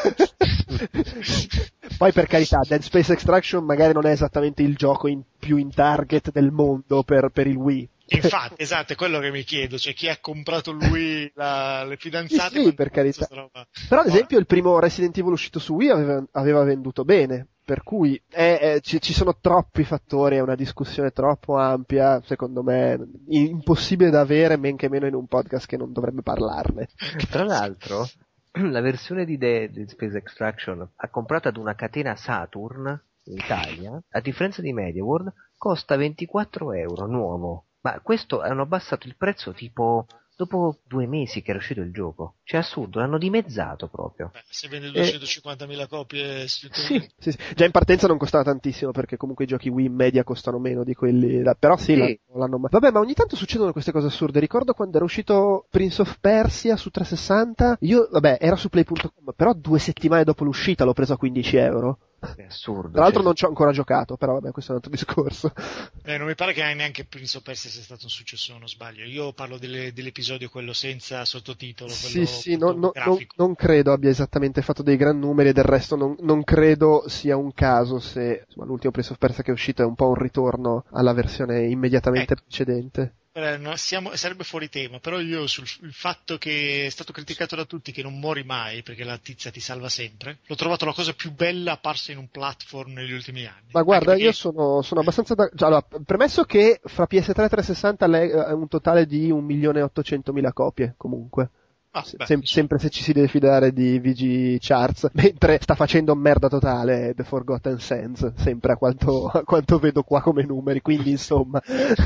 Poi per carità, Dead Space Extraction magari non è esattamente il gioco più in target del mondo per il Wii. Infatti, esatto, è quello che mi chiedo, cioè chi ha comprato lui le fidanzate. Sì, per carità. Però ad esempio il primo Resident Evil uscito su Wii aveva venduto bene, per cui ci sono troppi fattori, è una discussione troppo ampia, secondo me impossibile da avere, men che meno in un podcast che non dovrebbe parlarne. Tra l'altro, la versione di Dead Space Extraction comprata ad una catena Saturn in Italia, a differenza di MediaWorld, costa 24 euro nuovo. Ma questo hanno abbassato il prezzo tipo dopo 2 mesi che era uscito il gioco. Cioè assurdo, l'hanno dimezzato proprio. Se vende 250.000 copie sì. Già in partenza non costava tantissimo perché comunque i giochi Wii in media costano meno di quelli però sì. L'hanno. Vabbè, ma ogni tanto succedono queste cose assurde. Ricordo quando era uscito Prince of Persia su 360, era su play.com, però 2 settimane dopo l'uscita l'ho preso a 15 euro. È assurdo. Tra l'altro non ci ho ancora giocato, però vabbè, questo è un altro discorso. Non mi pare che neanche Prince of Persia sia stato un successo, non sbaglio. Io parlo dell'episodio quello senza sottotitolo, quello sì, grafico. non credo abbia esattamente fatto dei gran numeri e del resto non credo sia un caso se l'ultimo Prince of Persia che è uscito è un po' un ritorno alla versione immediatamente precedente. sarebbe fuori tema, però io sul il fatto che è stato criticato da tutti che non muori mai perché la tizia ti salva sempre, l'ho trovato la cosa più bella apparsa in un platform negli ultimi anni. Ma guarda, Anche io perché... sono abbastanza allora, premesso che fra PS3 e 360 lei ha un totale di 1.800.000 copie, comunque. Sempre se ci si deve fidare di VG Charts, mentre sta facendo merda totale The Forgotten Sands, sempre a quanto vedo qua come numeri, quindi insomma.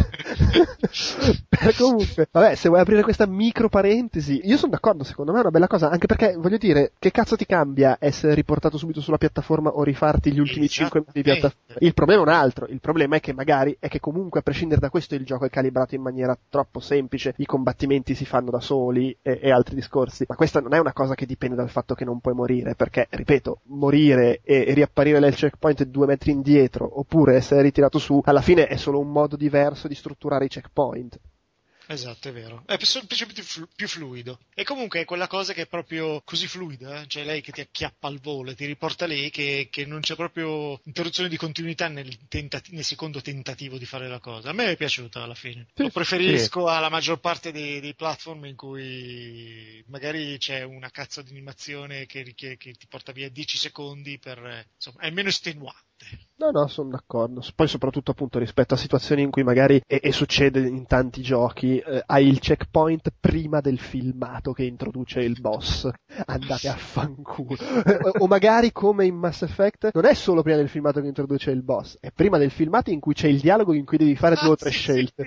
Comunque, vabbè, se vuoi aprire questa micro parentesi, io sono d'accordo, secondo me è una bella cosa, anche perché, voglio dire, che cazzo ti cambia essere riportato subito sulla piattaforma o rifarti gli ultimi 5 minuti di piattaforma? Il problema è un altro, il problema è che magari, comunque a prescindere da questo il gioco è calibrato in maniera troppo semplice, i combattimenti si fanno da soli e altri discorsi, ma questa non è una cosa che dipende dal fatto che non puoi morire, perché, ripeto, morire e riapparire nel checkpoint 2 metri indietro, oppure essere ritirato su, alla fine è solo un modo diverso di strutturare i checkpoint. Esatto, è vero. È semplicemente più fluido. E comunque è quella cosa che è proprio così fluida, cioè lei che ti acchiappa al volo e ti riporta lì, che non c'è proprio interruzione di continuità nel secondo tentativo di fare la cosa. A me è piaciuta alla fine. Lo preferisco alla maggior parte dei platform in cui magari c'è una cazzo di animazione che ti porta via 10 secondi insomma, è meno estenuante. No, sono d'accordo. Poi soprattutto appunto rispetto a situazioni in cui magari, e succede in tanti giochi, hai il checkpoint prima del filmato che introduce il boss. Andate a fanculo. O magari come in Mass Effect, non è solo prima del filmato che introduce il boss, è prima del filmato in cui c'è il dialogo in cui devi fare 2 o 3 scelte.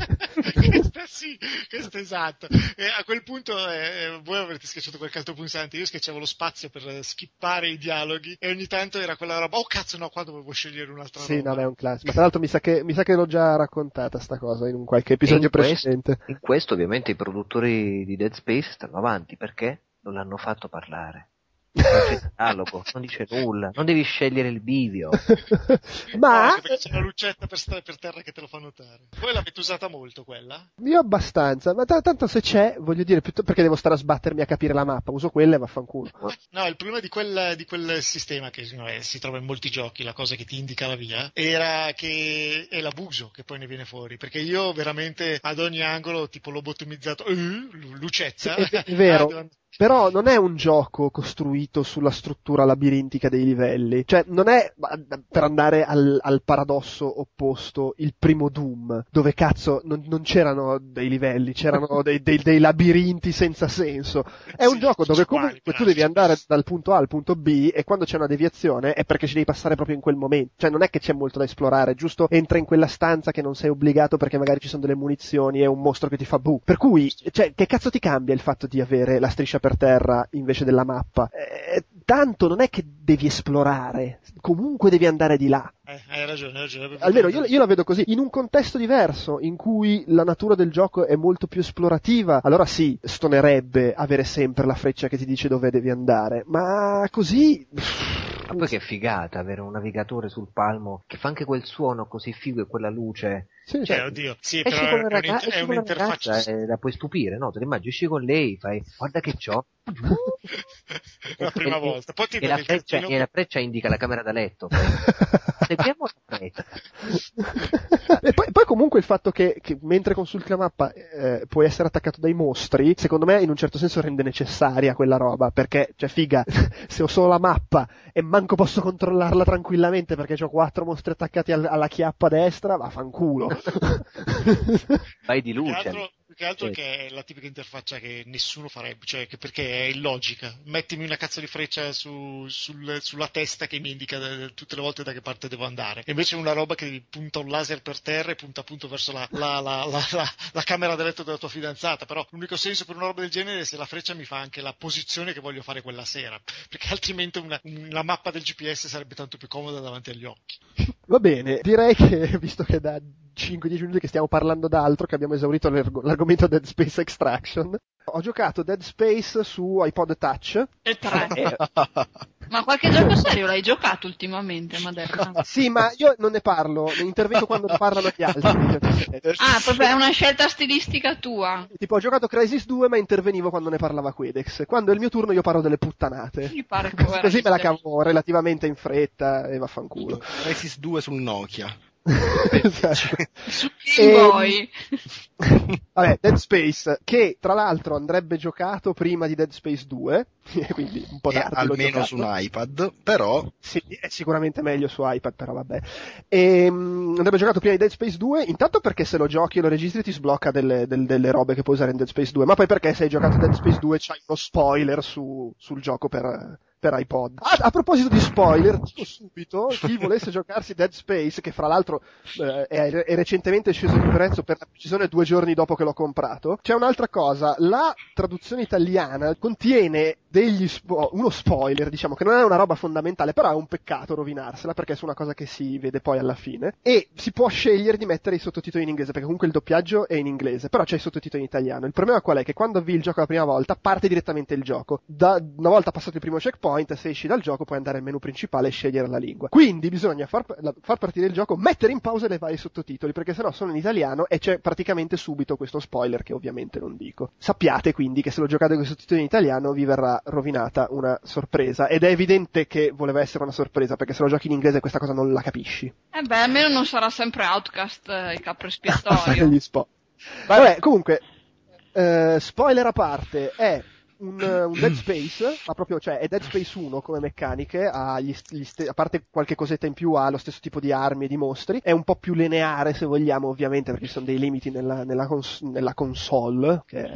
Sì, questo è esatto. E a quel punto voi avrete schiacciato qualche altro pulsante, io schiacciavo lo spazio per skippare i dialoghi e ogni tanto era quella roba, oh cazzo no, qua dovevo scegliere un'altra roba. Sì, no, è un classico. Ma tra l'altro mi sa che l'ho già raccontata sta cosa in un qualche episodio precedente. In questo ovviamente i produttori di Dead Space stanno avanti, perché non l'hanno fatto parlare. Non c'è dialogo, non dice nulla, non devi scegliere il bivio. Ma no, anche perché c'è una lucetta per terra che te lo fa notare. Voi l'avete usata molto quella? Io abbastanza, ma tanto se c'è, voglio dire, perché devo stare a sbattermi a capire la mappa, uso quella e vaffanculo. No, il problema di quel sistema che si trova in molti giochi, la cosa che ti indica la via, era che è l'abuso che poi ne viene fuori, perché io veramente ad ogni angolo tipo lobotomizzato, lucetta. Sì, è vero. Però non è un gioco costruito sulla struttura labirintica dei livelli, cioè non è, per andare al paradosso opposto, il primo Doom, dove cazzo non c'erano dei livelli, c'erano dei labirinti senza senso. È un gioco dove comunque tu devi andare dal punto A al punto B e quando c'è una deviazione è perché ci devi passare proprio in quel momento, cioè non è che c'è molto da esplorare, giusto entra in quella stanza che non sei obbligato perché magari ci sono delle munizioni e un mostro che ti fa bu. Per cui, cioè, che cazzo ti cambia il fatto di avere la striscia per terra invece della mappa? Tanto non è che devi esplorare, comunque devi andare di là. Hai ragione. Almeno io la vedo così. In un contesto diverso, in cui la natura del gioco è molto più esplorativa, allora sì, stonerebbe avere sempre la freccia che ti dice dove devi andare, ma così... Ma poi che figata avere un navigatore sul palmo che fa anche quel suono così figo e quella luce. Sì, oddio, sì, però è un'interfaccia. La puoi stupire, no? Te l'immagini, esci con lei, fai, guarda che c'ho. La prima volta. Poi ti e la freccia indica la camera da letto. Seguiamo la freccia. E poi comunque il fatto che mentre consulti la mappa puoi essere attaccato dai mostri, secondo me in un certo senso rende necessaria quella roba, perché, cioè figa, se ho solo la mappa e manco posso controllarla tranquillamente perché ho 4 mostri attaccati alla chiappa a destra, vaffanculo. Vai di luce. Più che altro che è la tipica interfaccia che nessuno farebbe, cioè che perché è illogica. Mettimi una cazzo di freccia sulla testa che mi indica tutte le volte da che parte devo andare. E invece è una roba che punta un laser per terra e punta appunto verso la camera da letto della tua fidanzata. Però l'unico senso per una roba del genere è se la freccia mi fa anche la posizione che voglio fare quella sera, perché altrimenti una mappa del GPS sarebbe tanto più comoda davanti agli occhi. Va bene, direi che, visto che da 5-10 minuti che stiamo parlando d'altro, che abbiamo esaurito l'argomento Dead Space Extraction, ho giocato Dead Space su iPod Touch. E 3. Ma qualche gioco serio l'hai giocato ultimamente, Maderna? Sì, ma io non ne parlo, ne intervengo quando parlano gli altri. Proprio è una scelta stilistica tua. Tipo, ho giocato Crysis 2, ma intervenivo quando ne parlava Quedex. Quando è il mio turno io parlo delle puttanate. Mi pare così me la cavo relativamente in fretta e vaffanculo. Crysis 2 sul Nokia. Esatto. Su Game Boy. Vabbè, Dead Space, che tra l'altro andrebbe giocato prima di Dead Space 2, quindi un po' tardi l'ho almeno giocato. su un iPad, però Sì, è sicuramente meglio su iPad, però vabbè. Andrebbe giocato prima di Dead Space 2, intanto perché se lo giochi e lo registri ti sblocca delle robe che puoi usare in Dead Space 2, ma poi perché se hai giocato Dead Space 2 c'hai uno spoiler sul gioco per iPod. A proposito di spoiler, dico subito, chi volesse giocarsi Dead Space, che fra l'altro è recentemente sceso di prezzo per la precisione 2 giorni dopo che l'ho comprato, c'è un'altra cosa, la traduzione italiana contiene uno spoiler, diciamo, che non è una roba fondamentale, però è un peccato rovinarsela, perché è una cosa che si vede poi alla fine, e si può scegliere di mettere i sottotitoli in inglese, perché comunque il doppiaggio è in inglese, però c'è i sottotitoli in italiano. Il problema qual è? Che quando avvii il gioco la prima volta, parte direttamente il gioco. Una volta passato il primo checkpoint, se esci dal gioco puoi andare al menu principale e scegliere la lingua. Quindi bisogna far partire il gioco, mettere in pausa e levare i sottotitoli, perché sennò sono in italiano e c'è praticamente subito questo spoiler che ovviamente non dico. Sappiate quindi che se lo giocate con i sottotitoli in italiano vi verrà rovinata una sorpresa, ed è evidente che voleva essere una sorpresa, perché se lo giochi in inglese questa cosa non la capisci. Almeno non sarà sempre Outcast il capro espiatorio. Gli Vabbè, comunque, spoiler a parte, è un Dead Space, ma proprio, cioè, è Dead Space 1 come meccaniche, a parte qualche cosetta in più, ha lo stesso tipo di armi e di mostri, è un po' più lineare se vogliamo, ovviamente, perché ci sono dei limiti nella console, che è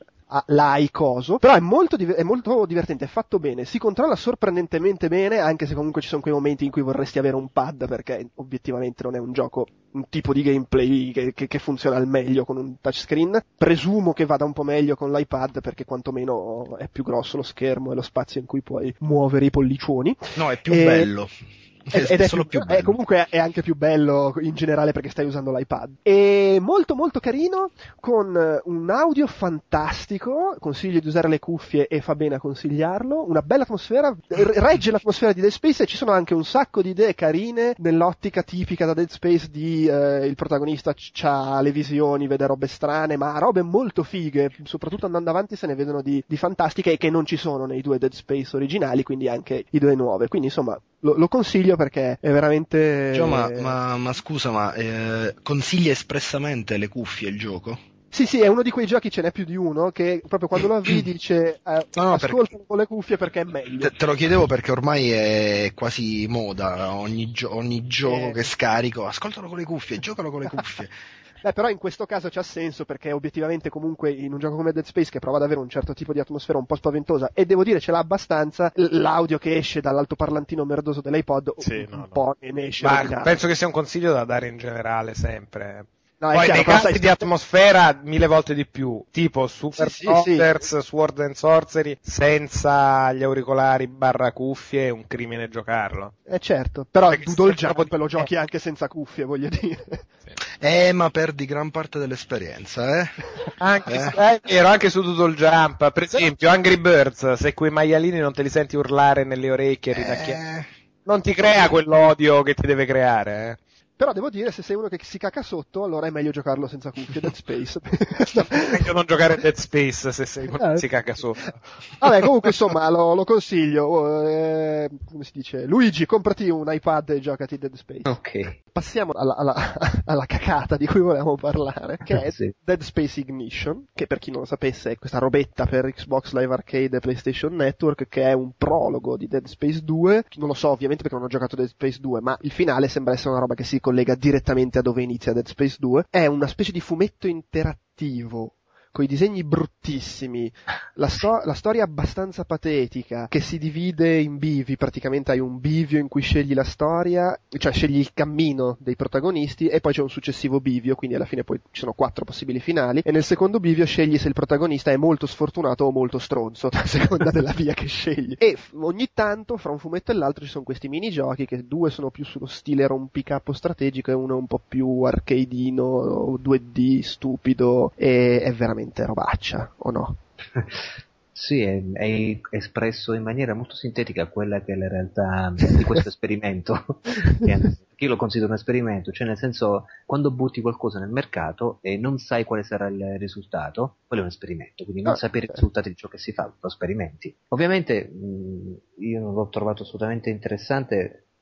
l'AI coso, però è molto divertente, è fatto bene, si controlla sorprendentemente bene, anche se comunque ci sono quei momenti in cui vorresti avere un pad, perché obiettivamente non è un tipo di gameplay che funziona al meglio con un touchscreen. Presumo che vada un po' meglio con l'iPad, perché quantomeno è più grosso lo schermo e lo spazio in cui puoi muovere i pollicioni. No, è più bello. Ed è solo più bello. comunque è anche più bello in generale perché stai usando l'iPad. È molto molto carino, con un audio fantastico, consiglio di usare le cuffie e fa bene a consigliarlo, una bella atmosfera, regge l'atmosfera di Dead Space, e ci sono anche un sacco di idee carine nell'ottica tipica da Dead Space di il protagonista c'ha le visioni, vede robe strane, ma robe molto fighe, soprattutto andando avanti se ne vedono di fantastiche, e che non ci sono nei 2 Dead Space originali, quindi anche i 2 nuove, quindi insomma lo consiglio perché è veramente... Ma scusa, consiglia espressamente le cuffie il gioco? Sì, è uno di quei giochi, ce n'è più di uno, che proprio quando lo avvii dice ascolta con le cuffie perché è meglio. Te lo chiedevo perché ormai è quasi moda, ogni gioco che scarico, ascoltalo con le cuffie, giocalo con le cuffie. Beh, però in questo caso c'ha senso, perché obiettivamente comunque in un gioco come Dead Space, che prova ad avere un certo tipo di atmosfera un po' spaventosa, e devo dire ce l'ha abbastanza, l'audio che esce dall'altoparlantino merdoso dell'iPod po' ne esce. Ma penso che sia un consiglio da dare in generale sempre. No, Poi chiaro, nei casi di atmosfera 1000 volte di più, tipo Super Trotters, Sword and Sorcery, senza gli auricolari / cuffie è un crimine giocarlo. Certo, però perché Doodle Jump lo giochi anche senza cuffie, voglio dire. Ma perdi gran parte dell'esperienza, Ero anche su Doodle Jump, per esempio Angry Birds, se quei maialini non te li senti urlare nelle orecchie e ridacchiare, non ti crea quell'odio che ti deve creare, Però devo dire, se sei uno che si caca sotto, allora è meglio giocarlo senza cuffie. Dead Space. Meglio non giocare Dead Space se sei uno che si caca sotto. Vabbè, comunque insomma lo consiglio. Come si dice? Luigi, comprati un iPad e giocati Dead Space. Ok. Passiamo alla cacata di cui volevamo parlare, che è Sì. Dead Space Ignition, che per chi non lo sapesse è questa robetta per Xbox Live Arcade e PlayStation Network, che è un prologo di Dead Space 2. Non lo so ovviamente perché non ho giocato Dead Space 2, ma il finale sembra essere una roba che si collega direttamente a dove inizia Dead Space 2. È una specie di fumetto interattivo coi disegni bruttissimi, la storia abbastanza patetica, che si divide in bivi, praticamente hai un bivio in cui scegli la storia, cioè scegli il cammino dei protagonisti, e poi c'è un successivo bivio, quindi alla fine poi ci sono 4 possibili finali, e nel secondo bivio scegli se il protagonista è molto sfortunato o molto stronzo, a seconda della via che scegli. E ogni tanto, fra un fumetto e l'altro, ci sono questi minigiochi, che 2 sono più sullo stile rompicapo strategico e uno è un po' più arcadeino, 2D, stupido, e è veramente robaccia, o no? Sì, è espresso in maniera molto sintetica quella che è la realtà di questo esperimento. Io lo considero un esperimento, cioè nel senso, quando butti qualcosa nel mercato e non sai quale sarà il risultato, quello è un esperimento, quindi non sapere i risultati di ciò che si fa, lo sperimenti. Ovviamente io non l'ho trovato assolutamente interessante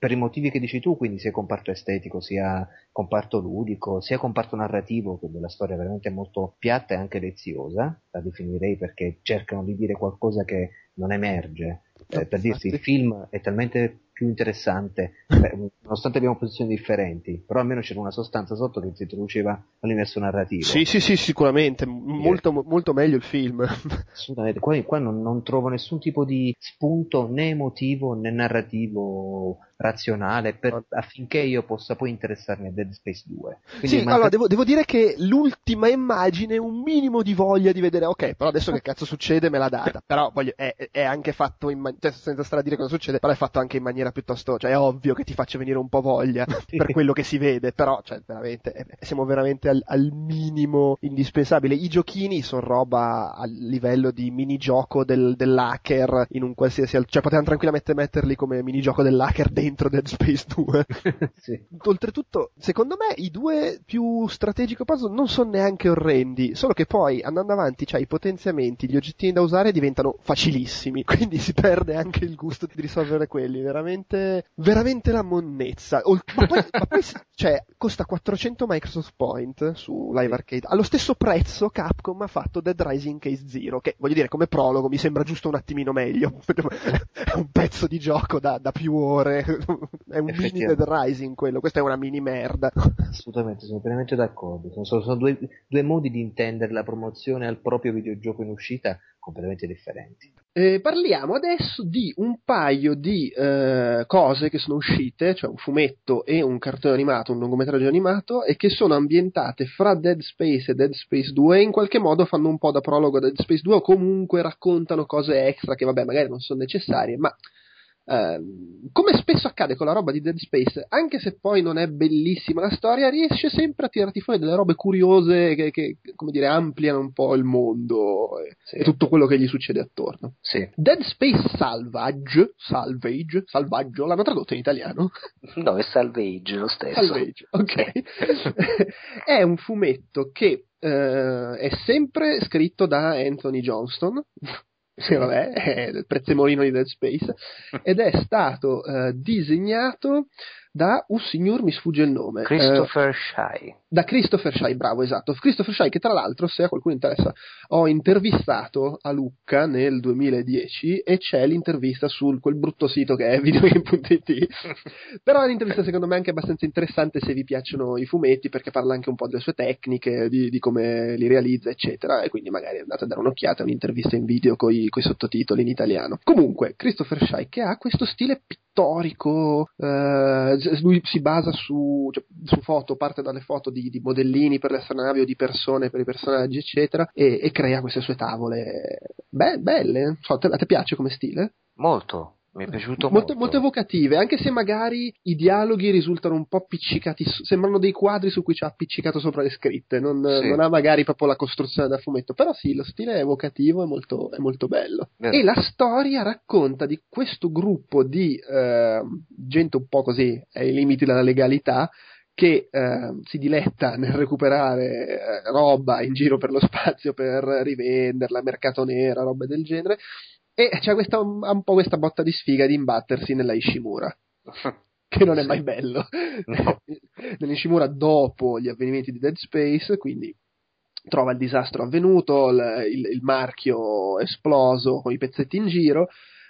per i motivi che dici tu, quindi sia comparto estetico, sia comparto ludico, sia comparto narrativo, quindi la storia è veramente molto piatta e anche leziosa, la definirei, perché cercano di dire qualcosa che non emerge. Per dirsi, il film è talmente più interessante, nonostante abbiamo posizioni differenti, però almeno c'era una sostanza sotto che si introduceva all'universo narrativo. Sì, sicuramente, molto meglio il film. Assolutamente, qua non trovo nessun tipo di spunto né emotivo né narrativo razionale affinché io possa poi interessarmi a Dead Space 2. Quindi Sì, allora devo dire che l'ultima immagine un minimo di voglia di vedere, ok, però adesso che cazzo succede me l'ha data, però è anche fatto cioè, senza stare a dire cosa succede, però è fatto anche in maniera piuttosto, cioè è ovvio che ti faccia venire un po' voglia per quello che si vede, però cioè veramente siamo veramente al minimo indispensabile. I giochini sono roba a livello di minigioco dell'hacker in un qualsiasi cioè potevano tranquillamente metterli come minigioco dell'hacker dentro Dead Space 2. Sì. Oltretutto, secondo me i due più strategico puzzle non sono neanche orrendi, solo che poi andando avanti c'hai i potenziamenti, gli oggettini da usare diventano facilissimi, quindi si perde anche il gusto di risolvere quelli, veramente la monnezza. Ma poi cioè, costa 400 Microsoft Point su Live Arcade, allo stesso prezzo Capcom ha fatto Dead Rising Case Zero, che voglio dire come prologo mi sembra giusto un attimino meglio, è un pezzo di gioco da più ore, è un mini Dead Rising quello, questa è una mini merda. Assolutamente, sono pienamente d'accordo. Sono due modi di intendere la promozione al proprio videogioco in uscita completamente differenti. Parliamo adesso di un paio di cose che sono uscite, cioè un fumetto e un cartone animato, un lungometraggio animato, e che sono ambientate fra Dead Space e Dead Space 2 e in qualche modo fanno un po' da prologo a Dead Space 2 o comunque raccontano cose extra che vabbè magari non sono necessarie, ma come spesso accade con la roba di Dead Space, anche se poi non è bellissima la storia, riesce sempre a tirarti fuori delle robe curiose che come dire, ampliano un po' il mondo e tutto quello che gli succede attorno. Sì. Dead Space Salvaggio, l'hanno tradotto in italiano? No, è Salvage lo stesso. Salvage, ok. È un fumetto che è sempre scritto da Anthony Johnston. Sì, vabbè, è il prezzemolino di Dead Space, ed è stato disegnato da un signor, mi sfugge il nome, Christopher Shy. Da Christopher Shy, bravo, esatto. Christopher Shy, che tra l'altro, se a qualcuno interessa, ho intervistato a Lucca nel 2010 e c'è l'intervista su quel brutto sito che è videogame.it. Però è un'intervista secondo me anche abbastanza interessante se vi piacciono i fumetti, perché parla anche un po' delle sue tecniche, di come li realizza, eccetera, e quindi magari andate a dare un'occhiata a un'intervista in video coi sottotitoli in italiano. Comunque, Christopher Shy, che ha questo stile pittorico, lui si basa su foto, parte dalle foto di modellini per le astronavi o di persone per i personaggi, eccetera, e crea queste sue tavole belle. So, a te piace come stile? Molto. Mi è piaciuto molto. Molto evocative, anche se magari i dialoghi risultano un po' appiccicati, sembrano dei quadri su cui c'ha appiccicato sopra le scritte, non ha magari proprio la costruzione da fumetto, però sì, lo stile è evocativo, è molto bello. E la storia racconta di questo gruppo di gente un po' così, ai limiti della legalità, che si diletta nel recuperare roba in giro per lo spazio per rivenderla, mercato nero, roba del genere. E c'è un po' questa botta di sfiga di imbattersi nella Ishimura, che non è mai bello. No. Nell'Ishimura dopo gli avvenimenti di Dead Space, quindi trova il disastro avvenuto, il marchio esploso con i pezzetti in giro,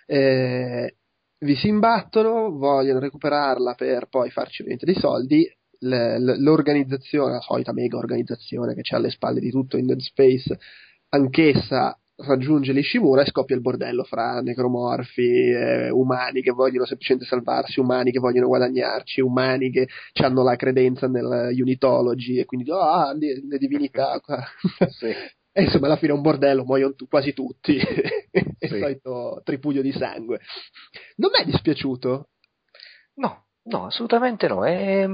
vi si imbattono, vogliono recuperarla per poi farci ovviamente dei soldi. L'organizzazione, la solita mega organizzazione che c'è alle spalle di tutto in Dead Space, anch'essa raggiunge l'Ishimura e scoppia il bordello fra necromorfi, umani che vogliono semplicemente salvarsi, umani che vogliono guadagnarci, umani che hanno la credenza nel Unitology e quindi le divinità Sì. E insomma alla fine è un bordello, muoiono quasi tutti il solito tripudio di sangue. Non mi è dispiaciuto? No, assolutamente no.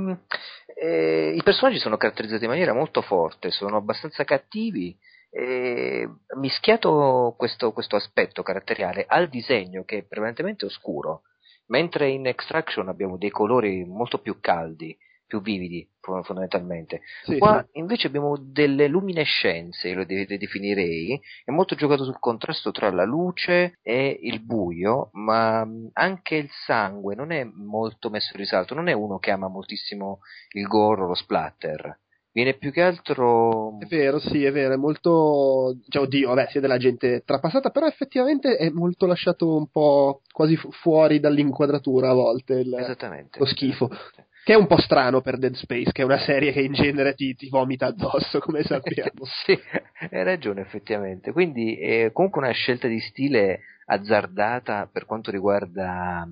I personaggi sono caratterizzati in maniera molto forte, sono abbastanza cattivi. Mischiato questo aspetto caratteriale al disegno, che è prevalentemente oscuro, mentre in Extraction abbiamo dei colori molto più caldi, più vividi fondamentalmente. Sì, Qua sì. invece abbiamo delle luminescenze, io le definirei, è molto giocato sul contrasto tra la luce e il buio, ma anche il sangue non è molto messo in risalto, non è uno che ama moltissimo il gore o lo splatter, viene più che altro... È vero, sì, è vero, è molto, cioè, oddio, vabbè, sia della gente trapassata, però effettivamente è molto lasciato un po' quasi fuori dall'inquadratura a volte Esattamente, lo schifo. esattamente. Che è un po' strano per Dead Space, che è una serie che in genere ti vomita addosso, come sappiamo. Sì, hai ragione effettivamente. Quindi è comunque una scelta di stile azzardata per quanto riguarda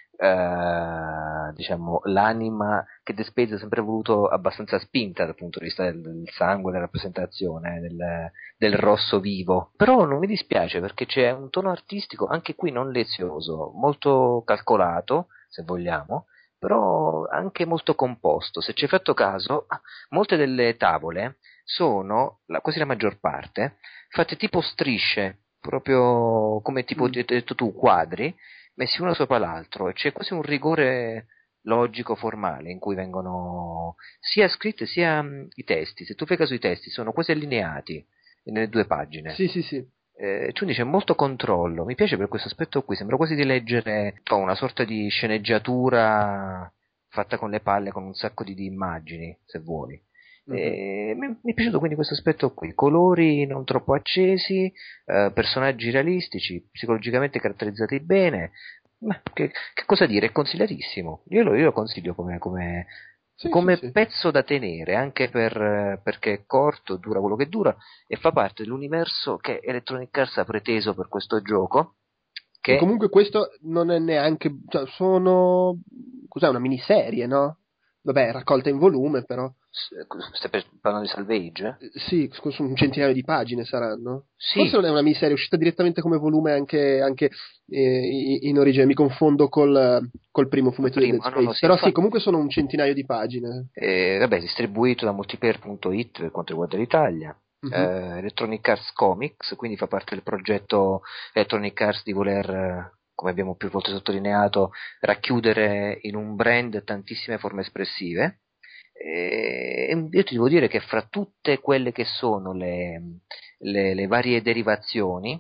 diciamo l'anima che The Space ha sempre voluto abbastanza spinta dal punto di vista del sangue, della rappresentazione, del rosso vivo. Però non mi dispiace perché c'è un tono artistico anche qui non lezioso, molto calcolato, se vogliamo, però anche molto composto. Se ci hai fatto caso, molte delle tavole sono, quasi la maggior parte, fatte tipo strisce, proprio come tipo hai detto tu, quadri, messi uno sopra l'altro, e c'è quasi un rigore logico, formale, in cui vengono sia scritte sia i testi. Se tu fai caso i testi sono quasi allineati nelle due pagine. Sì, sì, sì. Quindi c'è molto controllo, mi piace per questo aspetto qui, sembra quasi di leggere una sorta di sceneggiatura fatta con le palle, con un sacco di immagini, se vuoi. Mi è piaciuto quindi questo aspetto qui, colori non troppo accesi, personaggi realistici, psicologicamente caratterizzati bene, ma che cosa dire, è consigliatissimo, io lo consiglio Sì, come sì, sì. pezzo da tenere, anche perché è corto, dura quello che dura, e fa parte dell'universo che Electronic Arts ha preteso per questo gioco, E che comunque questo non è neanche, cioè, sono, cos'è, una miniserie, no? Vabbè, raccolta in volume, però. stai parlando di Salvage? Sì, su un centinaio di pagine saranno. Forse Sì, non è una miniserie, è uscita direttamente come volume anche in origine, mi confondo col primo il fumetto di Dead primo, no, no, Space. sì, Però sì, infatti, comunque sono un centinaio di pagine. vabbè, distribuito da multiplayer.it per quanto riguarda l'Italia. Mhm. Electronic Arts Comics, quindi fa parte del progetto Electronic Arts di voler, come abbiamo più volte sottolineato, racchiudere in un brand tantissime forme espressive. Io ti devo dire che fra tutte quelle che sono le varie derivazioni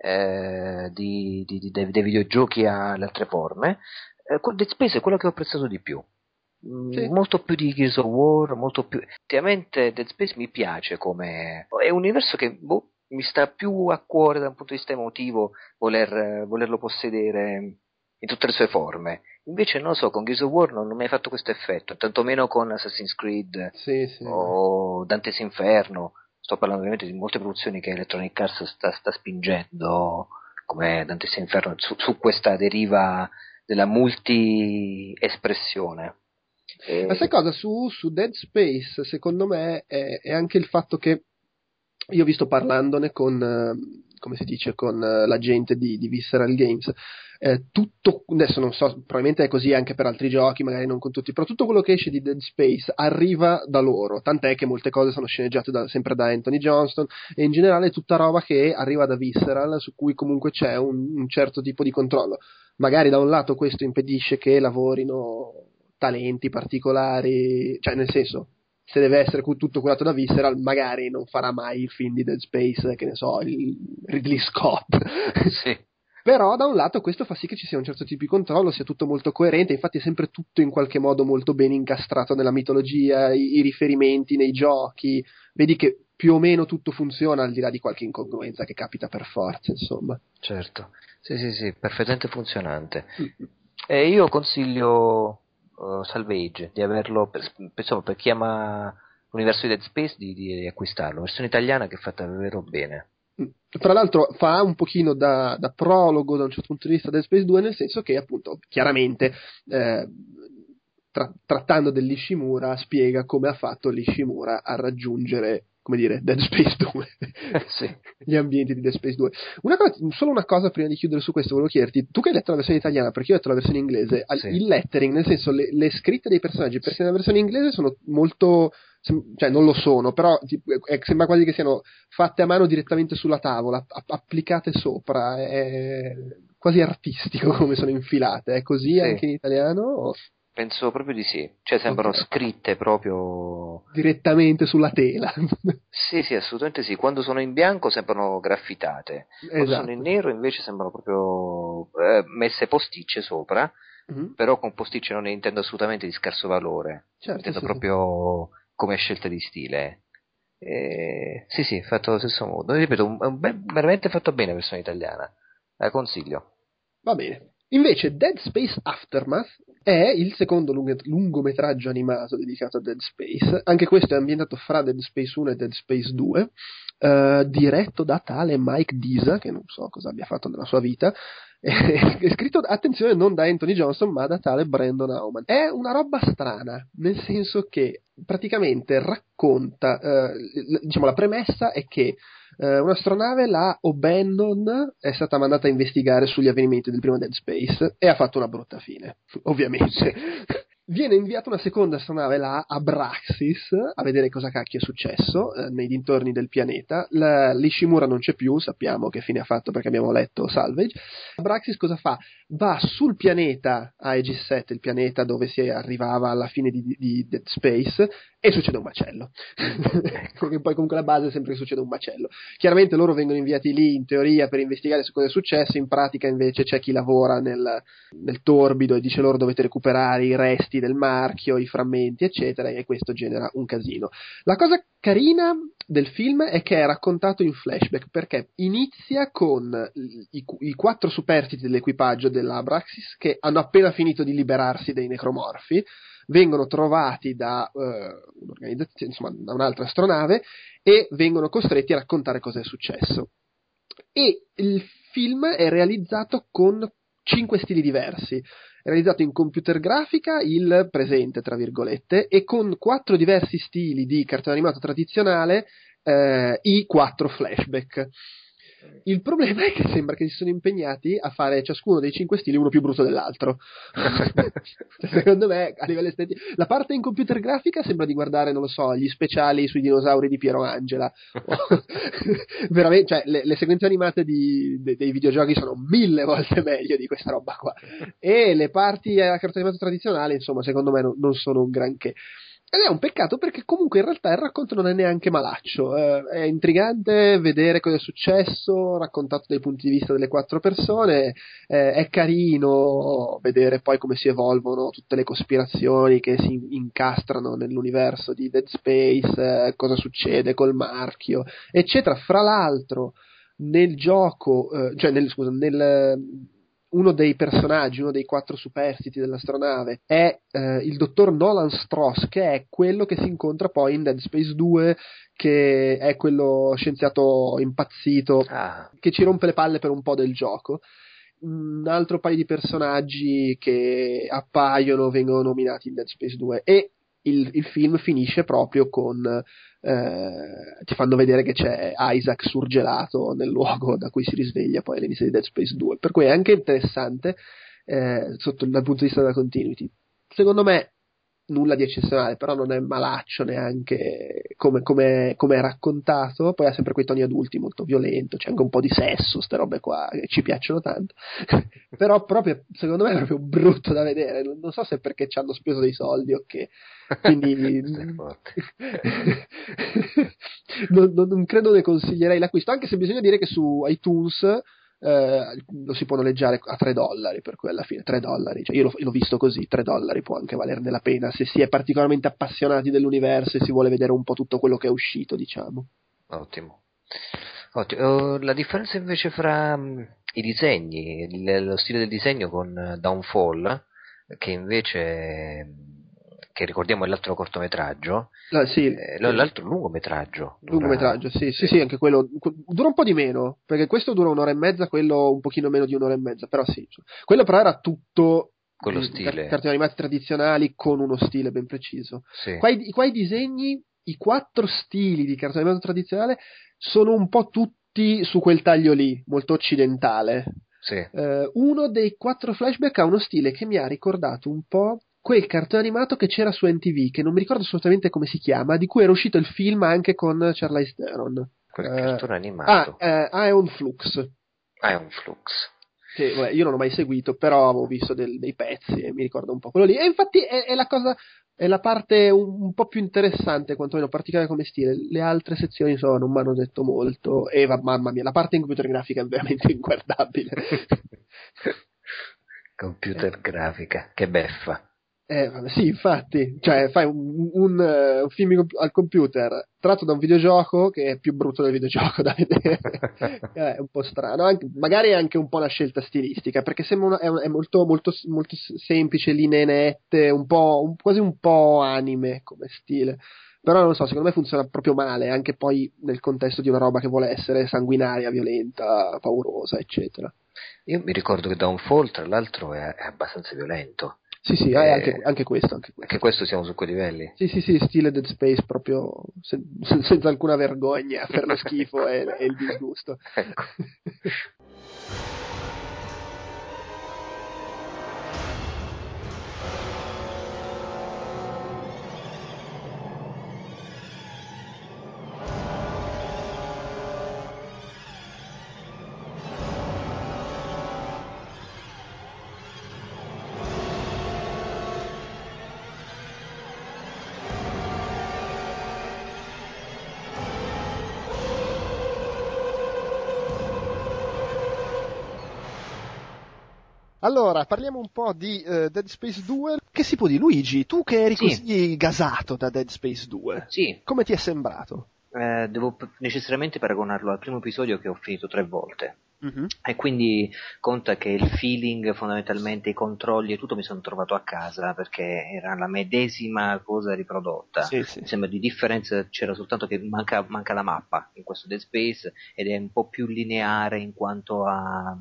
dei videogiochi alle altre forme, Dead Space è quello che ho apprezzato di più. Sì. Molto più di Gears of War, molto più. Effettivamente Dead Space mi piace come. È un universo che mi sta più a cuore da un punto di vista emotivo volerlo possedere in tutte le sue forme. Invece non lo so, con Gears of War non ho mai fatto questo effetto, tantomeno con Assassin's Creed Sì, sì. o Dante's Inferno. Sto parlando ovviamente di molte produzioni che Electronic Arts sta spingendo, come Dante's Inferno, su questa deriva della multi-espressione. Ma sai cosa? Su Dead Space, secondo me, è anche il fatto che io ho visto parlandone con, come si dice, con la gente di Visceral Games. Tutto, adesso non so, probabilmente è così anche per altri giochi, magari non con tutti, però tutto quello che esce di Dead Space arriva da loro, tant'è che molte cose sono sceneggiate sempre da Anthony Johnston, e in generale è tutta roba che arriva da Visceral, su cui comunque c'è un certo tipo di controllo. Magari da un lato questo impedisce che lavorino talenti particolari, cioè nel senso, se deve essere tutto curato da Visceral, magari non farà mai il film di Dead Space, che ne so, il Ridley Scott. Sì. Però da un lato questo fa sì che ci sia un certo tipo di controllo, sia tutto molto coerente, infatti è sempre tutto in qualche modo molto ben incastrato nella mitologia, i riferimenti nei giochi, vedi che più o meno tutto funziona al di là di qualche incongruenza che capita per forza, insomma. Certo, sì, perfettamente funzionante. Mm. E io consiglio Salvage di averlo, insomma, per chi ama l'universo di Dead Space di acquistarlo, versione italiana che è fatta davvero bene. Tra l'altro fa un pochino da prologo da un certo punto di vista Dead Space 2, nel senso che appunto chiaramente trattando dell'Ishimura spiega come ha fatto l'Ishimura a raggiungere, come dire, Dead Space 2. Sì. Gli ambienti di Dead Space 2. Solo una cosa prima di chiudere su questo, volevo chiederti, tu che hai letto la versione italiana, perché io ho letto la versione inglese, Sì. il lettering, nel senso le scritte dei personaggi, perché nella versione inglese sono molto, cioè non lo sono, però sembra quasi che siano fatte a mano direttamente sulla tavola, applicate sopra, è quasi artistico come sono infilate, è così Sì. anche in italiano? Penso proprio di sì, cioè sembrano Ok. scritte proprio... Direttamente sulla tela. Sì, sì, assolutamente sì. Quando sono in bianco sembrano graffitate, quando sono in Esatto. nero invece sembrano proprio messe posticce sopra, Mhm. però con posticce non ne intendo assolutamente di scarso valore, Certo, intendo sì, sì. proprio come scelta di stile. Sì, sì, fatto allo stesso modo. Ripeto, veramente fatto bene la versione italiana, la consiglio. Va bene. Invece Dead Space Aftermath è il secondo lungometraggio animato dedicato a Dead Space. Anche questo è ambientato fra Dead Space 1 e Dead Space 2, diretto da tale Mike Disa, che non so cosa abbia fatto nella sua vita, è scritto, attenzione, non da Anthony Johnson, ma da tale Brandon Auman. È una roba strana, nel senso che praticamente racconta, diciamo, la premessa è che un'astronave, la O'Bannon, è stata mandata a investigare sugli avvenimenti del primo Dead Space e ha fatto una brutta fine, ovviamente. Viene inviata una seconda astronave, la Abraxas, a vedere cosa cacchio è successo nei dintorni del pianeta. L'Ishimura non c'è più, sappiamo che fine ha fatto perché abbiamo letto Salvage. Abraxas cosa fa? Va sul pianeta Aegis 7, il pianeta dove si arrivava alla fine di Dead Space, e succede un macello. Perché poi comunque la base è sempre che succede un macello. Chiaramente loro vengono inviati lì in teoria per investigare su cosa è successo, in pratica invece c'è chi lavora nel torbido e dice loro dovete recuperare i resti del marchio, i frammenti eccetera, e questo genera un casino. La cosa carina del film è che è raccontato in flashback, perché inizia con i 4 superstiti dell'equipaggio dell'Abraxas che hanno appena finito di liberarsi dei necromorfi, vengono trovati da un'organizzazione, insomma, da un'altra astronave, e vengono costretti a raccontare cosa è successo. E il film è realizzato con 5 stili diversi. È realizzato in computer grafica, il presente, tra virgolette, e con 4 diversi stili di cartone animato tradizionale, i 4 flashback. Il problema è che sembra che si sono impegnati a fare ciascuno dei 5 stili uno più brutto dell'altro. Secondo me, a livello estetico, la parte in computer grafica sembra di guardare, non lo so, gli speciali sui dinosauri di Piero Angela. Veramente, cioè, le sequenze animate dei videogiochi sono 1000 volte meglio di questa roba qua. E le parti a cartone animato tradizionale, insomma, secondo me non sono un granché. Ed è un peccato perché comunque in realtà il racconto non è neanche malaccio, è intrigante vedere cosa è successo, raccontato dai punti di vista delle 4 persone, è carino vedere poi come si evolvono tutte le cospirazioni che si incastrano nell'universo di Dead Space, cosa succede col marchio, eccetera. Fra l'altro nel gioco, uno dei personaggi, uno dei 4 superstiti dell'astronave è il dottor Nolan Stross, che è quello che si incontra poi in Dead Space 2, che è quello scienziato impazzito che ci rompe le palle per un po' del gioco. Un altro paio di personaggi che appaiono vengono nominati in Dead Space 2, e il film finisce proprio con ti fanno vedere che c'è Isaac surgelato nel luogo da cui si risveglia poi all'inizio di Dead Space 2, per cui è anche interessante dal punto di vista della continuity. Secondo me nulla di eccezionale, però non è malaccio neanche come è raccontato. Poi ha sempre quei toni adulti molto violento, c'è anche un po' di sesso, ste robe qua che ci piacciono tanto. Però proprio, secondo me è proprio brutto da vedere, non so se è perché ci hanno speso dei soldi o che, quindi non credo ne consiglierei l'acquisto, anche se bisogna dire che su iTunes lo si può noleggiare a $3, per cui alla fine $3, cioè io l'ho visto così, $3 può anche valerne la pena se si è particolarmente appassionati dell'universo e si vuole vedere un po' tutto quello che è uscito, diciamo. Ottimo. La differenza invece fra i disegni, lo stile del disegno con Downfall, che invece, che ricordiamo è l'altro cortometraggio, Sì, l'altro lungometraggio. Lungometraggio, sì, anche quello dura un po' di meno, perché questo dura 1 ora e mezza, quello un pochino meno di 1 ora e mezza, però sì, quello però era tutto quello stile. cartoni animati tradizionali con uno stile ben preciso. Sì. Qua i disegni, i 4 stili di cartone animato tradizionale sono un po' tutti su quel taglio lì, molto occidentale. Sì. Uno dei 4 flashback ha uno stile che mi ha ricordato un po' quel cartone animato che c'era su MTV, che non mi ricordo assolutamente come si chiama, di cui era uscito il film anche con Charlize Theron. Quel cartone animato. Aeon Flux. Aeon Flux. che vabbè, io non ho mai seguito, però avevo visto dei pezzi e mi ricordo un po' quello lì. E infatti è la cosa, è la parte un po' più interessante, quantomeno particolare come stile. Le altre sezioni non mi hanno detto molto. E mamma mia, la parte in computer grafica è veramente inguardabile. Computer grafica, che beffa. Vabbè, sì, infatti, cioè fai un film al computer tratto da un videogioco che è più brutto del videogioco da vedere. È un po' strano, magari è anche un po' una scelta stilistica, perché sembra è molto, molto, molto semplice, linee nette, quasi un po' anime come stile. Però non lo so, secondo me funziona proprio male, anche poi nel contesto di una roba che vuole essere sanguinaria, violenta, paurosa, eccetera. Io mi ricordo che Downfall, tra l'altro, è abbastanza violento. Sì, anche questo. Anche questo siamo su quei livelli. Sì, stile Dead Space proprio senza alcuna vergogna per lo schifo e il disgusto. Ecco. Allora, parliamo un po' di Dead Space 2. Che si può dire? Luigi, tu che eri così gasato da Dead Space 2, come ti è sembrato? Devo necessariamente paragonarlo al primo episodio che ho finito 3 volte. Mm-hmm. E quindi conta che il feeling, fondamentalmente i controlli e tutto mi sono trovato a casa, perché era la medesima cosa riprodotta. Sì. Mi sembra di differenza c'era soltanto che manca la mappa in questo Dead Space, ed è un po' più lineare in quanto a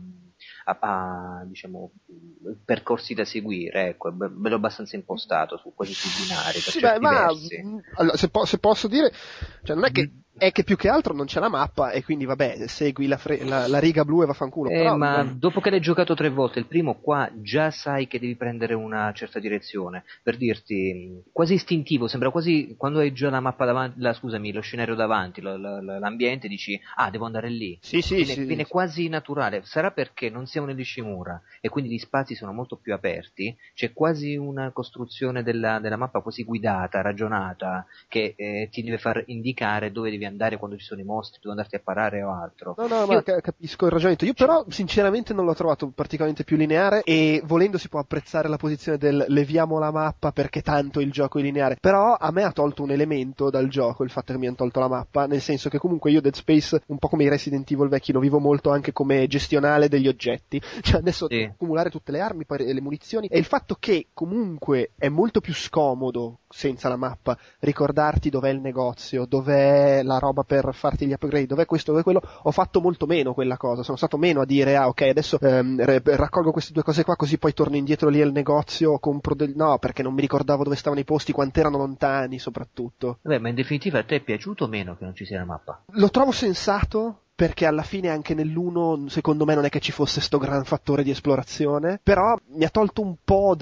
diciamo percorsi da seguire, ecco, è bello abbastanza impostato su quasi su binari per certi versi. Allora, se posso dire, cioè non è che più che altro non c'è la mappa e quindi vabbè, segui la riga blu e vaffanculo. Però, Ma dopo che l'hai giocato 3 volte, il primo qua già sai che devi prendere una certa direzione. Per dirti, quasi istintivo, sembra quasi quando hai già la mappa davanti, lo scenario davanti, l'ambiente, dici, devo andare lì. Viene quasi naturale. Sarà perché non siamo nell'Ishimura e quindi gli spazi sono molto più aperti, c'è quasi una costruzione della mappa quasi guidata, ragionata, che ti deve far indicare dove devi andare quando ci sono i mostri, dove andarti a parare o altro. Ma capisco il ragionamento. Io però sinceramente non l'ho trovato particolarmente più lineare, e volendo si può apprezzare la posizione del leviamo la mappa perché tanto il gioco è lineare, però a me ha tolto un elemento dal gioco il fatto che mi hanno tolto la mappa, nel senso che comunque io Dead Space, un po' come i Resident Evil vecchi, lo vivo molto anche come gestionale degli oggetti, cioè adesso accumulare tutte le armi, poi le munizioni, e il fatto che comunque è molto più scomodo senza la mappa ricordarti dov'è il negozio, dov'è la roba per farti gli upgrade, dov'è questo, dov'è quello. Ho fatto molto meno quella cosa, sono stato meno a dire ok adesso raccolgo queste 2 cose qua così poi torno indietro lì al negozio, compro no, perché non mi ricordavo dove stavano i posti, quant'erano lontani soprattutto. Vabbè, ma in definitiva a te è piaciuto o meno che non ci sia la mappa? Lo trovo sensato, perché alla fine anche nell'1 secondo me non è che ci fosse sto gran fattore di esplorazione, però mi ha tolto un po'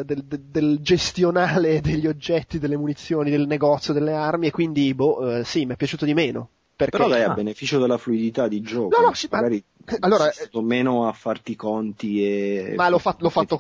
del gestionale degli oggetti, delle munizioni, del negozio, delle armi, e quindi sì, mi è piaciuto di meno. Perché... Però dai, a beneficio della fluidità di gioco, no, sì, magari allora, sei stato meno a farti conti e... Ma l'ho fatto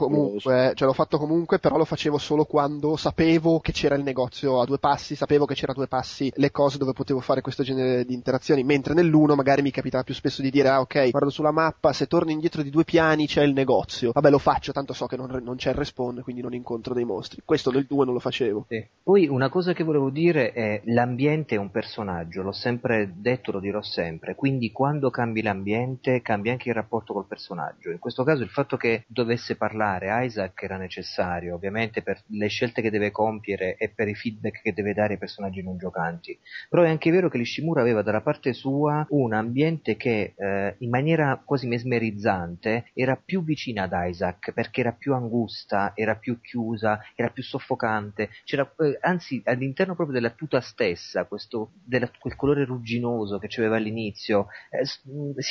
comunque, però lo facevo solo quando sapevo che c'era il negozio a 2 passi, sapevo che c'era a 2 passi le cose dove potevo fare questo genere di interazioni, mentre nell'1 magari mi capitava più spesso di dire ok, guardo sulla mappa, se torno indietro di 2 piani c'è il negozio, vabbè lo faccio, tanto so che non c'è il respawn, quindi non incontro dei mostri. Questo nel 2 non lo facevo. Poi una cosa che volevo dire è l'ambiente è un personaggio, l'ho sempre detto, lo dirò sempre, quindi quando cambi l'ambiente cambia anche il rapporto col personaggio. In questo caso il fatto che dovesse parlare Isaac era necessario, ovviamente per le scelte che deve compiere e per i feedback che deve dare ai personaggi non giocanti, però è anche vero che l'Ishimura aveva dalla parte sua un ambiente che in maniera quasi mesmerizzante era più vicina ad Isaac, perché era più angusta, era più chiusa, era più soffocante, c'era anzi all'interno proprio della tuta stessa quel colore rugginoso che c'aveva all'inizio si è perso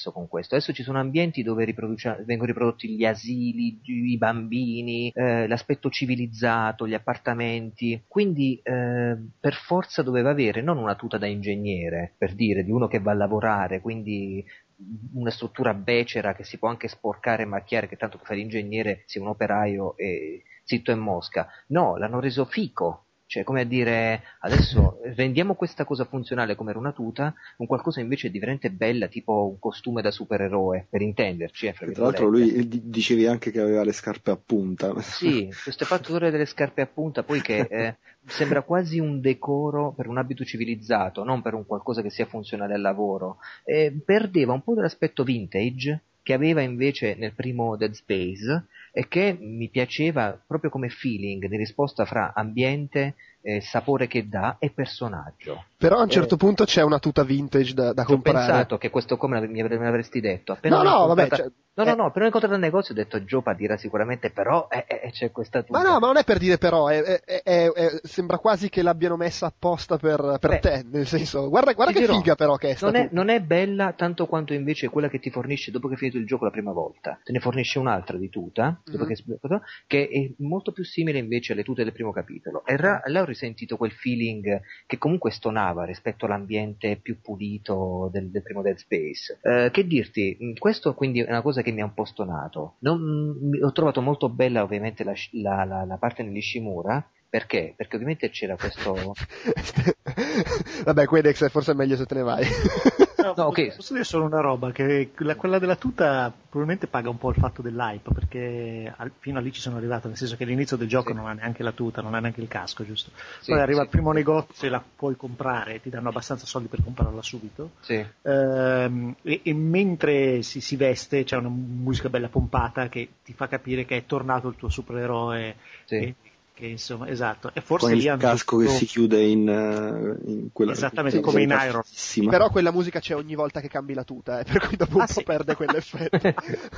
adesso con questo. Adesso ci sono ambienti dove vengono riprodotti gli asili, i bambini, l'aspetto civilizzato, gli appartamenti, quindi per forza doveva avere non una tuta da ingegnere, per dire, di uno che va a lavorare, quindi una struttura becera che si può anche sporcare e macchiare, che tanto che fa l'ingegnere sia un operaio e zitto e mosca. No, l'hanno reso fico. Cioè, come a dire, adesso rendiamo questa cosa funzionale come era una tuta, un qualcosa invece di veramente bella, tipo un costume da supereroe, per intenderci. Tra l'altro lui dicevi anche che aveva le scarpe a punta. Sì, queste fatture delle scarpe a punta, poi che sembra quasi un decoro per un abito civilizzato, non per un qualcosa che sia funzionale al lavoro. Perdeva un po' dell'aspetto vintage che aveva invece nel primo Dead Space e che mi piaceva proprio come feeling di risposta fra ambiente, sapore che dà e personaggio. Però a un certo punto c'è una tuta vintage da comprare. Ho pensato che questo come me l'avresti detto. Appena appena ho incontrato al negozio ho detto Giopa dirà sicuramente però c'è questa tuta. Ma non è per dire però, sembra quasi che l'abbiano messa apposta per te, nel senso, guarda che dirò, figa però che è sta tuta. Non è bella tanto quanto invece quella che ti fornisce dopo che hai finito il gioco la prima volta. Te ne fornisce un'altra di tuta, che è molto più simile invece alle tute del primo capitolo. E là ho risentito quel feeling che comunque stonava rispetto all'ambiente più pulito del primo Dead Space. Che dirti, questo quindi è una cosa che mi ha un po' stonato. Ho trovato molto bella ovviamente la parte nell'Ishimura. Perché? Perché ovviamente c'era questo... Vabbè, Quedex forse è meglio se te ne vai. Posso dire solo una roba, che quella della tuta probabilmente paga un po' il fatto dell'hype, perché fino a lì ci sono arrivato, nel senso che all'inizio del gioco non ha neanche la tuta, non ha neanche il casco, giusto? Poi arriva il primo negozio e la puoi comprare, ti danno abbastanza soldi per comprarla subito. E mentre si veste c'è una musica bella pompata che ti fa capire che è tornato il tuo supereroe. Che insomma, esatto, e forse con lì il casco che si chiude in quella esattamente come in Iron. Però quella musica c'è ogni volta che cambi la tuta, per cui dopo un po' perde quell'effetto.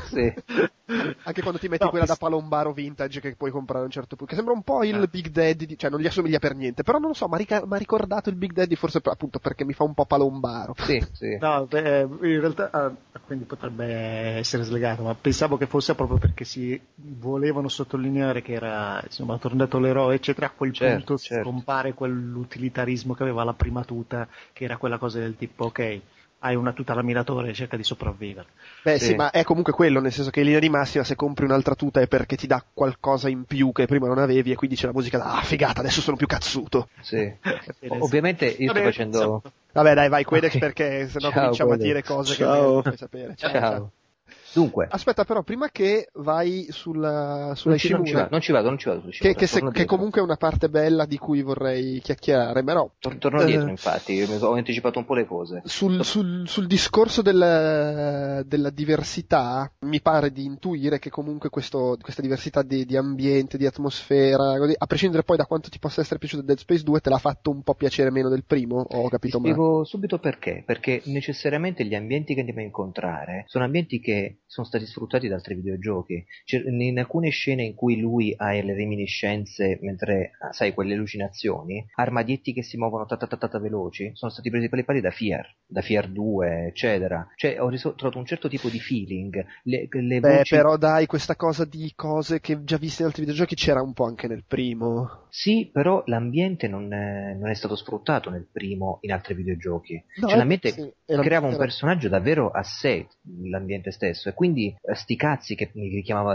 Anche quando ti metti quella da palombaro vintage che puoi comprare a un certo punto, che sembra un po' il Big Daddy, cioè non gli assomiglia per niente, però non lo so, mi ha ricordato il Big Daddy forse appunto perché mi fa un po' palombaro. No, in realtà quindi potrebbe essere slegato, ma pensavo che fosse proprio perché si volevano sottolineare che era insomma tornato l'eroe eccetera, a quel punto scompare quell'utilitarismo che aveva la prima tuta, che era quella cosa del tipo ok, hai una tuta lamiratore e cerca di sopravvivere. Sì, ma è comunque quello, nel senso che in linea di massima se compri un'altra tuta è perché ti dà qualcosa in più che prima non avevi e quindi c'è la musica figata, adesso sono più cazzuto. Ovviamente io sto facendo... Vabbè dai, vai Quedex perché sennò cominciamo a dire cose che non puoi sapere. Ciao. Dunque, aspetta però prima che vai sulla Ishimura, non ci vado su Ishimura, che comunque è una parte bella di cui vorrei chiacchierare, ma no, torno dietro infatti, ho anticipato un po' le cose sul discorso della diversità. Mi pare di intuire che comunque questa diversità di ambiente, di atmosfera, così, a prescindere poi da quanto ti possa essere piaciuto Dead Space 2, te l'ha fatto un po' piacere meno del primo, ho capito male? Ti spiego subito perché necessariamente gli ambienti che andiamo a incontrare sono ambienti che sono stati sfruttati da altri videogiochi. In alcune scene in cui lui ha le reminiscenze mentre sai quelle allucinazioni, armadietti che si muovono veloci sono stati presi per le pari da Fear 2 eccetera, cioè ho trovato un certo tipo di feeling. Le voci... però dai, questa cosa di cose che già viste in altri videogiochi c'era un po' anche nel primo. Sì, però l'ambiente non è stato sfruttato nel primo in altri videogiochi. No, l'ambiente creava un personaggio davvero a sé, l'ambiente stesso, e quindi sti cazzi che mi richiamava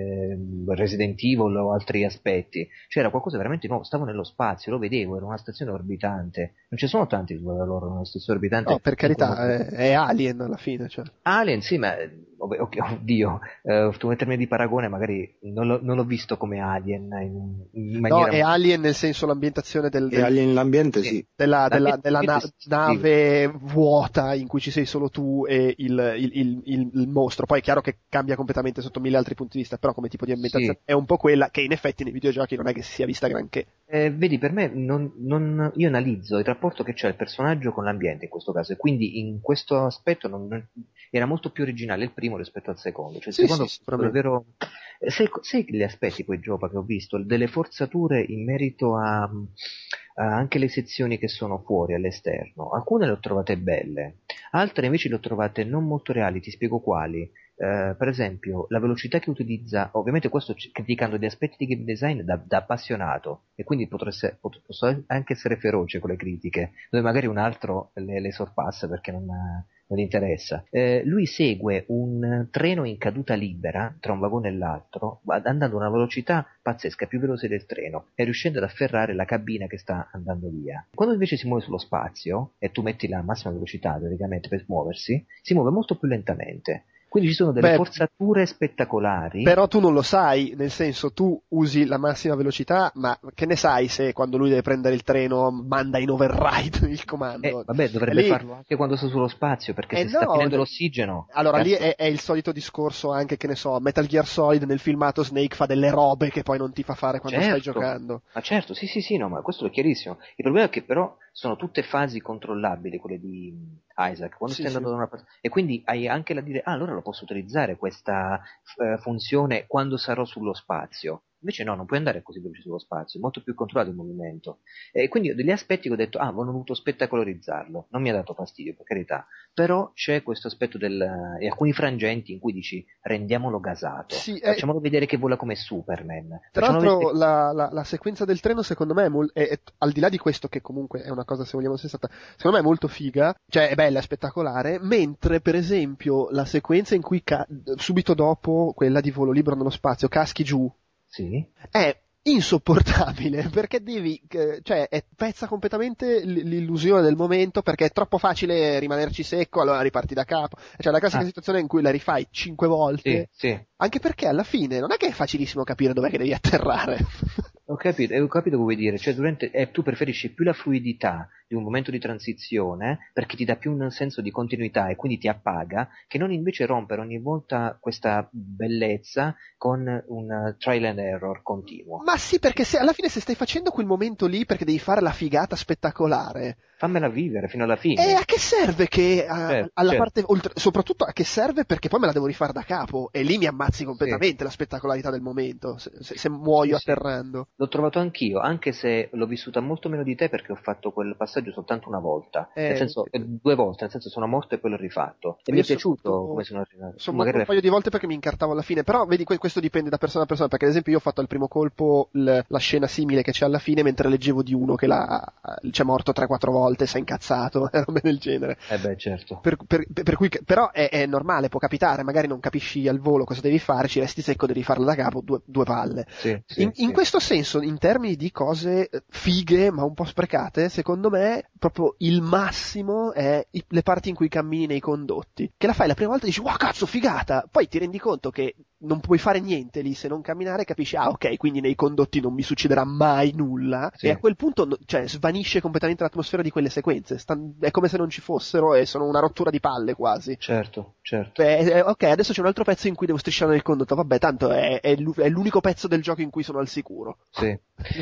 Resident Evil o altri aspetti, cioè era qualcosa veramente nuovo. Stavo nello spazio, lo vedevo, era una stazione orbitante, non ci sono tanti loro una stazione orbitante. No, per carità, è Alien alla fine, cioè. Alien sì, ma oddio, come termine di paragone magari non l'ho visto come Alien in maniera... No, è Alien nel senso l'ambientazione è Alien l'ambiente, sì. Della nave vuota in cui ci sei solo tu e il mostro. Poi è chiaro che cambia completamente sotto 1000 altri punti di vista, però come tipo di ambientazione è un po' quella che in effetti nei videogiochi non è che si sia vista granché. Vedi, per me io analizzo il rapporto che c'è il personaggio con l'ambiente in questo caso, e quindi in questo aspetto era molto più originale il primo rispetto al secondo. Cioè il secondo davvero... Sai gli aspetti poi Giopa che ho visto, delle forzature in merito a anche le sezioni che sono fuori all'esterno, alcune le ho trovate belle, altre invece le ho trovate non molto reali, ti spiego quali. Per esempio, la velocità che utilizza, ovviamente questo criticando gli aspetti di game design da appassionato, e quindi posso anche essere feroce con le critiche, dove magari un altro le sorpassa perché non gli interessa. Lui segue un treno in caduta libera tra un vagone e l'altro, andando a una velocità pazzesca, più veloce del treno, e riuscendo ad afferrare la cabina che sta andando via. Quando invece si muove sullo spazio, e tu metti la massima velocità teoricamente per muoversi, si muove molto più lentamente. Quindi ci sono delle forzature spettacolari. Però tu non lo sai, nel senso, tu usi la massima velocità, ma che ne sai se quando lui deve prendere il treno manda in override il comando? Vabbè, dovrebbe farlo anche quando sta sullo spazio, perché se sta finendo l'ossigeno. Allora lì è il solito discorso anche, che ne so, Metal Gear Solid nel filmato Snake fa delle robe che poi non ti fa fare quando stai giocando. Ma certo, sì, no, ma questo è chiarissimo. Il problema è che però sono tutte fasi controllabili, quelle di Isaac, quando stai andando da una parte, e quindi hai anche da dire, allora lo posso utilizzare questa funzione quando sarò sullo spazio. Invece no, non puoi andare così veloce sullo spazio, è molto più controllato il movimento. E quindi ho degli aspetti che ho detto, ho voluto spettacolarizzarlo, non mi ha dato fastidio, per carità, però c'è questo aspetto e alcuni frangenti in cui dici, rendiamolo gasato, facciamolo vedere che vola come Superman. Tra l'altro la sequenza del treno secondo me è al di là di questo, che comunque è una cosa, se vogliamo sensata, secondo me è molto figa, cioè è bella, è spettacolare, mentre per esempio la sequenza in cui subito dopo quella di volo libero nello spazio caschi giù, è insopportabile, perché pezza completamente l'illusione del momento, perché è troppo facile rimanerci secco, allora riparti da capo. Cioè la classica situazione in cui la rifai 5 volte, anche perché alla fine non è che è facilissimo capire dov'è che devi atterrare. Ho capito cosa vuoi dire, cioè tu preferisci più la fluidità di un momento di transizione, perché ti dà più un senso di continuità e quindi ti appaga, che non invece rompere ogni volta questa bellezza con un trial and error continuo. Ma sì, perché alla fine se stai facendo quel momento lì perché devi fare la figata spettacolare, fammela vivere fino alla fine. E a che serve che alla parte oltre, soprattutto a che serve, perché poi me la devo rifare da capo e lì mi ammazzi completamente la spettacolarità del momento, se muoio atterrando. L'ho trovato anch'io, anche se l'ho vissuta molto meno di te, perché ho fatto quel passaggio soltanto una volta, nel senso 2 volte, nel senso sono morto e poi l'ho rifatto. E mi è piaciuto come sono arrivato. Sono morto un paio di volte perché mi incartavo alla fine, però vedi, questo dipende da persona a persona, perché ad esempio io ho fatto al primo colpo la scena simile che c'è alla fine, mentre leggevo di uno che c'è morto 3-4 volte, si è incazzato, robe del genere. Certo. Per cui, però è normale, può capitare, magari non capisci al volo cosa devi fare, ci resti secco, devi farlo da capo, due palle. In questo senso, in termini di cose fighe ma un po' sprecate, secondo me proprio il massimo è le parti in cui cammini nei condotti, che la fai la prima volta e dici wow cazzo figata, poi ti rendi conto che non puoi fare niente lì se non camminare, capisci ok, quindi nei condotti non mi succederà mai nulla, e a quel punto svanisce completamente l'atmosfera di quelle sequenze, è come se non ci fossero e sono una rottura di palle quasi. Certo. Ok, adesso c'è un altro pezzo in cui devo strisciare nel condotto, vabbè, tanto è l'unico pezzo del gioco in cui sono al sicuro. Sì.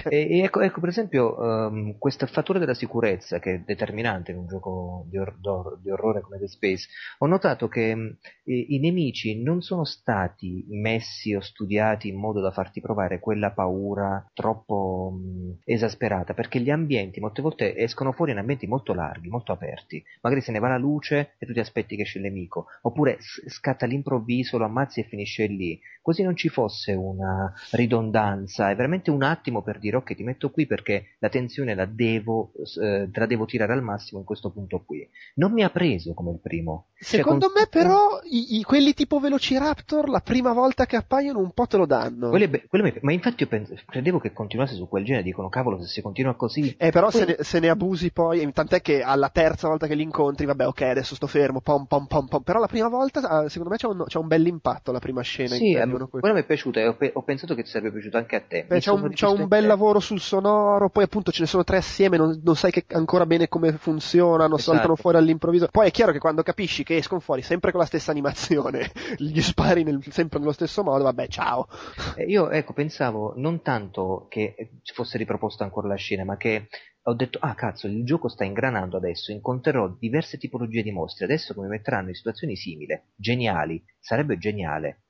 e ecco per esempio questo fattore della sicurezza che è determinante in un gioco di orrore come Dead Space. Ho notato che i nemici non sono stati messi o studiati in modo da farti provare quella paura troppo esasperata, perché gli ambienti molte volte escono fuori in ambienti molto larghi, molto aperti, magari se ne va la luce e tu ti aspetti che esce il nemico, oppure scatta all'improvviso, lo ammazzi e finisce lì, così non ci fosse una ridondanza, è veramente un attimo per dire ok, ti metto qui perché la tensione te la devo tirare al massimo in questo punto qui. Non mi ha preso come il primo. Secondo me però quelli tipo Velociraptor la prima volta che appaiono un po' te lo danno. Ma infatti io credevo che continuasse su quel genere, dicono cavolo se si continua così. Però se ne abusi poi, tant'è che alla terza volta che li incontri, vabbè ok adesso sto fermo, pom pom pom pom, però la prima volta secondo me c'è un bell'impatto la prima scena. Sì, quello mi è piaciuto e ho pensato che ti sarebbe piaciuto anche a te. C'è un bel lavoro sul sonoro, poi appunto ce ne sono 3 assieme, non sai che ancora bene come funzionano, saltano fuori all'improvviso. Poi è chiaro che quando capisci che escono fuori sempre con la stessa animazione, gli spari sempre nello stesso modo, vabbè ciao. Io pensavo non tanto che fosse riproposta ancora la scena, ma che ho detto cazzo, il gioco sta ingranando adesso, incontrerò diverse tipologie di mostri, adesso come metteranno in situazioni simili, geniali, sarebbe geniale.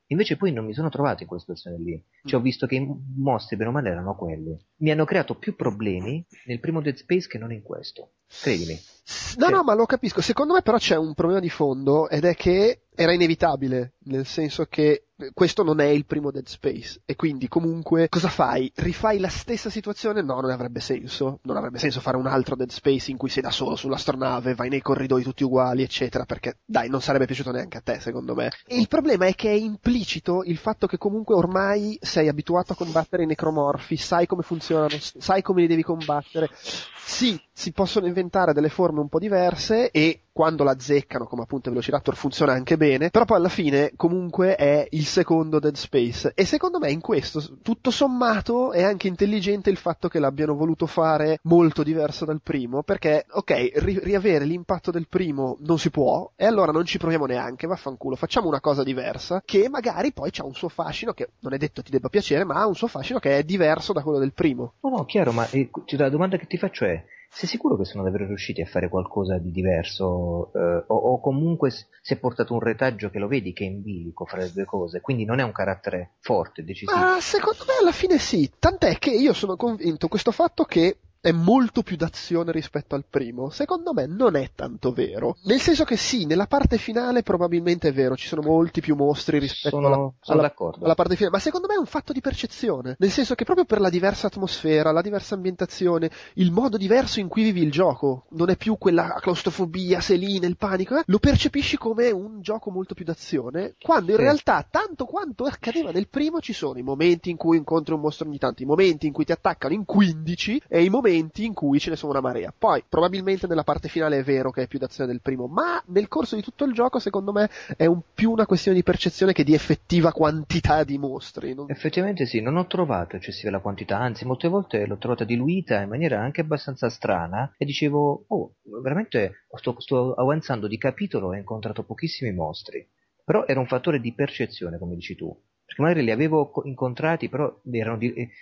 Invece poi non mi sono trovato in quella situazione lì. Cioè ho visto che i mostri, bene o male, erano quelli. Mi hanno creato più problemi nel primo Dead Space che non in questo. Credimi. No, ma lo capisco. Secondo me però c'è un problema di fondo ed è che era inevitabile, nel senso che questo non è il primo Dead Space e quindi comunque cosa fai? Rifai la stessa situazione? No, non avrebbe senso. Non avrebbe senso fare un altro Dead Space in cui sei da solo sull'astronave, vai nei corridoi tutti uguali, eccetera, perché dai, non sarebbe piaciuto neanche a te, secondo me. E il problema è che è implicito il fatto che comunque ormai sei abituato a combattere i necromorfi, sai come funzionano, sai come li devi combattere. Sì, si possono inventare delle forme un po' diverse e quando la azzeccano, come appunto Velociraptor, funziona anche bene, però poi alla fine comunque è il secondo Dead Space e secondo me in questo, tutto sommato, è anche intelligente il fatto che l'abbiano voluto fare molto diverso dal primo, perché ok, riavere l'impatto del primo non si può e allora non ci proviamo neanche, vaffanculo, facciamo una cosa diversa che magari poi c'ha un suo fascino, che non è detto ti debba piacere, ma ha un suo fascino che è diverso da quello del primo. No, chiaro, ma la domanda che ti faccio è: sei sicuro che sono davvero riusciti a fare qualcosa di diverso? O comunque si è portato un retaggio che lo vedi che è in bilico fra le due cose, quindi non è un carattere forte, decisivo? Ma secondo me alla fine sì, tant'è che io sono convinto questo fatto che è molto più d'azione rispetto al primo, secondo me non è tanto vero, nel senso che sì, nella parte finale probabilmente è vero, ci sono molti più mostri rispetto sono d'accordo. alla parte finale, ma secondo me è un fatto di percezione, nel senso che proprio per la diversa atmosfera, la diversa ambientazione, il modo diverso in cui vivi il gioco, non è più quella claustrofobia, seline, il panico, lo percepisci come un gioco molto più d'azione, quando in realtà, tanto quanto accadeva nel primo, ci sono i momenti in cui incontri un mostro ogni tanto, i momenti in cui ti attaccano in 15 e i momenti in cui ce ne sono una marea. Poi, probabilmente nella parte finale è vero che è più d'azione del primo, ma nel corso di tutto il gioco, secondo me, è più una questione di percezione che di effettiva quantità di mostri. Effettivamente sì, non ho trovato eccessiva la quantità, anzi molte volte l'ho trovata diluita in maniera anche abbastanza strana e dicevo, oh, veramente sto avanzando di capitolo e ho incontrato pochissimi mostri. Però era un fattore di percezione, come dici tu. Perché magari li avevo incontrati, però erano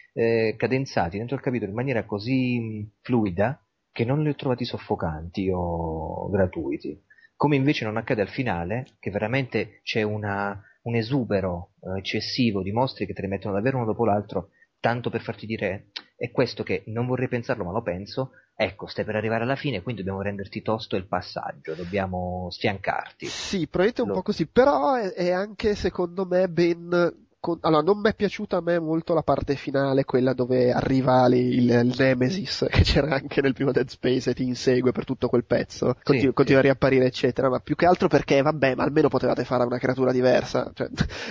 cadenzati dentro il capitolo in maniera così fluida che non li ho trovati soffocanti o gratuiti. Come invece non accade al finale, che veramente c'è un esubero eccessivo di mostri che te ne mettono davvero uno dopo l'altro, tanto per farti dire, è questo che non vorrei pensarlo ma lo penso, ecco, stai per arrivare alla fine, quindi dobbiamo renderti tosto il passaggio, dobbiamo sfiancarti. Sì, probabilmente un po' così, però è anche secondo me ben... Allora, non mi è piaciuta a me molto la parte finale, quella dove arriva il Nemesis, che c'era anche nel primo Dead Space e ti insegue per tutto quel pezzo, continua a riapparire eccetera, ma più che altro perché vabbè, ma almeno potevate fare una creatura diversa, cioè,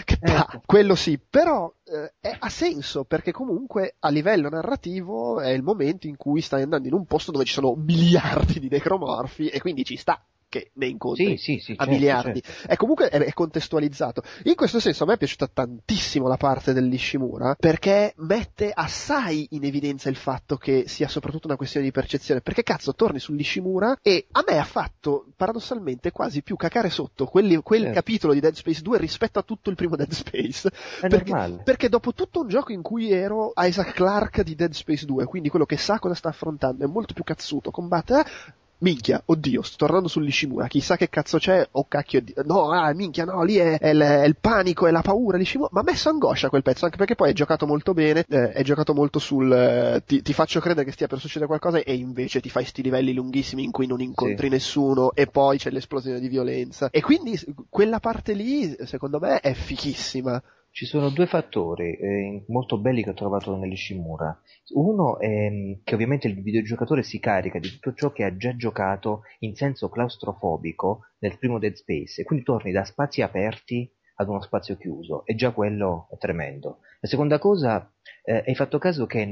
quello sì, però ha senso, perché comunque a livello narrativo è il momento in cui stai andando in un posto dove ci sono miliardi di necromorfi e quindi ci sta che ne incontri a miliardi. Certo. Comunque è contestualizzato. In questo senso a me è piaciuta tantissimo la parte dell'Ishimura, perché mette assai in evidenza il fatto che sia soprattutto una questione di percezione, perché cazzo torni sull'Ishimura e a me ha fatto paradossalmente quasi più cacare sotto quel capitolo di Dead Space 2 rispetto a tutto il primo Dead Space. Perché dopo tutto un gioco in cui ero Isaac Clarke di Dead Space 2, quindi quello che sa cosa sta affrontando, è molto più cazzuto, combatte, minchia, oddio, sto tornando sull'Ishimura, chissà che cazzo c'è, oh cacchio, no, minchia, no, lì è il panico, è la paura, l'Ishimura, ma ha messo angoscia quel pezzo, anche perché poi è giocato molto bene, è giocato molto sul, ti faccio credere che stia per succedere qualcosa e invece ti fai sti livelli lunghissimi in cui non incontri nessuno e poi c'è l'esplosione di violenza, e quindi quella parte lì, secondo me, è fichissima. Ci sono due fattori molto belli che ho trovato nell'Ishimura. Uno è che ovviamente il videogiocatore si carica di tutto ciò che ha già giocato in senso claustrofobico nel primo Dead Space e quindi torni da spazi aperti ad uno spazio chiuso e già quello è tremendo. La seconda cosa, hai fatto caso che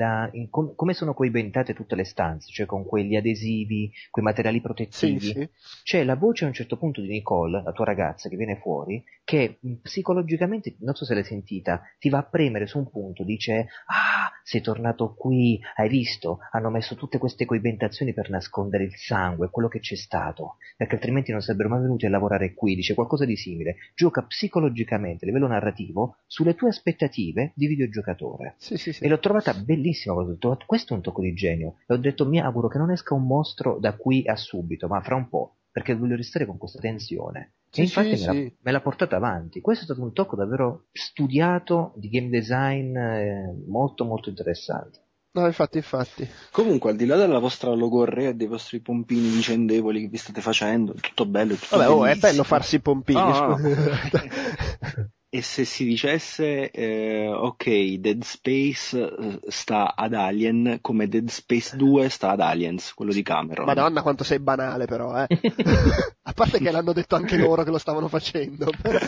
come sono coibentate tutte le stanze, cioè con quegli adesivi, quei materiali protettivi, c'è la voce a un certo punto di Nicole, la tua ragazza che viene fuori, che psicologicamente, non so se l'hai sentita, ti va a premere su un punto, dice sei tornato qui, hai visto, hanno messo tutte queste coibentazioni per nascondere il sangue, quello che c'è stato, perché altrimenti non sarebbero mai venuti a lavorare qui, dice qualcosa di simile, gioca psicologicamente a livello narrativo sulle tue aspettative di videogiocatore. E l'ho trovata bellissima, ho detto, questo è un tocco di genio, e ho detto mi auguro che non esca un mostro da qui a subito, ma fra un po', perché voglio restare con questa tensione. E infatti me l'ha portata avanti. Questo è stato un tocco davvero studiato di game design, molto molto interessante. No, infatti. Comunque, al di là della vostra logorrea e dei vostri pompini vicendevoli che vi state facendo, è tutto bello, è tutto Vabbè, è bellissimo. bello farsi i pompini. No. E se si dicesse, ok, Dead Space sta ad Alien, come Dead Space 2 sta ad Aliens, quello di Cameron. Madonna, quanto sei banale però, eh. A parte che l'hanno detto anche loro che lo stavano facendo.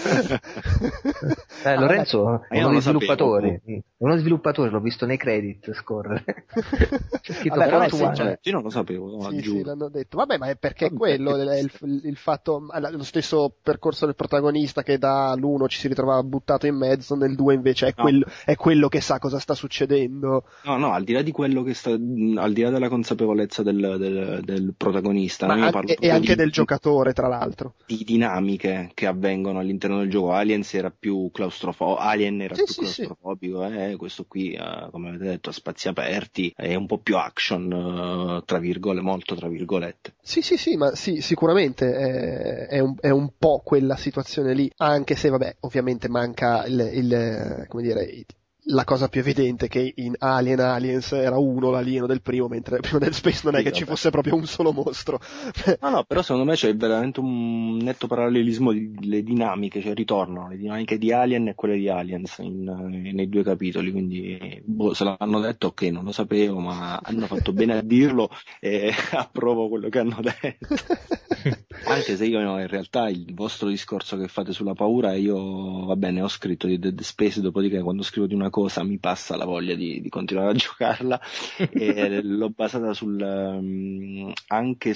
Lorenzo è uno sviluppatore, l'ho visto nei credit scorrere. C'è scritto io non lo sapevo. Sì, l'hanno detto. Vabbè, ma è perché quello è il fatto, lo stesso percorso del protagonista, che dall'1 ci si ritrovava buttato in mezzo, nel 2 invece è quello che sa cosa sta succedendo. No, al di là di quello che sta, al di là della consapevolezza del protagonista, ma e anche del giocatore, tra l'altro, di dinamiche che avvengono all'interno del gioco. Alien era più claustrofobico, questo qui, come avete detto, a spazi aperti, è un po' più action, tra virgolette, molto tra virgolette. Sì, ma sì, sicuramente è un po' quella situazione lì, anche se vabbè, ovviamente manca come dire, la cosa più evidente, che in Aliens era uno l'alieno del primo, mentre prima del Space non è che ci fosse proprio un solo mostro. No, però secondo me c'è veramente un netto parallelismo le dinamiche, cioè ritornano le dinamiche di Alien e quelle di Aliens nei due capitoli, quindi se l'hanno detto, ok, non lo sapevo, ma hanno fatto bene a dirlo e approvo quello che hanno detto. Anche se io in realtà il vostro discorso che fate sulla paura, io va bene, ho scritto di Dead Space, dopodiché quando scrivo di una cosa mi passa la voglia di continuare a giocarla e l'ho basata anche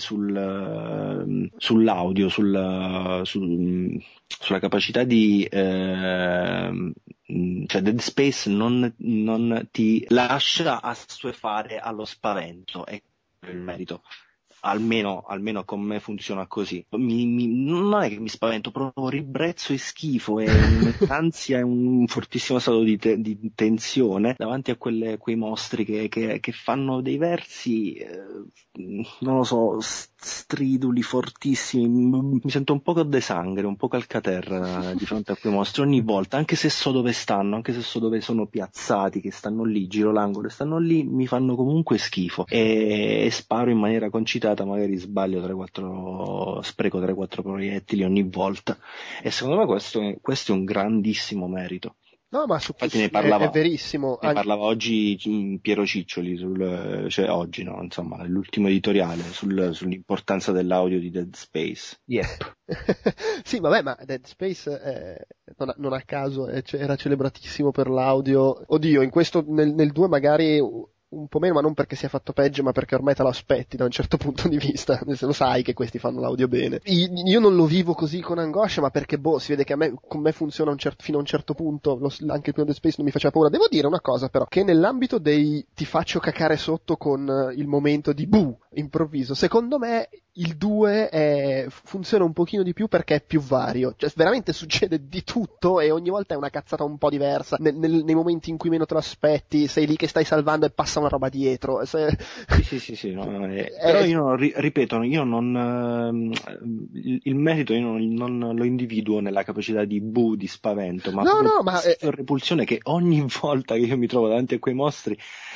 sull'audio, sulla capacità di cioè Dead Space non ti lascia assuefare allo spavento, è il merito. Almeno con me funziona così. Non è che mi spavento, proprio ribrezzo e schifo, è un'ansia, è un fortissimo stato di tensione davanti a quei mostri che fanno dei versi, non lo so, striduli, fortissimi. Mi sento un po' de sangre, un po' calcaterra di fronte a quei mostri ogni volta, anche se so dove stanno, anche se so dove sono piazzati, che stanno lì, giro l'angolo e stanno lì, mi fanno comunque schifo e sparo in maniera concitata, magari sbaglio spreco 3-4 proiettili ogni volta, e secondo me questo è un grandissimo merito. No, ma Infatti è verissimo. Ne parlava oggi Piero Ciccioli, oggi no, insomma, l'ultimo editoriale sull'importanza dell'audio di Dead Space. Yep. Sì, vabbè, ma Dead Space non a caso era celebratissimo per l'audio. Oddio, in questo nel 2 magari un po' meno, ma non perché sia fatto peggio, ma perché ormai te lo aspetti da un certo punto di vista, se lo sai che questi fanno l'audio bene. Io non lo vivo così con angoscia, ma perché si vede che con me funziona fino a un certo punto, anche il primo Dead Space non mi faceva paura. Devo dire una cosa però, che nell'ambito dei ti faccio cacare sotto con il momento di improvviso, secondo me il 2 funziona un pochino di più perché è più vario, cioè veramente succede di tutto e ogni volta è una cazzata un po' diversa, nei momenti in cui meno te lo aspetti, sei lì che stai salvando e passa una roba dietro. Sì, però io ripeto, io non il merito io non lo individuo nella capacità di di spavento, ma repulsione che ogni volta che io mi trovo davanti a quei mostri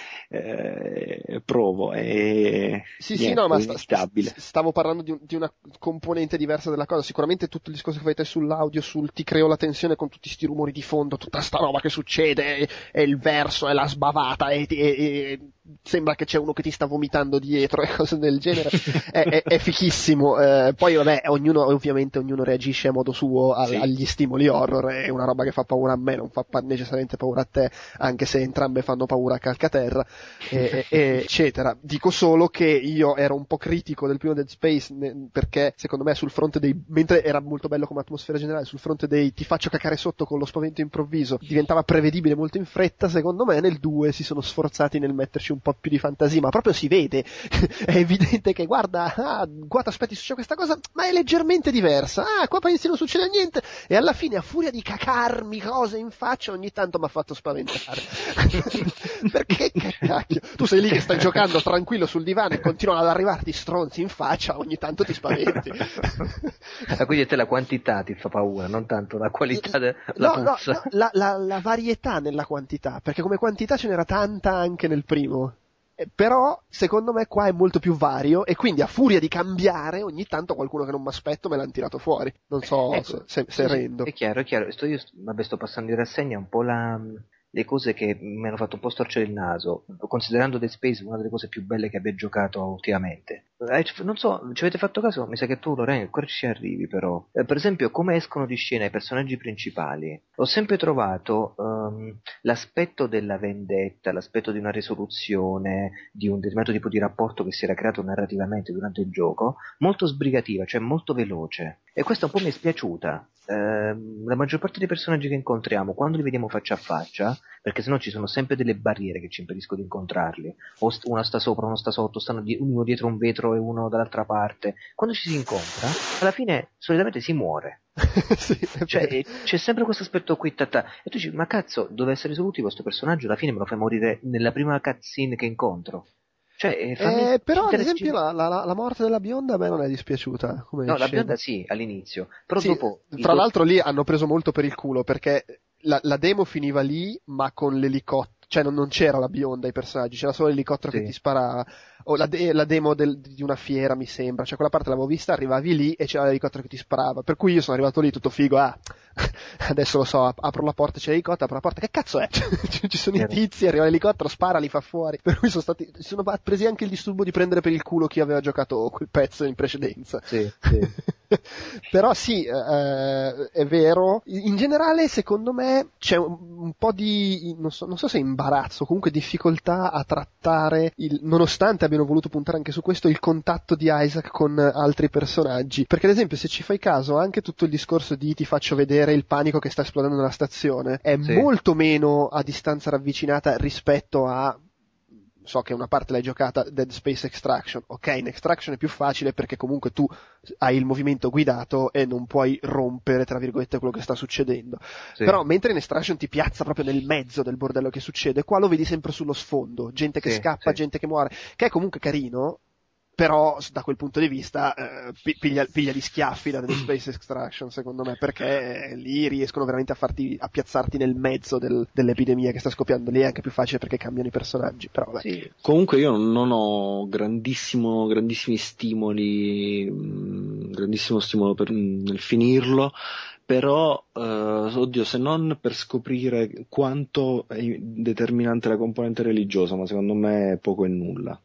provo, no, ma stavo parlando di una componente diversa della cosa. Sicuramente tutto il discorso che fate sull'audio, ti creo la tensione con tutti sti rumori di fondo, tutta sta roba che succede, è il verso, è la sbavata, e sembra che c'è uno che ti sta vomitando dietro e cose del genere. è fichissimo. Poi vabbè, ognuno reagisce a modo suo agli stimoli horror, è una roba che fa paura a me, non fa necessariamente paura a te, anche se entrambe fanno paura a calcaterra, eccetera. Dico solo che io ero un po' critico del primo Dead Space perché secondo me sul fronte mentre era molto bello come atmosfera generale, sul fronte dei ti faccio cacare sotto con lo spavento improvviso diventava prevedibile molto in fretta. Secondo me nel 2 si sono sforzati nel metterci un po' più di fantasia, ma proprio si vede, è evidente che guarda, qua ti aspetti succede questa cosa, ma è leggermente diversa, qua pensi non succede niente, e alla fine a furia di cacarmi cose in faccia ogni tanto mi ha fatto spaventare. Perché cacchio, tu sei lì che stai giocando tranquillo sul divano e continuano ad arrivarti stronzi in faccia, ogni tanto ti spaventi. Quindi a te la quantità ti fa paura, non tanto la qualità della puzza. No, la varietà nella quantità, perché come quantità ce n'era tanta anche nel primo. Però secondo me qua è molto più vario e quindi a furia di cambiare ogni tanto qualcuno che non mi aspetto me l'hanno tirato fuori. Non so se rendo. È chiaro. Sto passando in rassegna un po' le cose che mi hanno fatto un po' storcere il naso, considerando Dead Space una delle cose più belle che abbia giocato ultimamente. Non so, ci avete fatto caso? Mi sa che tu, Lorenzo, ancora ci arrivi però. Per esempio, come escono di scena i personaggi principali. Ho sempre trovato l'aspetto della vendetta, l'aspetto di una risoluzione, di un determinato tipo di rapporto che si era creato narrativamente durante il gioco, molto sbrigativa, cioè molto veloce. E questa un po' mi è spiaciuta. La maggior parte dei personaggi che incontriamo, quando li vediamo faccia a faccia, perché sennò ci sono sempre delle barriere che ci impediscono di incontrarli, o uno sta sopra, uno sta sotto, stanno uno dietro un vetro e uno dall'altra parte. Quando ci si incontra, alla fine solitamente si muore. Sì, cioè c'è sempre questo aspetto qui, e tu dici, ma cazzo, deve essere risoluto questo personaggio, alla fine me lo fai morire nella prima cutscene che incontro. Però ad esempio la morte della bionda a me non è dispiaciuta come no, scena. la bionda sì, all'inizio, però sì, dopo tra l'altro lì hanno preso molto per il culo, perché la demo finiva lì, ma con l'elicottero, cioè non c'era la bionda ai personaggi, c'era solo l'elicottero che ti sparava, o la demo di una fiera mi sembra, cioè quella parte l'avevo vista, arrivavi lì e c'era l'elicottero che ti sparava, per cui io sono arrivato lì tutto figo, adesso lo so, apro la porta, c'è l'elicottero, apro la porta, che cazzo è? Ci sono i tizi, arriva l'elicottero, spara, li fa fuori, per cui sono presi anche il disturbo di prendere per il culo chi aveva giocato quel pezzo in precedenza. Sì. Però sì, è vero, in generale secondo me c'è un po' di, non so se imbarazzo, comunque difficoltà a trattare, nonostante abbiano voluto puntare anche su questo, il contatto di Isaac con altri personaggi, perché ad esempio se ci fai caso anche tutto il discorso di ti faccio vedere il panico che sta esplodendo nella stazione è molto meno a distanza ravvicinata rispetto a, so che una parte l'hai giocata, Dead Space Extraction. Ok, in Extraction è più facile perché comunque tu hai il movimento guidato e non puoi rompere, tra virgolette, quello che sta succedendo. Sì. Però mentre in Extraction ti piazza proprio nel mezzo del bordello che succede, qua lo vedi sempre sullo sfondo, gente che scappa, gente che muore, che è comunque carino, però da quel punto di vista piglia gli schiaffi da Dead Space Extraction, secondo me, perché lì riescono veramente a piazzarti nel mezzo dell'epidemia che sta scoppiando. Lì è anche più facile perché cambiano i personaggi, però vabbè. Sì. Comunque io non ho grandissimi stimoli, grandissimo stimolo nel finirlo, però oddio, se non per scoprire quanto è determinante la componente religiosa, ma secondo me poco e nulla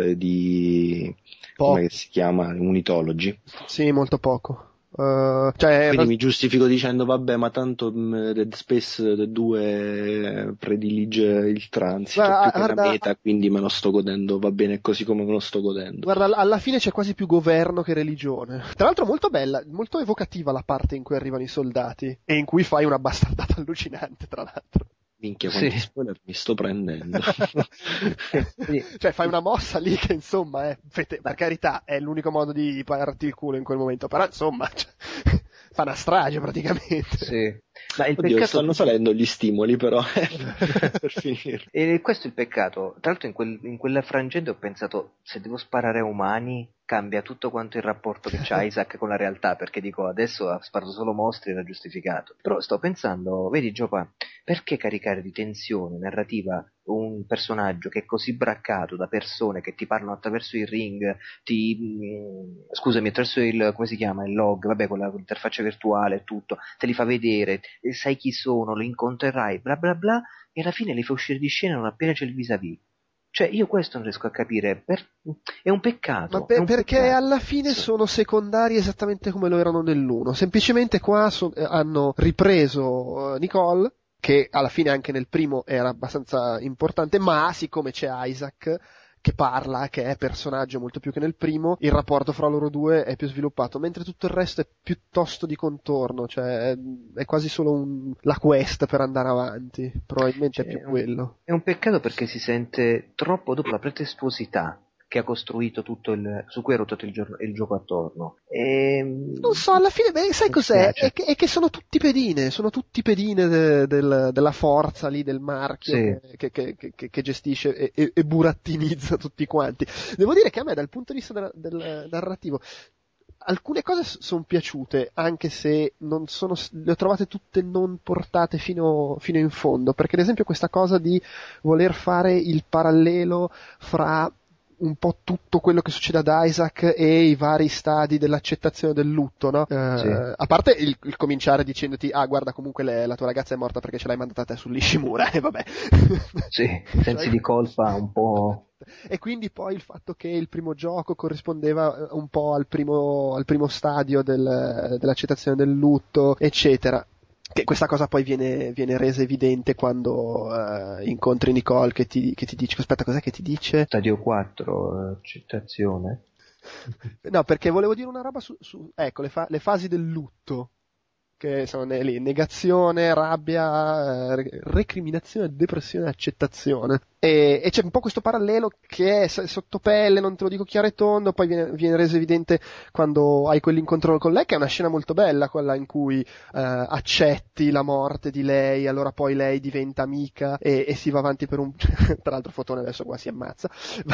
come si chiama, Unitology. Sì, molto poco. Quindi mi giustifico dicendo vabbè, ma tanto Dead Space 2 predilige il transito più che la meta, quindi me lo sto godendo, va bene così come me lo sto godendo. Guarda, alla fine c'è quasi più governo che religione. Tra l'altro molto bella, molto evocativa la parte in cui arrivano i soldati e in cui fai una bastardata allucinante, tra l'altro. Minchia, quanti spoiler mi sto prendendo. Cioè fai una mossa lì che insomma per carità è l'unico modo di pararti il culo in quel momento, però insomma fa una strage praticamente. Sì. Ma Oddio, stanno salendo gli stimoli però per finire. E questo è il peccato. Tra l'altro in quella frangente ho pensato, se devo sparare a umani cambia tutto quanto il rapporto che c'ha Isaac con la realtà, perché dico adesso ha sparato solo mostri, era giustificato. Però sto pensando, vedi Giopa, perché caricare di tensione narrativa un personaggio che è così braccato da persone che ti parlano attraverso il ring, scusami, attraverso come si chiama, il log, vabbè, con l'interfaccia virtuale e tutto, te li fa vedere, sai chi sono, lo incontrerai, bla bla bla, e alla fine li fa uscire di scena non appena c'è il vis-à-vis. Cioè, io questo non riesco a capire, è un peccato. Ma perché alla fine sono secondari esattamente come lo erano nell'1, semplicemente qua hanno ripreso Nicole, che alla fine anche nel primo era abbastanza importante, ma siccome c'è Isaac, che parla, che è personaggio molto più che nel primo, il rapporto fra loro due è più sviluppato, mentre tutto il resto è piuttosto di contorno, cioè è quasi solo la quest per andare avanti, probabilmente è più quello. È un peccato perché si sente troppo dopo la pretestuosità che ha costruito su cui ha ruotato il gioco attorno. Non so, alla fine, sai cos'è? È che sono tutti pedine della forza lì, del marchio sì. che gestisce e burattinizza tutti quanti. Devo dire che a me, dal punto di vista del narrativo, alcune cose sono piaciute, anche se le ho trovate tutte non portate fino in fondo, perché ad esempio questa cosa di voler fare il parallelo fra un po' tutto quello che succede ad Isaac e i vari stadi dell'accettazione del lutto, no? Sì. A parte il cominciare dicendoti, guarda, comunque la tua ragazza è morta perché ce l'hai mandata te sull'Ishimura, e vabbè. Sì, sensi di colpa un po'. E quindi poi il fatto che il primo gioco corrispondeva un po' al primo stadio dell'accettazione del lutto, eccetera. Che questa cosa poi viene resa evidente quando incontri Nicole che ti dice, aspetta, cos'è che ti dice? Stadio 4, accettazione. No, perché volevo dire una roba ecco, le fasi del lutto, che sono lì, negazione, rabbia, recriminazione, depressione, accettazione. E c'è un po' questo parallelo che è sotto pelle, non te lo dico chiaro e tondo, poi viene reso evidente quando hai quell'incontro con lei, che è una scena molto bella, quella in cui accetti la morte di lei, allora poi lei diventa amica e si va avanti per tra l'altro Fotone adesso qua si ammazza.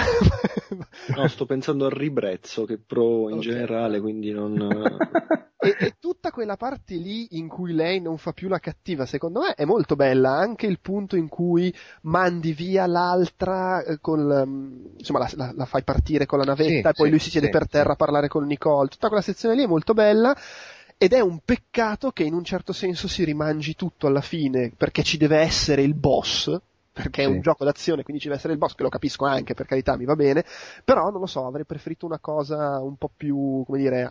No, sto pensando al ribrezzo che provo in generale, quindi non... E tutta quella parte lì in cui lei non fa più la cattiva, secondo me è molto bella, anche il punto in cui mandi via l'altra insomma la fai partire con la navetta e poi lui si siede per terra a parlare con Nicole, tutta quella sezione lì è molto bella. Ed è un peccato che in un certo senso si rimangi tutto alla fine, perché ci deve essere il boss, perché è un gioco d'azione, quindi ci deve essere il boss, che lo capisco anche, per carità, mi va bene, però non lo so, avrei preferito una cosa un po' più, come dire,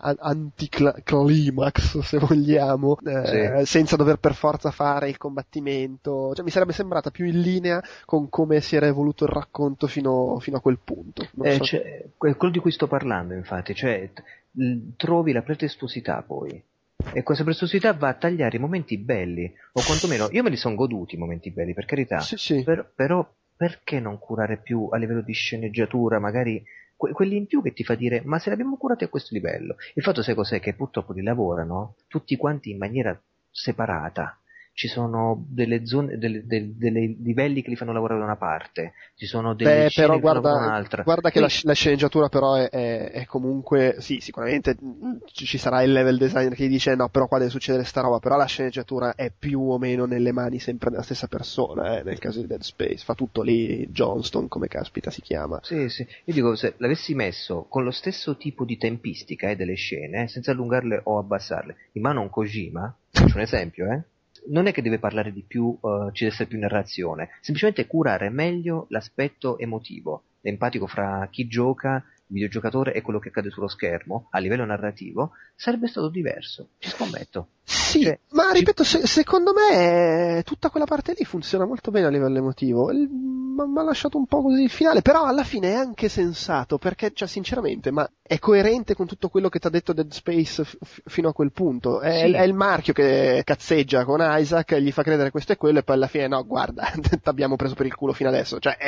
anticlimax, se vogliamo, senza dover per forza fare il combattimento, cioè mi sarebbe sembrata più in linea con come si era evoluto il racconto fino a quel punto. Quello di cui sto parlando, infatti, cioè trovi la pretestuosità poi. E questa preziosità va a tagliare i momenti belli, o quantomeno io me li sono goduti i momenti belli, per carità, sì. Però perché non curare più a livello di sceneggiatura, magari quelli in più che ti fa dire ma se li abbiamo curati a questo livello? Il fatto sai cos'è? Che purtroppo li lavorano tutti quanti in maniera separata. Ci sono delle zone, dei livelli che li fanno lavorare da una parte, ci sono delle scene che fanno lavorare da un'altra. Guarda che la sceneggiatura però è comunque, sì, sicuramente ci sarà il level designer che dice no, però qua deve succedere sta roba, però la sceneggiatura è più o meno nelle mani sempre della stessa persona, nel caso di Dead Space, fa tutto lì Johnston, come caspita si chiama. Sì, io dico, se l'avessi messo con lo stesso tipo di tempistica delle scene, senza allungarle o abbassarle, in mano a un Kojima, faccio un esempio, non è che deve parlare di più, ci deve essere più narrazione, semplicemente curare meglio l'aspetto emotivo, empatico fra chi gioca, il videogiocatore e quello che accade sullo schermo, a livello narrativo, sarebbe stato diverso, ci scommetto. Sì, ma ripeto, secondo me tutta quella parte lì funziona molto bene a livello emotivo. Mi ha lasciato un po' così il finale, però alla fine è anche sensato, perché, cioè, sinceramente, ma è coerente con tutto quello che ti ha detto Dead Space fino a quel punto. È il marchio che cazzeggia con Isaac, gli fa credere questo e quello, e poi alla fine, no, guarda, t'abbiamo preso per il culo fino adesso. Cioè,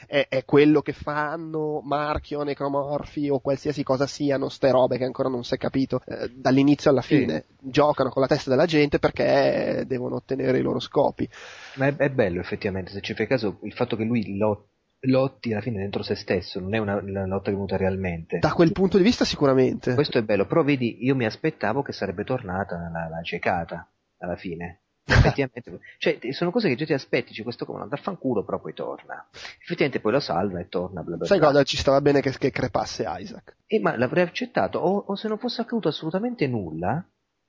è quello che fanno marchio, necromorfi o qualsiasi cosa siano, ste robe che ancora non si è capito, dall'inizio alla fine. Giocano con la testa della gente perché devono ottenere i loro scopi. Ma è bello effettivamente, se ci fai caso, il fatto che lui lotti alla fine dentro se stesso, non è una lotta che è venuta realmente. Da quel punto di vista sicuramente. Questo è bello, però vedi, io mi aspettavo che sarebbe tornata la ciecata alla fine. Effettivamente, cioè sono cose che già ti aspetti, c'è questo comando, affanculo, però poi torna. Effettivamente poi lo salva e torna, bla bla. Sai cosa? Ci stava bene che crepasse Isaac. Ma l'avrei accettato, o se non fosse accaduto assolutamente nulla,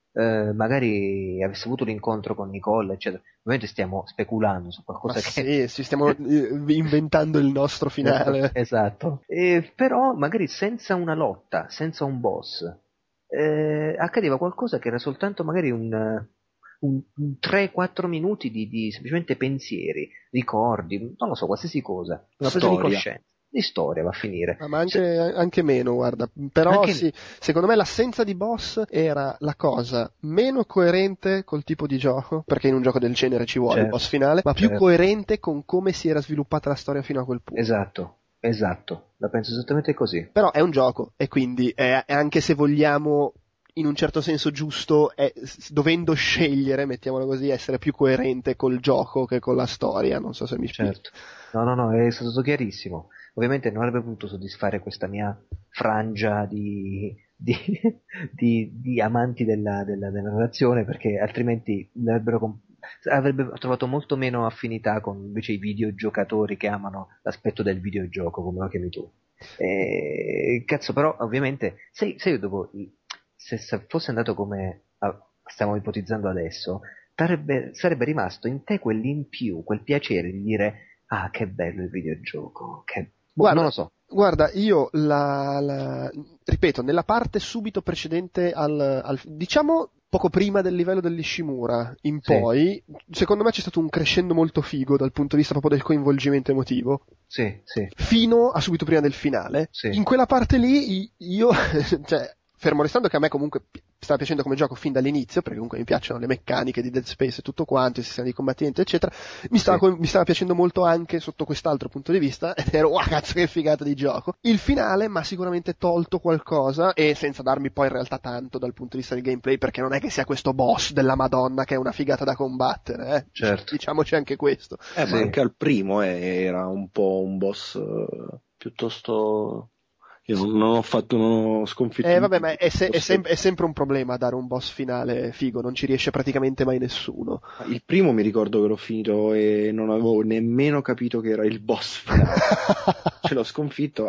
magari avesse avuto l'incontro con Nicole, eccetera. Ovviamente stiamo speculando su qualcosa che... Sì, stiamo inventando il nostro finale. Esatto. Però magari senza una lotta, senza un boss, accadeva qualcosa che era soltanto magari un 3-4 minuti di semplicemente pensieri, ricordi, non lo so, qualsiasi cosa, una presa di coscienza. di storia va a finire. Ma anche meno, guarda. Però Anche- sì, secondo me l'assenza di boss era la cosa meno coerente col tipo di gioco, perché in un gioco del genere ci vuole il Certo, boss finale, ma più certo. coerente con come si era sviluppata la storia fino a quel punto. Esatto, la penso esattamente così. Però è un gioco e quindi anche se vogliamo in un certo senso giusto, dovendo scegliere, mettiamolo così, essere più coerente col gioco che con la storia, non so se mi spiego. Certo. No, è stato chiarissimo. Ovviamente non avrebbe potuto soddisfare questa mia frangia di amanti della narrazione, perché altrimenti avrebbe trovato molto meno affinità con invece i videogiocatori che amano l'aspetto del videogioco, come lo chiami tu. Cazzo, però ovviamente se io dopo, se fosse andato come stiamo ipotizzando adesso, sarebbe rimasto in te quell'in più, quel piacere di dire ah, che bello il videogioco, Guarda, non lo so. Guarda, io ripeto, nella parte subito precedente diciamo poco prima del livello dell'Ishimura in Sì. poi, secondo me c'è stato un crescendo molto figo dal punto di vista proprio del coinvolgimento emotivo. Sì. Fino a subito prima del finale. Sì. In quella parte lì io, cioè, fermo restando che a me comunque stava piacendo come gioco fin dall'inizio, perché comunque mi piacciono le meccaniche di Dead Space e tutto quanto, il sistema di combattimento, eccetera, mi stava piacendo molto anche sotto quest'altro punto di vista, ed ero, wow, cazzo che figata di gioco. Il finale mi ha sicuramente tolto qualcosa, e senza darmi poi in realtà tanto dal punto di vista del gameplay, perché non è che sia questo boss della Madonna che è una figata da combattere, eh. Certo. Diciamoci anche questo. Ma anche al primo era un po' un boss piuttosto... Io non ho sconfitto. Vabbè, ma è sempre un problema dare un boss finale figo, non ci riesce praticamente mai nessuno. Il primo mi ricordo che l'ho finito e non avevo nemmeno capito che era il boss finale. Ce l'ho sconfitto,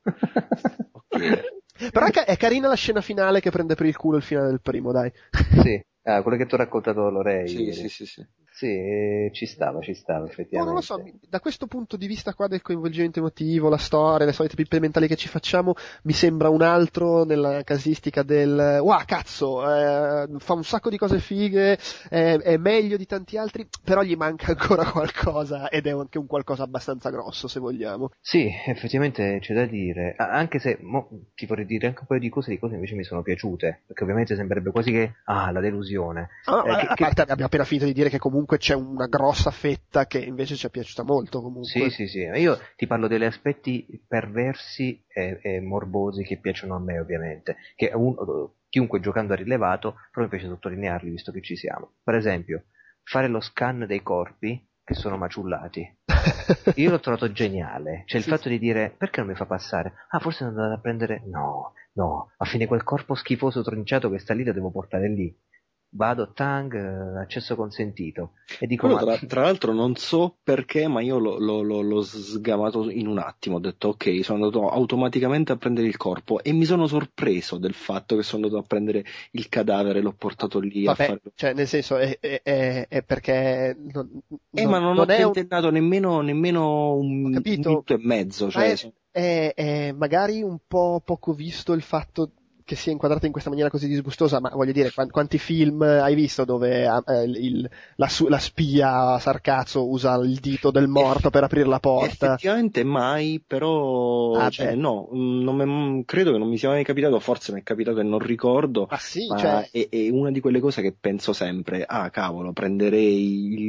ok. Però è carina la scena finale che prende per il culo il finale del primo, dai. Sì, quello che ti ho raccontato Lorei. Sì. Sì, ci stava effettivamente. Non lo so, da questo punto di vista qua del coinvolgimento emotivo, la storia, le solite pippe mentali che ci facciamo, mi sembra un altro nella casistica del wow, cazzo, fa un sacco di cose fighe, è meglio di tanti altri, però gli manca ancora qualcosa, ed è anche un qualcosa abbastanza grosso, se vogliamo. Sì, effettivamente c'è da dire, anche se ti vorrei dire anche un paio di cose invece mi sono piaciute, perché ovviamente sembrerebbe quasi che la delusione. A parte abbiamo appena finito di dire che comunque c'è una grossa fetta che invece ci è piaciuta molto comunque. Sì, io ti parlo degli aspetti perversi e morbosi che piacciono a me ovviamente, che chiunque giocando ha rilevato, però mi piace sottolinearli visto che ci siamo. Per esempio, fare lo scan dei corpi che sono maciullati. Io l'ho trovato geniale, cioè il fatto di dire perché non mi fa passare? Forse sono andato a prendere... No, a fine quel corpo schifoso tronciato che sta lì lo devo portare lì. Vado, tang, accesso consentito. E dico, tra l'altro non so perché, ma io l'ho sgamato in un attimo. Ho detto ok, sono andato automaticamente a prendere il corpo e mi sono sorpreso del fatto che sono andato a prendere il cadavere e l'ho portato lì a fare... Cioè, nel senso, è perché... ma non ho tentennato nemmeno un minuto e mezzo. Cioè... È magari un po' poco visto il fatto che sia inquadrata in questa maniera così disgustosa, ma voglio dire, quanti film hai visto dove la spia Sarcazzo usa il dito del morto per aprire la porta? Effettivamente mai, però credo che non mi sia mai capitato, forse mi è capitato e non ricordo, ma è una di quelle cose che penso sempre, cavolo, prenderei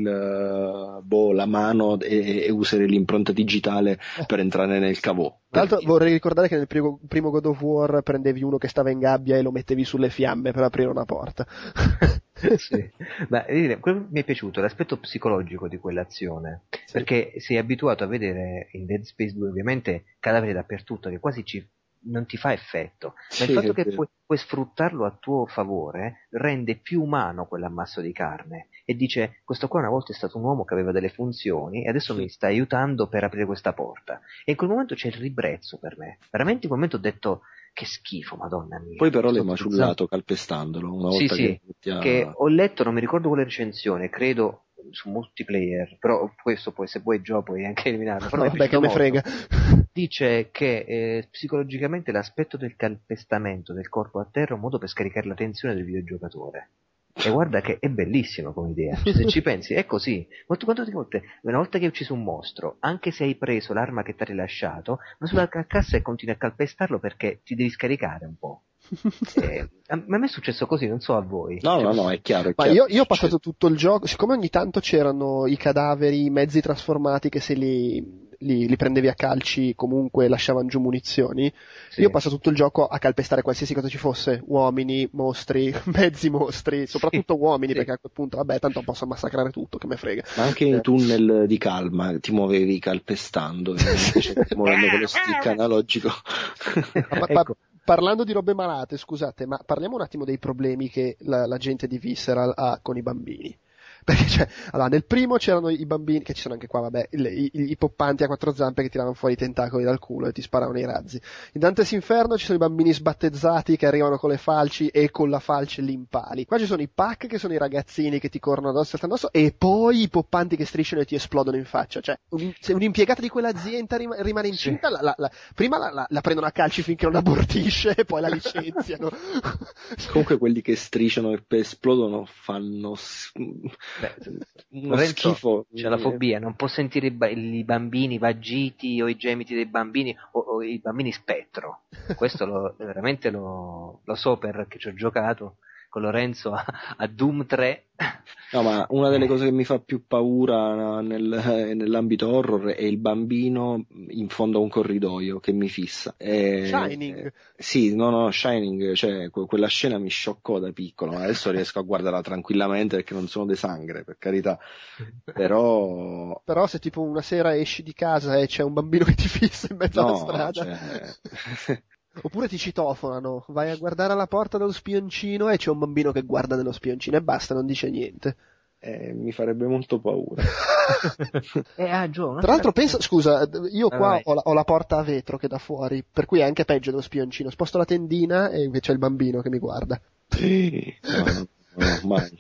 la mano e userei l'impronta digitale per entrare nel cavò. Tra l'altro vorrei ricordare che nel primo God of War prendevi uno che stava in gabbia e lo mettevi sulle fiamme per aprire una porta. Sì. Mi è piaciuto l'aspetto psicologico di quell'azione, perché sei abituato a vedere in Dead Space 2 ovviamente cadaveri dappertutto che quasi non ti fa effetto, ma il fatto che puoi sfruttarlo a tuo favore rende più umano quell'ammasso di carne e dice questo qua una volta è stato un uomo che aveva delle funzioni e adesso mi sta aiutando per aprire questa porta, e in quel momento c'è il ribrezzo per me, veramente in quel momento ho detto che schifo, madonna mia. Poi però l'hai maciullato calpestandolo una volta che ho letto, non mi ricordo quale recensione, credo su multiplayer, però questo poi se vuoi gioco puoi anche eliminarlo, però vabbè, che me frega. Dice che psicologicamente l'aspetto del calpestamento del corpo a terra è un modo per scaricare la tensione del videogiocatore. E guarda che è bellissimo come idea, cioè, se ci pensi è così. Quante volte, una volta che hai ucciso un mostro, anche se hai preso l'arma che ti ha rilasciato, ma sulla carcassa e continui a calpestarlo perché ti devi scaricare un po'. A me è successo così, non so a voi. No, è chiaro. Ma io ho passato tutto il gioco, siccome ogni tanto c'erano i cadaveri, i mezzi trasformati che se li prendevi a calci comunque lasciavano giù munizioni, io ho passato tutto il gioco a calpestare qualsiasi cosa ci fosse, uomini, mostri, mezzi mostri, soprattutto uomini, perché a quel punto, vabbè, tanto posso massacrare tutto, che me frega. Ma anche nei tunnel di calma ti muovevi calpestando, invece muovendo con lo stick analogico. Ecco. Parlando di robe malate, scusate, ma parliamo un attimo dei problemi che la gente di Visceral ha con i bambini. Perché allora, nel primo c'erano i bambini, che ci sono anche qua, vabbè, i poppanti a quattro zampe che tiravano fuori i tentacoli dal culo e ti sparavano i razzi. In Dante's Inferno ci sono i bambini sbattezzati che arrivano con le falci e con la falce li impali. Qua ci sono i pack che sono i ragazzini che ti corrono addosso, e poi i poppanti che strisciano e ti esplodono in faccia. Cioè, se un'impiegata di quell'azienda rimane incinta, prima la prendono a calci finché non abortisce e poi la licenziano. Comunque quelli che strisciano e esplodono fanno uno schifo. C'è la fobia, non può sentire i bambini vagiti o i gemiti dei bambini o i bambini spettro. Questo veramente lo so perché ci ho giocato con Lorenzo a Doom 3. No, ma una delle cose che mi fa più paura nell'ambito horror è il bambino in fondo a un corridoio che mi fissa. Shining. Sì, no, Shining, cioè quella scena mi scioccò da piccolo, ma adesso riesco a guardarla tranquillamente perché non sono de sangre, per carità. Però se tipo una sera esci di casa e c'è un bambino che ti fissa in mezzo alla strada, oppure ti citofonano, vai a guardare alla porta dello spioncino e c'è un bambino che guarda nello spioncino e basta, non dice niente. Mi farebbe molto paura. Tra l'altro penso, scusa, io qua ho la porta a vetro che dà fuori, per cui è anche peggio dello spioncino. Sposto la tendina e invece è il bambino che mi guarda. No, mai.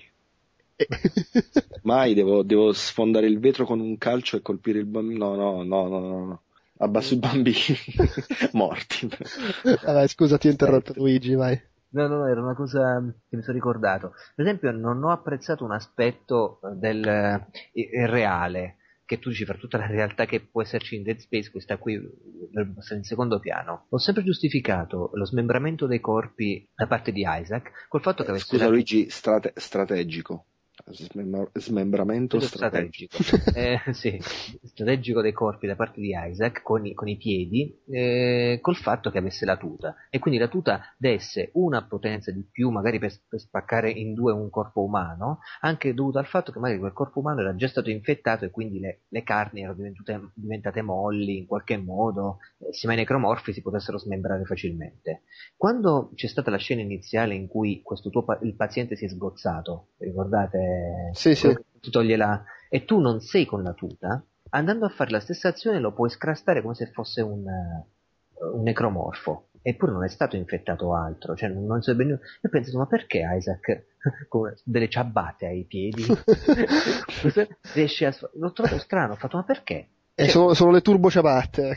Mai devo sfondare il vetro con un calcio e colpire il bambino. No. Abbasso i bambini morti. Vabbè, scusa, ti ho interrotto, Luigi, vai. No, era una cosa che mi sono ricordato. Per esempio, non ho apprezzato un aspetto del reale, che tu dici per tutta la realtà che può esserci in Dead Space, questa qui dovrebbe passare in secondo piano. Ho sempre giustificato lo smembramento dei corpi da parte di Isaac col fatto che avesse... Scusa Luigi, strategico. Smembramento strategico. Sì, strategico dei corpi da parte di Isaac con i piedi, col fatto che avesse la tuta, e quindi la tuta desse una potenza di più magari per spaccare in due un corpo umano, anche dovuto al fatto che magari quel corpo umano era già stato infettato e quindi le carni erano diventate molli in qualche modo, insieme ai necromorfi si potessero smembrare facilmente. Quando c'è stata la scena iniziale in cui il paziente si è sgozzato, ricordate? Sì. Tu togli e tu non sei con la tuta, andando a fare la stessa azione lo puoi scrastare come se fosse un necromorfo, eppure non è stato infettato altro, cioè non so benissimo. Io ho pensato, ma perché Isaac con delle ciabatte ai piedi riesce a... L'ho trovato strano, ho fatto, ma perché? Sono le turbo ciabatte.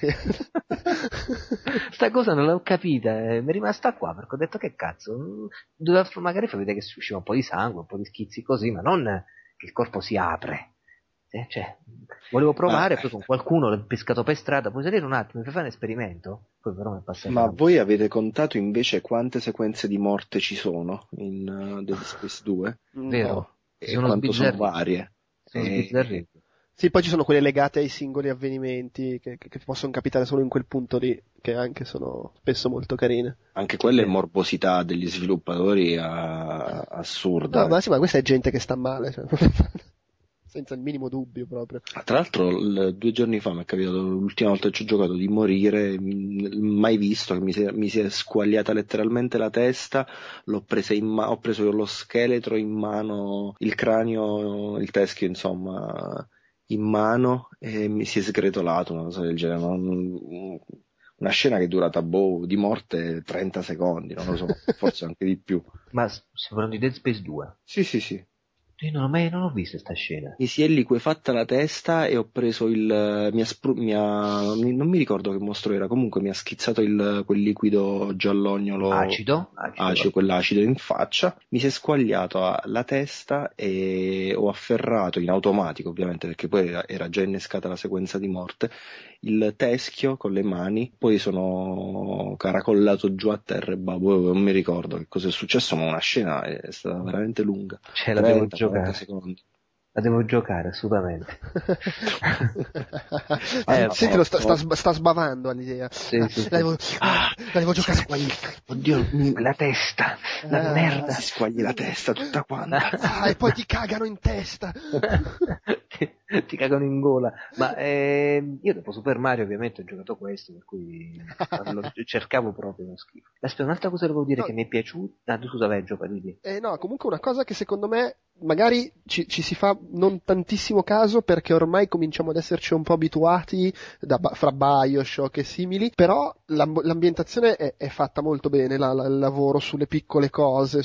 Sta cosa non l'ho capita, mi è rimasta qua perché ho detto che cazzo, doveva magari far vedere che si usciva un po' di sangue, un po' di schizzi così, ma non che il corpo si apre. Cioè, volevo provare, poi con qualcuno l'ho pescato per strada, puoi salire un attimo, mi fai fare un esperimento? Poi però mi è passato. Ma voi avete contato invece quante sequenze di morte ci sono in Dead Space 2? Vero, e quanto sono varie? Sì, poi ci sono quelle legate ai singoli avvenimenti che possono capitare solo in quel punto lì, che anche sono spesso molto carine. Anche quella è morbosità degli sviluppatori assurda. No, ma sì, ma questa è gente che sta male, cioè, senza il minimo dubbio proprio. Tra l'altro 2 giorni fa mi è capitato, l'ultima volta che ci ho giocato, di morire, mai visto, che mi si è squagliata letteralmente la testa, l'ho presa ho preso lo scheletro in mano, il cranio, il teschio insomma in mano, e mi si è sgretolato, una cosa del genere, una scena che è durata di morte 30 secondi, non lo so, forse anche di più. Ma stiamo parlando di Dead Space 2? Sì. Io non ho visto sta scena. Mi si è liquefatta la testa e ho preso non mi ricordo che mostro era, comunque mi ha schizzato quel liquido giallognolo Acido, quell'acido in faccia, mi si è squagliato la testa e ho afferrato in automatico, ovviamente, perché poi era già innescata la sequenza di morte, il teschio con le mani, poi sono caracollato giù a terra e non mi ricordo che cosa è successo, ma una scena è stata veramente lunga. Cioè, la devo 30-40 giocare. secondi. La devo giocare assolutamente. Senti, sta sbavando all'idea. Sì. La devo giocare. Oddio, la testa, la merda. Si squagli la testa tutta quanta. E poi ti cagano in testa. Ti cagano in gola. Ma io dopo Super Mario ovviamente ho giocato questo, per cui cercavo proprio uno schifo. Aspetta, un'altra cosa devo dire che mi è piaciuta. Scusa, vai, gioca, Didi. No, comunque una cosa che secondo me magari ci si fa non tantissimo caso, perché ormai cominciamo ad esserci un po' abituati fra BioShock e simili, però l'ambientazione è fatta molto bene, il lavoro sulle piccole cose,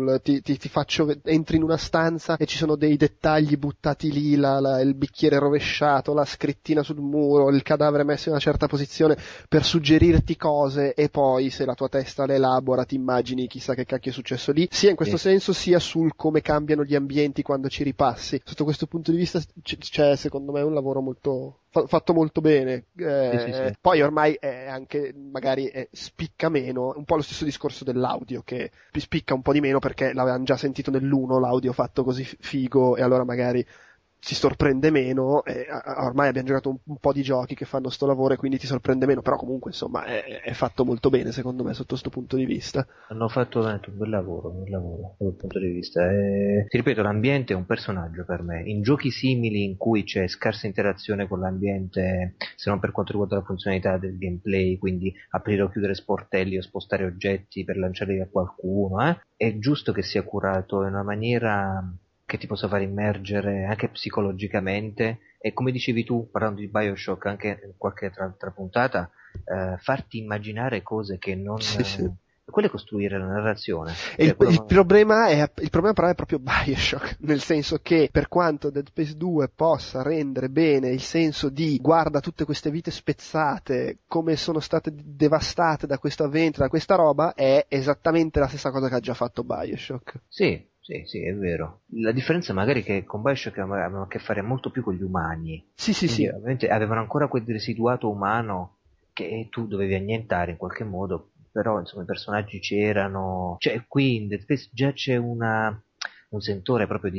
entri in una stanza e ci sono dei dettagli buttati lì, il bicchiere rovesciato, la scrittina sul muro, il cadavere messo in una certa posizione per suggerirti cose, e poi se la tua testa le elabora ti immagini chissà che cacchio è successo lì, sia in questo senso sia sul come cambiano gli ambienti quando ci ripassi. Sotto questo punto di vista c'è secondo me un lavoro molto fatto molto bene. Sì. Poi ormai è anche magari spicca meno, un po' lo stesso discorso dell'audio, che spicca un po' di meno perché l'avevano già sentito nell'1 l'audio fatto così figo, e allora magari si sorprende meno. Ormai abbiamo giocato un po' di giochi che fanno sto lavoro e quindi ti sorprende meno, però comunque insomma è fatto molto bene secondo me sotto questo punto di vista. Hanno fatto veramente un bel lavoro da quel punto di vista. Ti ripeto, l'ambiente è un personaggio per me. In giochi simili in cui c'è scarsa interazione con l'ambiente, se non per quanto riguarda la funzionalità del gameplay, quindi aprire o chiudere sportelli o spostare oggetti per lanciarli a qualcuno, è giusto che sia curato in una maniera che ti possa far immergere anche psicologicamente, e come dicevi tu, parlando di BioShock anche in qualche altra puntata, farti immaginare cose che non... Sì. Quello è costruire la narrazione. E il problema però è proprio BioShock, nel senso che per quanto Dead Space 2 possa rendere bene il senso di guarda tutte queste vite spezzate, come sono state devastate da questo avvento, da questa roba, è esattamente la stessa cosa che ha già fatto BioShock. Sì, è vero. La differenza magari è che con BioShock avevano a che fare molto più con gli umani. Sì. Ovviamente avevano ancora quel residuato umano che tu dovevi annientare in qualche modo, però insomma i personaggi c'erano. Cioè qui in Dead Space già c'è un sentore proprio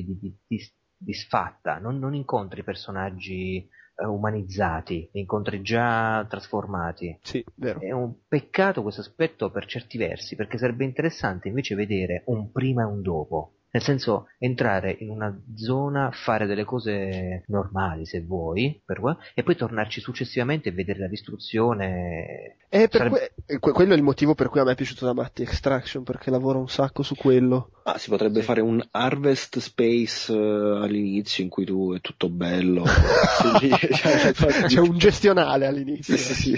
di sfatta, non incontri personaggi umanizzati, li incontri già trasformati. Sì, vero. È un peccato questo aspetto per certi versi, perché sarebbe interessante invece vedere un prima e un dopo. Nel senso, entrare in una zona, fare delle cose normali se vuoi, e poi tornarci successivamente e vedere la distruzione. Quello è il motivo per cui a me è piaciuto da matti Extraction, perché lavora un sacco su quello. Si potrebbe fare un Harvest Space all'inizio in cui tu è tutto bello. C'è un gestionale all'inizio. Sì.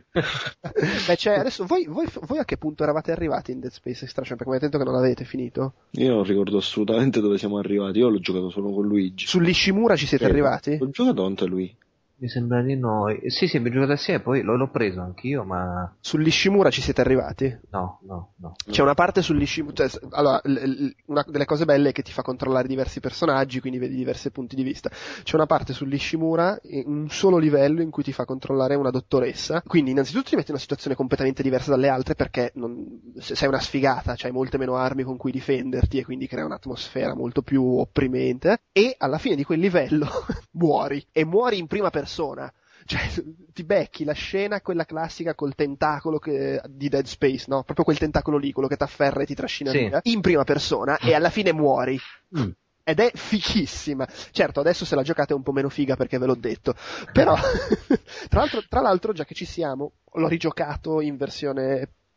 Beh, adesso voi a che punto eravate arrivati in Dead Space Extraction? Perché mi avete detto che non l'avete finito. Io non ricordo assolutamente dove siamo arrivati. Io l'ho giocato solo con Luigi. Sull'Ishimura ci siete arrivati? L'ho giocato anche lui. Mi sembra di no. Sì, abbiamo giocato assieme, poi l'ho preso anch'io, ma... Sull'Ishimura ci siete arrivati? No. C'è una parte sull'Ishimura, allora, una delle cose belle è che ti fa controllare diversi personaggi, quindi vedi diversi punti di vista. C'è una parte sull'Ishimura, un solo livello, in cui ti fa controllare una dottoressa, quindi innanzitutto ti metti in una situazione completamente diversa dalle altre, perché sei una sfigata, c'hai molte meno armi con cui difenderti, e quindi crea un'atmosfera molto più opprimente, e alla fine di quel livello muori in prima persona. Cioè, ti becchi la scena, quella classica col tentacolo di Dead Space, no? Proprio quel tentacolo lì, quello che ti afferra e ti trascina via, in prima persona, e alla fine muori. Ed è fighissima. Certo, adesso se la giocate è un po' meno figa perché ve l'ho detto. Però, tra l'altro, già che ci siamo, l'ho rigiocato in versione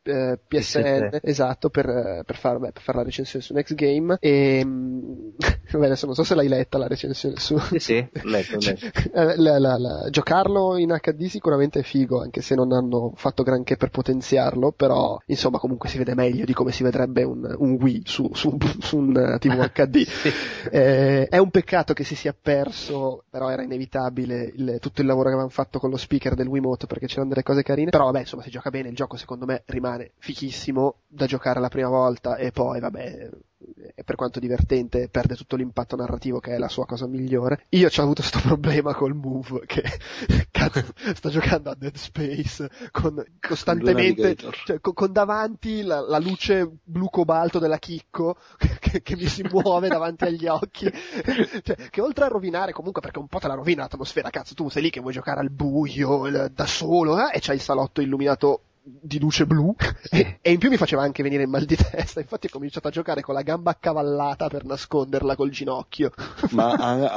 PSN, esatto, per fare la recensione su Next Game. E vabbè, adesso non so se l'hai letta la recensione su. Sì, letto. Giocarlo in HD sicuramente è figo, anche se non hanno fatto granché per potenziarlo, però insomma comunque si vede meglio di come si vedrebbe un Wii su un TV HD. Sì. È un peccato che si sia perso, però era inevitabile tutto il lavoro che avevano fatto con lo speaker del Wiimote, perché c'erano delle cose carine. Però vabbè, insomma, si gioca bene, il gioco secondo me rimane fichissimo da giocare la prima volta, e poi vabbè, per quanto divertente perde tutto l'impatto narrativo, che è la sua cosa migliore. Io c'ho avuto sto problema col Move, che cazzo, sto giocando a Dead Space con costantemente, cioè, con davanti la luce blu cobalto della Chicco che mi si muove davanti agli occhi, cioè, che oltre a rovinare comunque, perché un po' te la rovina l'atmosfera, cazzo, tu sei lì che vuoi giocare al buio da solo, e c'hai il salotto illuminato di luce blu, e in più mi faceva anche venire il mal di testa. Infatti ho cominciato a giocare con la gamba accavallata per nasconderla col ginocchio. Ma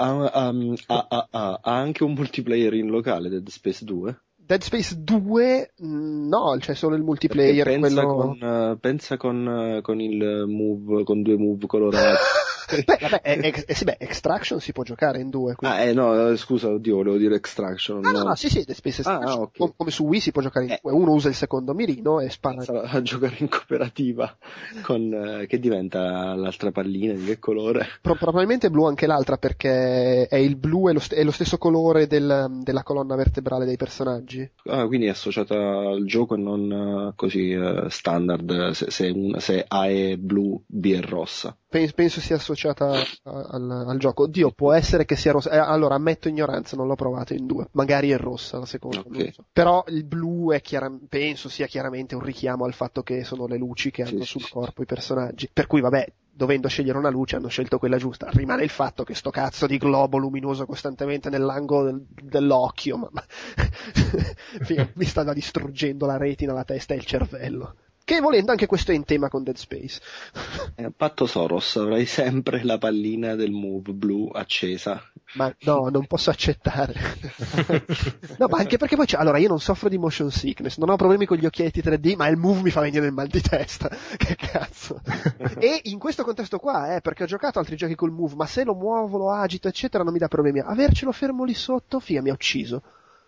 ha anche un multiplayer in locale Dead Space 2? Dead Space 2 no, c'è solo il multiplayer. Pensa con il move, con 2 move colorati. Beh, Extraction si può giocare in 2. Quindi. No, scusa, oddio, volevo dire Extraction. No, sì, Dead Space Extraction, okay. Come su Wii si può giocare in 2. Uno usa il secondo mirino e spara. A giocare in cooperativa con che diventa l'altra pallina, di che colore? Probabilmente blu anche l'altra, perché è il blu, è lo stesso colore della colonna vertebrale dei personaggi. Quindi è associata al gioco e non così standard, se A è blu, B è rossa. Penso sia associata al gioco. Oddio, può essere che sia rossa. Allora, ammetto ignoranza, non l'ho provato in 2. Magari è rossa la seconda. Okay. Non so. Però il blu penso sia chiaramente un richiamo al fatto che sono le luci che hanno sul corpo i personaggi. Per cui, vabbè, dovendo scegliere una luce hanno scelto quella giusta. Rimane il fatto che sto cazzo di globo luminoso costantemente nell'angolo dell'occhio, ma mi stanno distruggendo la retina, la testa e il cervello. Che volendo anche questo è in tema con Dead Space. Patto Soros, avrai sempre la pallina del move blu accesa. Ma no, non posso accettare. No, ma anche perché poi allora io non soffro di motion sickness, non ho problemi con gli occhietti 3D, ma il move mi fa venire il mal di testa. Che cazzo. E in questo contesto qua, perché ho giocato altri giochi col move, ma se lo muovo, lo agito, eccetera, non mi dà problemi. Avercelo fermo lì sotto, figa, mi ha ucciso.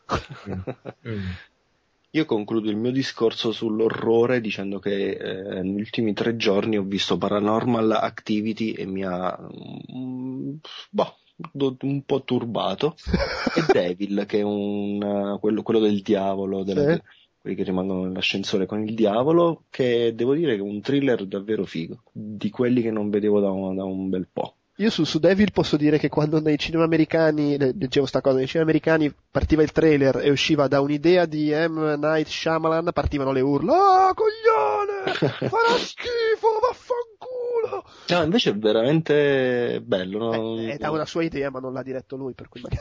Io concludo il mio discorso sull'orrore dicendo che negli ultimi 3 giorni ho visto Paranormal Activity e mi ha un po' turbato, e Devil, che è quello del diavolo, quelli che rimangono nell'ascensore con il diavolo, che devo dire che è un thriller davvero figo, di quelli che non vedevo da un bel po'. Io su Devil posso dire che quando nei cinema americani, leggevo sta cosa, nei cinema americani partiva il trailer e usciva da un'idea di M. Night Shyamalan, partivano le urla: "Ah, coglione! Farà schifo, vaffanculo!" No, invece è veramente bello, no? È da una sua idea, ma non l'ha diretto lui, per cui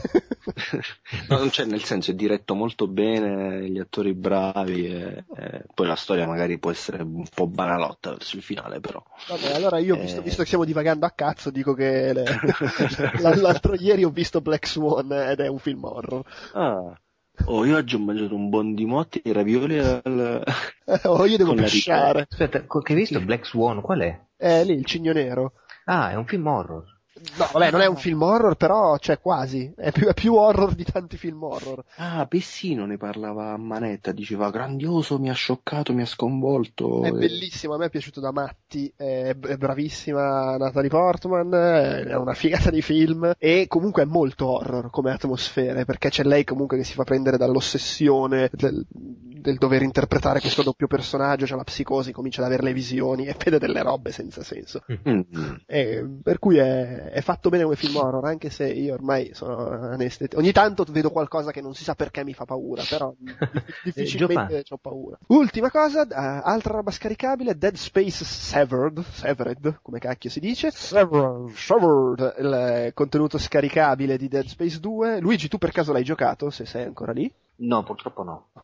No, cioè, nel senso, è diretto molto bene, gli attori bravi, e poi la storia magari può essere un po' banalotta verso il finale, però. Vabbè, allora io, visto che stiamo divagando a cazzo, dico che l'altro ieri ho visto Black Swan ed è un film horror. Io oggi ho mangiato un buon di motti e ravioli io devo pesciare. Aspetta, che hai visto Black Swan? Qual è? Lì, il Cigno Nero. È un film horror. No, vabbè, non è un film horror, però, quasi. È più horror di tanti film horror. Pessino ne parlava a manetta, diceva: grandioso, mi ha scioccato, mi ha sconvolto. È bellissimo, a me è piaciuto da matti, è bravissima Natalie Portman, è una figata di film, e comunque è molto horror come atmosfere, perché c'è lei comunque che si fa prendere dall'ossessione del dover interpretare questo doppio personaggio, c'è la psicosi, comincia ad avere le visioni e vede delle robe senza senso. Per cui è fatto bene come film horror, anche se io ormai sono anestetico. Ogni tanto vedo qualcosa che non si sa perché mi fa paura, però difficilmente ho paura. Ultima cosa, altra roba scaricabile, Dead Space Severed, come cacchio si dice? Severed, il contenuto scaricabile di Dead Space 2. Luigi, tu per caso l'hai giocato, se sei ancora lì? No, purtroppo no.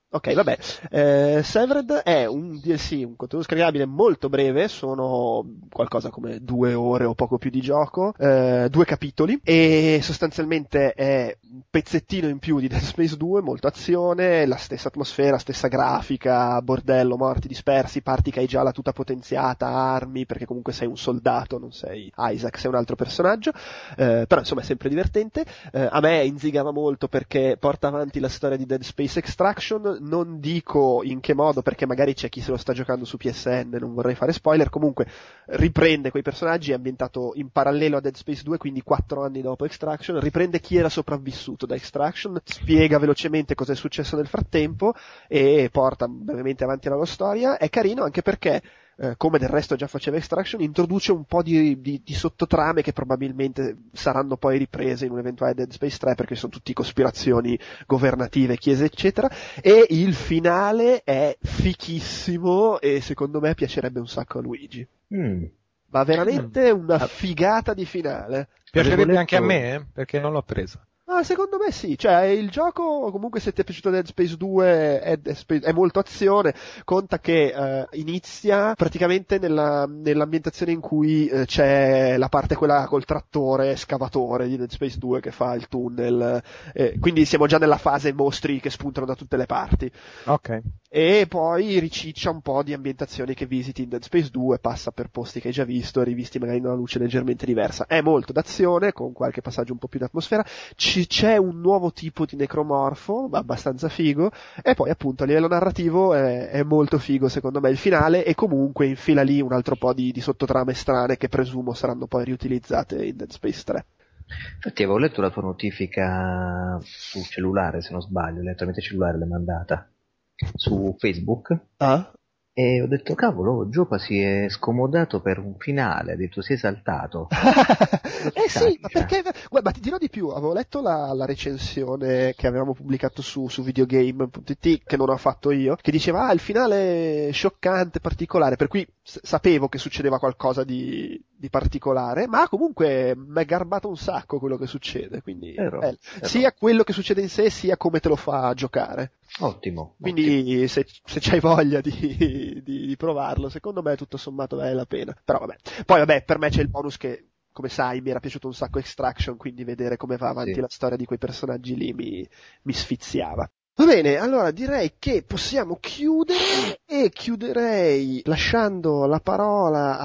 Ok, vabbè. Severed è un DLC, un contenuto scaricabile molto breve, sono qualcosa come 2 ore o poco più di gioco, 2 capitoli, e sostanzialmente è un pezzettino in più di Dead Space 2, molto azione, la stessa atmosfera, stessa grafica, bordello, morti dispersi, parti che hai già la tuta potenziata, armi, perché comunque sei un soldato, non sei Isaac, sei un altro personaggio, però insomma è sempre divertente. A me inzigava molto perché porta avanti la storia di Dead Space Extraction, non dico in che modo perché magari c'è chi se lo sta giocando su PSN, non vorrei fare spoiler, comunque riprende quei personaggi, è ambientato in parallelo a Dead Space 2, quindi 4 anni dopo Extraction, riprende chi era sopravvissuto da Extraction, spiega velocemente cosa è successo nel frattempo e porta brevemente avanti la loro storia. È carino anche perché come del resto già faceva Extraction, introduce un po' di sottotrame che probabilmente saranno poi riprese in un eventuale Dead Space 3 perché sono tutte cospirazioni governative, chiese eccetera, e il finale è fichissimo e secondo me piacerebbe un sacco a Luigi. Ma veramente una figata di finale. Piacerebbe anche a me, perché non l'ho preso. Ah, secondo me sì, cioè il gioco comunque se ti è piaciuto Dead Space 2 è molto azione, conta che inizia praticamente nell'ambientazione in cui c'è la parte quella col trattore scavatore di Dead Space 2 che fa il tunnel, quindi siamo già nella fase mostri che spuntano da tutte le parti. Ok. E poi riciccia un po' di ambientazioni che visiti in Dead Space 2, passa per posti che hai già visto, rivisti magari in una luce leggermente diversa. È molto d'azione, con qualche passaggio un po' più d'atmosfera. C'è un nuovo tipo di necromorfo, abbastanza figo, e poi appunto a livello narrativo è molto figo secondo me il finale, e comunque infila lì un altro po' di sottotrame strane che presumo saranno poi riutilizzate in Dead Space 3. Infatti avevo letto la tua notifica su cellulare, se non sbaglio, elettramente cellulare l'hai mandata su Facebook. Ah? E ho detto, cavolo, Giopa si è scomodato per un finale, ha detto si è esaltato. Sì, ma perché, guarda, ti dirò di più, avevo letto la recensione che avevamo pubblicato su videogame.it, che non ho fatto io, che diceva, il finale scioccante, particolare, per cui sapevo che succedeva qualcosa di particolare, ma comunque mi è garbato un sacco quello che succede, quindi sia quello che succede in sé, sia come te lo fa giocare. Ottimo. Quindi se c'hai voglia di provarlo, secondo me tutto sommato vale la pena. Però vabbè. Poi vabbè, per me c'è il bonus che, come sai, mi era piaciuto un sacco Extraction, quindi vedere come va avanti la storia di quei personaggi lì mi sfiziava. Va bene, allora direi che possiamo chiudere, e chiuderei lasciando la parola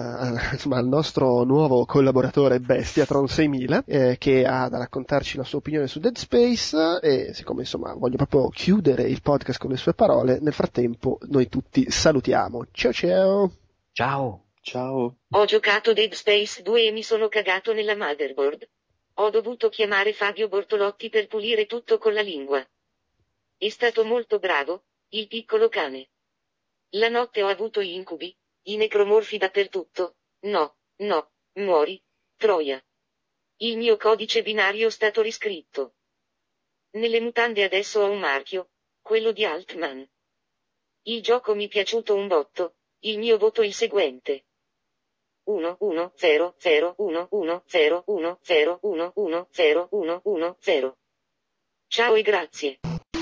al nostro nuovo collaboratore Bestiatron 6000, che ha da raccontarci la sua opinione su Dead Space, e siccome insomma voglio proprio chiudere il podcast con le sue parole, nel frattempo noi tutti salutiamo. Ciao ciao! Ciao! Ciao! Ho giocato Dead Space 2 e mi sono cagato nella motherboard. Ho dovuto chiamare Fabio Bortolotti per pulire tutto con la lingua. È stato molto bravo, il piccolo cane. La notte ho avuto incubi, i necromorfi dappertutto, no, muori, troia. Il mio codice binario è stato riscritto. Nelle mutande adesso ho un marchio, quello di Altman. Il gioco mi è piaciuto un botto, il mio voto è il seguente. 1-1-0-0-1-1-0-1-0-1-1-0-1-1-0. Ciao e grazie.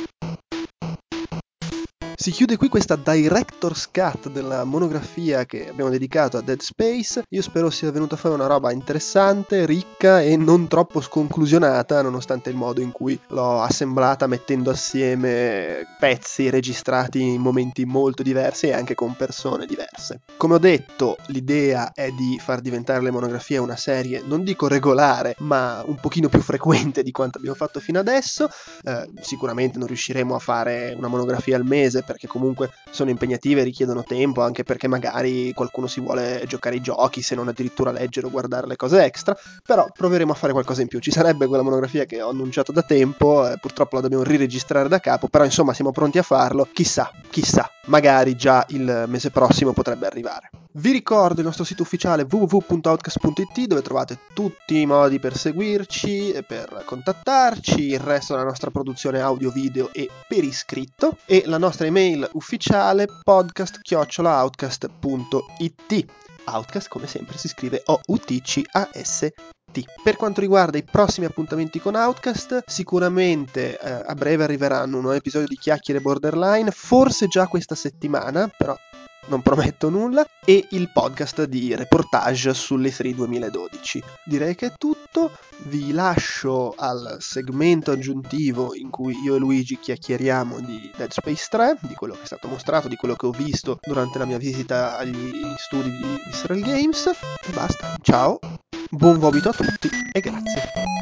Si chiude qui questa Director's Cut della monografia che abbiamo dedicato a Dead Space. Io spero sia venuta fuori una roba interessante, ricca e non troppo sconclusionata, nonostante il modo in cui l'ho assemblata mettendo assieme pezzi registrati in momenti molto diversi e anche con persone diverse. Come ho detto, l'idea è di far diventare le monografie una serie, non dico regolare, ma un pochino più frequente di quanto abbiamo fatto fino adesso. Sicuramente non riusciremo a fare una monografia al mese, perché comunque sono impegnative, richiedono tempo, anche perché magari qualcuno si vuole giocare i giochi, se non addirittura leggere o guardare le cose extra, però proveremo a fare qualcosa in più. Ci sarebbe quella monografia che ho annunciato da tempo, purtroppo la dobbiamo riregistrare da capo, però insomma siamo pronti a farlo, chissà, magari già il mese prossimo potrebbe arrivare. Vi ricordo il nostro sito ufficiale www.outcast.it, dove trovate tutti i modi per seguirci e per contattarci, il resto della nostra produzione audio, video e per iscritto, e la nostra email ufficiale podcast@outcast.it. Outcast, come sempre, si scrive OUTCAST. Per quanto riguarda i prossimi appuntamenti con Outcast, sicuramente a breve arriveranno un nuovo episodio di Chiacchiere Borderline, forse già questa settimana, però non prometto nulla, e il podcast di reportage sulle 3 2012. Direi che è tutto, vi lascio al segmento aggiuntivo in cui io e Luigi chiacchieriamo di Dead Space 3, di quello che è stato mostrato, di quello che ho visto durante la mia visita agli studi di Visceral Games, e basta, ciao, buon vomito a tutti e grazie.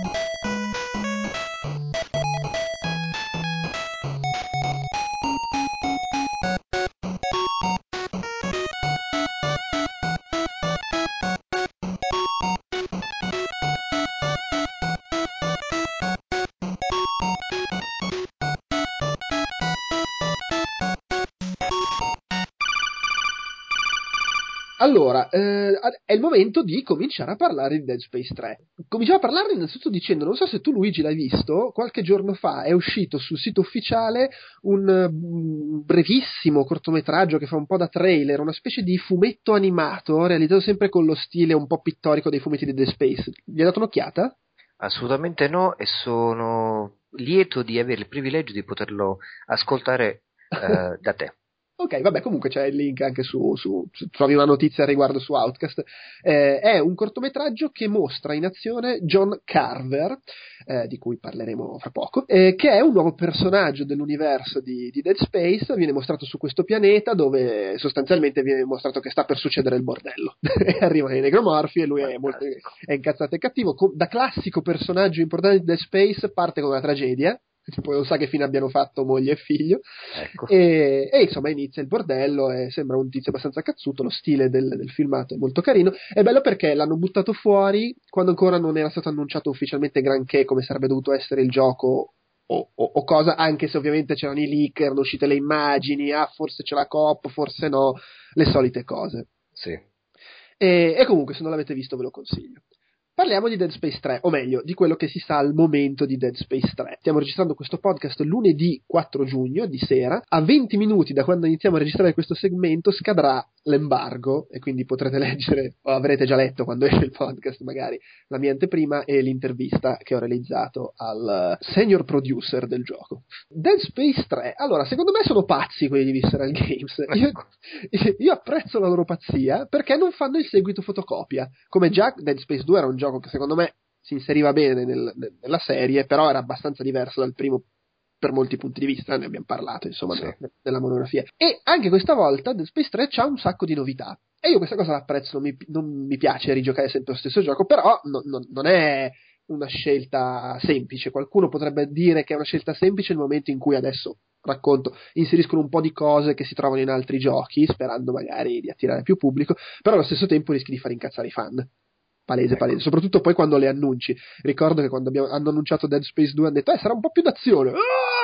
Allora, è il momento di cominciare a parlare di Dead Space 3. Cominciamo a parlarne innanzitutto dicendo, non so se tu Luigi l'hai visto, qualche giorno fa è uscito sul sito ufficiale un brevissimo cortometraggio che fa un po' da trailer, una specie di fumetto animato, realizzato sempre con lo stile un po' pittorico dei fumetti di Dead Space. Gli hai dato un'occhiata? Assolutamente no, e sono lieto di avere il privilegio di poterlo ascoltare da te. Ok, vabbè, comunque c'è il link anche trovi una notizia al riguardo su Outcast. È un cortometraggio che mostra in azione John Carver, di cui parleremo fra poco, che è un nuovo personaggio dell'universo di Dead Space. Viene mostrato su questo pianeta dove sostanzialmente viene mostrato che sta per succedere il bordello. Arrivano i necromorfi e lui è incazzato e cattivo. Da classico personaggio importante di Dead Space parte con una tragedia. Poi non sa che fine abbiano fatto moglie e figlio, ecco. e insomma inizia il bordello e sembra un tizio abbastanza cazzuto. Lo stile del filmato è molto carino, è bello perché l'hanno buttato fuori quando ancora non era stato annunciato ufficialmente granché come sarebbe dovuto essere il gioco o cosa, anche se ovviamente c'erano i leak, erano uscite le immagini, forse c'è la coop, forse no, le solite cose. Sì. E comunque se non l'avete visto ve lo consiglio. Parliamo di Dead Space 3, o meglio, di quello che si sa al momento di Dead Space 3. Stiamo registrando questo podcast lunedì 4 giugno, di sera. A 20 minuti da quando iniziamo a registrare questo segmento scadrà l'embargo, e quindi potrete leggere, o avrete già letto quando esce il podcast magari, la mia anteprima e l'intervista che ho realizzato al senior producer del gioco. Dead Space 3, allora, secondo me sono pazzi quelli di Visceral Games. Io apprezzo la loro pazzia perché non fanno il seguito fotocopia, come già Dead Space 2 era un gioco che secondo me si inseriva bene nella serie, però era abbastanza diverso dal primo per molti punti di vista, ne abbiamo parlato insomma sì, nella monografia. E anche questa volta Dead Space 3 c'ha un sacco di novità e io questa cosa l'apprezzo, non mi piace rigiocare sempre lo stesso gioco, però non è una scelta semplice. Qualcuno potrebbe dire che è una scelta semplice nel momento in cui, adesso racconto, inseriscono un po' di cose che si trovano in altri giochi sperando magari di attirare più pubblico, però allo stesso tempo rischi di far incazzare i fan. Palese, soprattutto poi quando le annunci. Ricordo che quando hanno annunciato Dead Space 2 hanno detto sarà un po' più d'azione.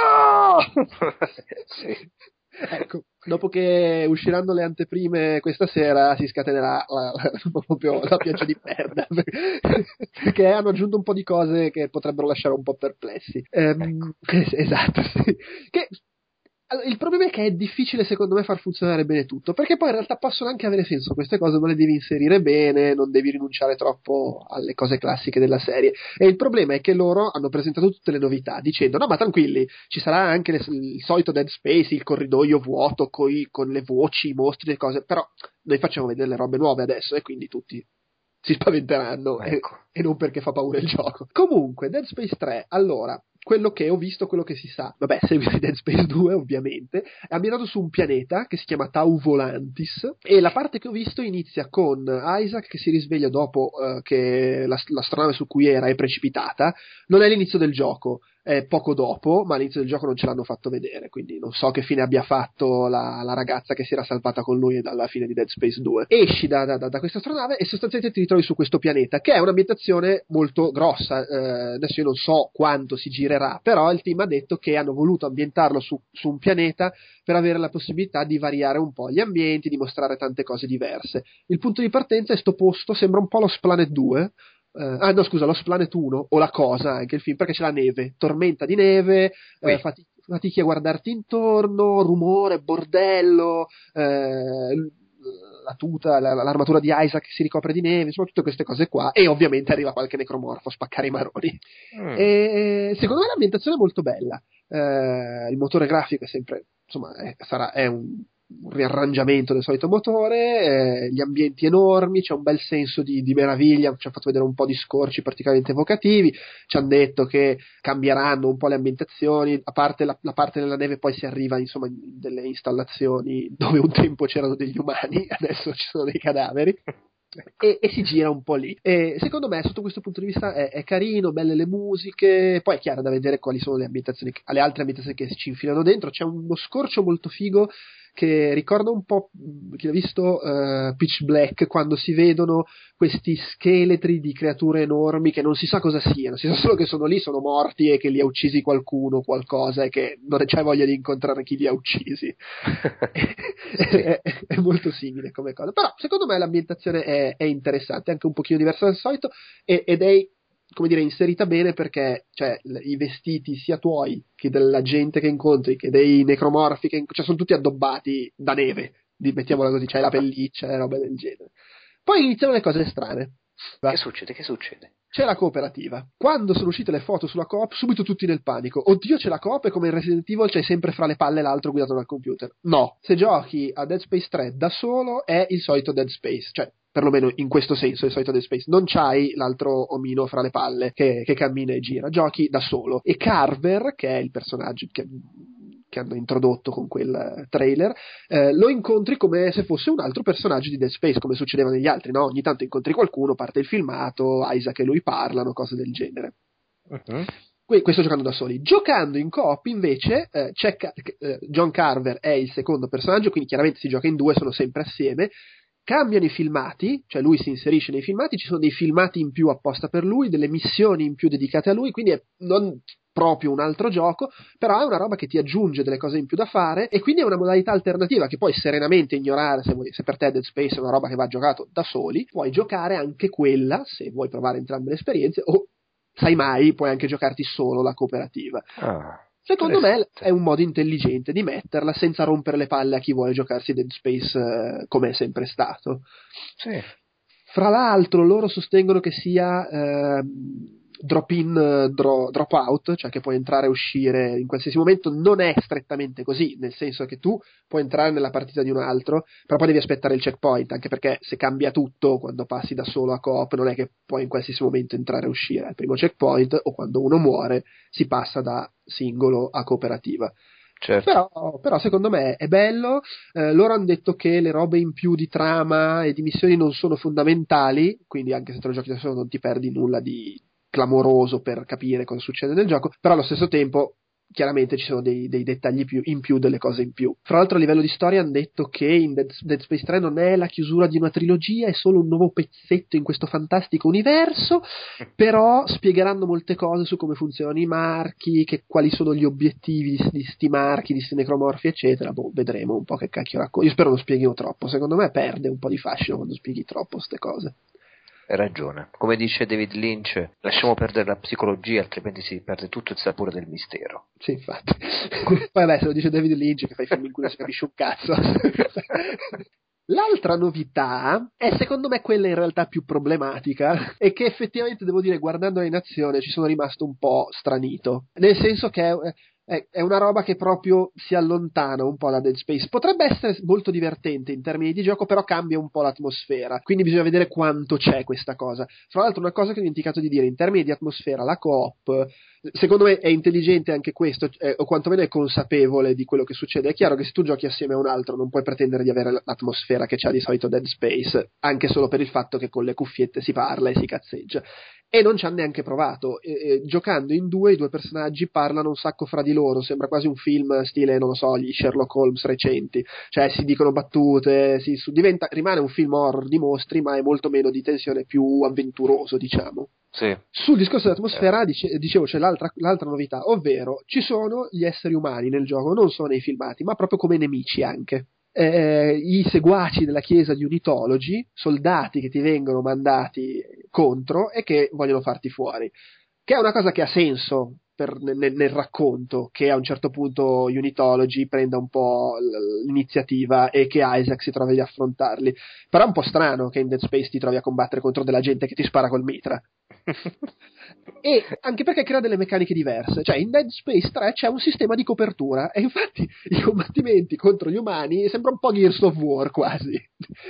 Sì. Ecco, dopo che usciranno le anteprime questa sera si scatenerà proprio la pioggia di merda, perché hanno aggiunto un po' di cose che potrebbero lasciare un po' perplessi. Esatto, sì. Allora, il problema è che è difficile secondo me far funzionare bene tutto, perché poi in realtà possono anche avere senso queste cose, ma le devi inserire bene, non devi rinunciare troppo alle cose classiche della serie. E il problema è che loro hanno presentato tutte le novità dicendo no ma tranquilli, ci sarà anche il solito Dead Space, il corridoio vuoto con le voci, i mostri, le cose, però noi facciamo vedere le robe nuove adesso e quindi tutti si spaventeranno, ecco. e non perché fa paura il gioco. Comunque Dead Space 3, allora, quello che ho visto, quello che si sa, vabbè, seguito di Dead Space 2 ovviamente, è ambientato su un pianeta che si chiama Tau Volantis, e la parte che ho visto inizia con Isaac che si risveglia dopo che l'astronave su cui era è precipitata. Non è l'inizio del gioco, è poco dopo, ma all'inizio del gioco non ce l'hanno fatto vedere, quindi non so che fine abbia fatto la ragazza che si era salvata con lui dalla fine di Dead Space 2. Esci da questa astronave e sostanzialmente ti ritrovi su questo pianeta, che è un'ambientazione molto grossa. Adesso io non so quanto si girerà, però il team ha detto che hanno voluto ambientarlo su un pianeta per avere la possibilità di variare un po' gli ambienti, di mostrare tante cose diverse. Il punto di partenza è sto posto, sembra un po' lo Splanet 2, no scusa, lo Splanet 1 o La Cosa, anche il film, perché c'è la neve, tormenta di neve, fatichi a guardarti intorno, rumore, bordello, la tuta, l'armatura di Isaac che si ricopre di neve, insomma tutte queste cose qua, e ovviamente arriva qualche necromorfo a spaccare i maroni. E secondo me l'ambientazione è molto bella, il motore grafico è sempre, insomma, è un riarrangiamento del solito motore, gli ambienti enormi, c'è un bel senso di meraviglia, ci hanno fatto vedere un po' di scorci particolarmente evocativi, ci hanno detto che cambieranno un po' le ambientazioni, a parte la parte della neve poi si arriva insomma in delle installazioni dove un tempo c'erano degli umani, adesso ci sono dei cadaveri. E si gira un po' lì, e secondo me sotto questo punto di vista è carino, belle le musiche, poi è chiaro da vedere quali sono le altre ambientazioni che ci infilano dentro. C'è uno scorcio molto figo che ricorda un po', chi l'ha visto, Pitch Black, quando si vedono questi scheletri di creature enormi che non si sa cosa siano, si sa solo che sono lì, sono morti e che li ha uccisi qualcuno, qualcosa, e che non c'è voglia di incontrare chi li ha uccisi. È molto simile come cosa, però secondo me l'ambientazione è interessante, anche un pochino diversa dal solito, ed è, come dire, inserita bene, perché cioè, i vestiti sia tuoi che della gente che incontri che dei necromorfi cioè sono tutti addobbati da neve, mettiamola così, c'hai la pelliccia e robe del genere. Poi iniziano le cose strane. Che succede? C'è la cooperativa. Quando sono uscite le foto sulla coop, subito tutti nel panico. Oddio, c'è la coop, e come in Resident Evil c'hai sempre fra le palle l'altro guidato dal computer. No, se giochi a Dead Space 3 da solo è il solito Dead Space, cioè perlomeno in questo senso il solito Dead Space. Non c'hai l'altro omino fra le palle che cammina e gira, giochi da solo. E Carver, che è il personaggio che hanno introdotto con quel trailer, lo incontri come se fosse un altro personaggio di Dead Space, come succedeva negli altri, no? Ogni tanto incontri qualcuno, parte il filmato, Isaac e lui parlano, cose del genere. Questo giocando da soli. Giocando in coop invece John Carver è il secondo personaggio, quindi chiaramente si gioca in due, sono sempre assieme. Cambiano i filmati, cioè lui si inserisce nei filmati, ci sono dei filmati in più apposta per lui, delle missioni in più dedicate a lui, quindi è non proprio un altro gioco, però è una roba che ti aggiunge delle cose in più da fare, e quindi è una modalità alternativa che puoi serenamente ignorare se per te Dead Space è una roba che va giocato da soli. Puoi giocare anche quella se vuoi provare entrambe le esperienze, o sai mai puoi anche giocarti solo la cooperativa. Secondo me è un modo intelligente di metterla senza rompere le palle a chi vuole giocarsi Dead Space come è sempre stato. Sì. Fra l'altro loro sostengono che sia drop in, drop out, cioè che puoi entrare e uscire in qualsiasi momento. Non è strettamente così, nel senso che tu puoi entrare nella partita di un altro, però poi devi aspettare il checkpoint, anche perché se cambia tutto quando passi da solo a coop, non è che puoi in qualsiasi momento entrare e uscire. Al primo checkpoint, o quando uno muore, si passa da singolo a cooperativa. Certo. Però secondo me è bello. Loro hanno detto che le robe in più di trama e di missioni non sono fondamentali, quindi anche se te lo giochi da solo non ti perdi nulla di clamoroso per capire cosa succede nel gioco, però allo stesso tempo chiaramente ci sono dei dettagli in più, delle cose in più. Fra l'altro a livello di storia hanno detto che in Dead Space 3 non è la chiusura di una trilogia, è solo un nuovo pezzetto in questo fantastico universo, però spiegheranno molte cose su come funzionano i marchi, quali sono gli obiettivi di sti marchi, di sti necromorfi eccetera. Vedremo un po' che cacchio racconto. Io spero non spieghino troppo, secondo me perde un po' di fascino quando spieghi troppo ste cose. Hai ragione. Come dice David Lynch, lasciamo perdere la psicologia, altrimenti si perde tutto il sapore del mistero. Sì, infatti. Poi vabbè, se lo dice David Lynch, che fa i film in cui non si capisce un cazzo. L'altra novità è secondo me quella in realtà più problematica, e che effettivamente devo dire, guardandola in azione ci sono rimasto un po' stranito, nel senso che è una roba che proprio si allontana un po' da Dead Space. Potrebbe essere molto divertente in termini di gioco, però cambia un po' l'atmosfera, quindi bisogna vedere quanto c'è questa cosa. Fra l'altro una cosa che ho dimenticato di dire, in termini di atmosfera, la coop secondo me è intelligente anche questo, o quantomeno è consapevole di quello che succede. È chiaro che se tu giochi assieme a un altro non puoi pretendere di avere l'atmosfera che c'ha di solito Dead Space, anche solo per il fatto che con le cuffiette si parla e si cazzeggia, e non ci hanno neanche provato. Giocando in due, i due personaggi parlano un sacco fra di loro, sembra quasi un film stile, non lo so, gli Sherlock Holmes recenti, cioè si dicono battute, rimane un film horror di mostri, ma è molto meno di tensione, più avventuroso, diciamo. Sì. Sul discorso dell'atmosfera dicevo c'è l'altra novità, ovvero ci sono gli esseri umani nel gioco, non solo nei filmati, ma proprio come nemici anche. I seguaci della chiesa di Unitology, soldati che ti vengono mandati contro e che vogliono farti fuori, che è una cosa che ha senso nel racconto che a un certo punto Unitology prenda un po' l'iniziativa e che Isaac si trovi ad affrontarli. Però è un po' strano che in Dead Space ti trovi a combattere contro della gente che ti spara col mitra. E anche perché crea delle meccaniche diverse, cioè in Dead Space 3 c'è un sistema di copertura e infatti i combattimenti contro gli umani sembra un po' Gears of War quasi.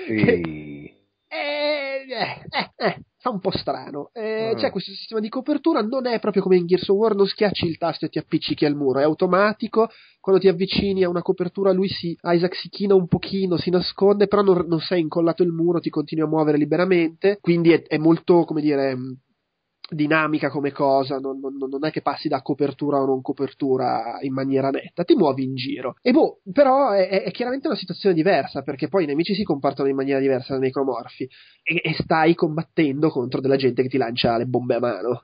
Fa un po' strano. C'è questo sistema di copertura, non è proprio come in Gears of War, non schiacci il tasto e ti appiccichi al muro, è automatico. Quando ti avvicini a una copertura Isaac si china un pochino, si nasconde, però non sei incollato al muro, ti continui a muovere liberamente, quindi è molto, come dire, dinamica come cosa, non è che passi da copertura o non copertura in maniera netta, ti muovi in giro. E però è chiaramente una situazione diversa, perché poi i nemici si comportano in maniera diversa dai necromorfi e stai combattendo contro della gente che ti lancia le bombe a mano.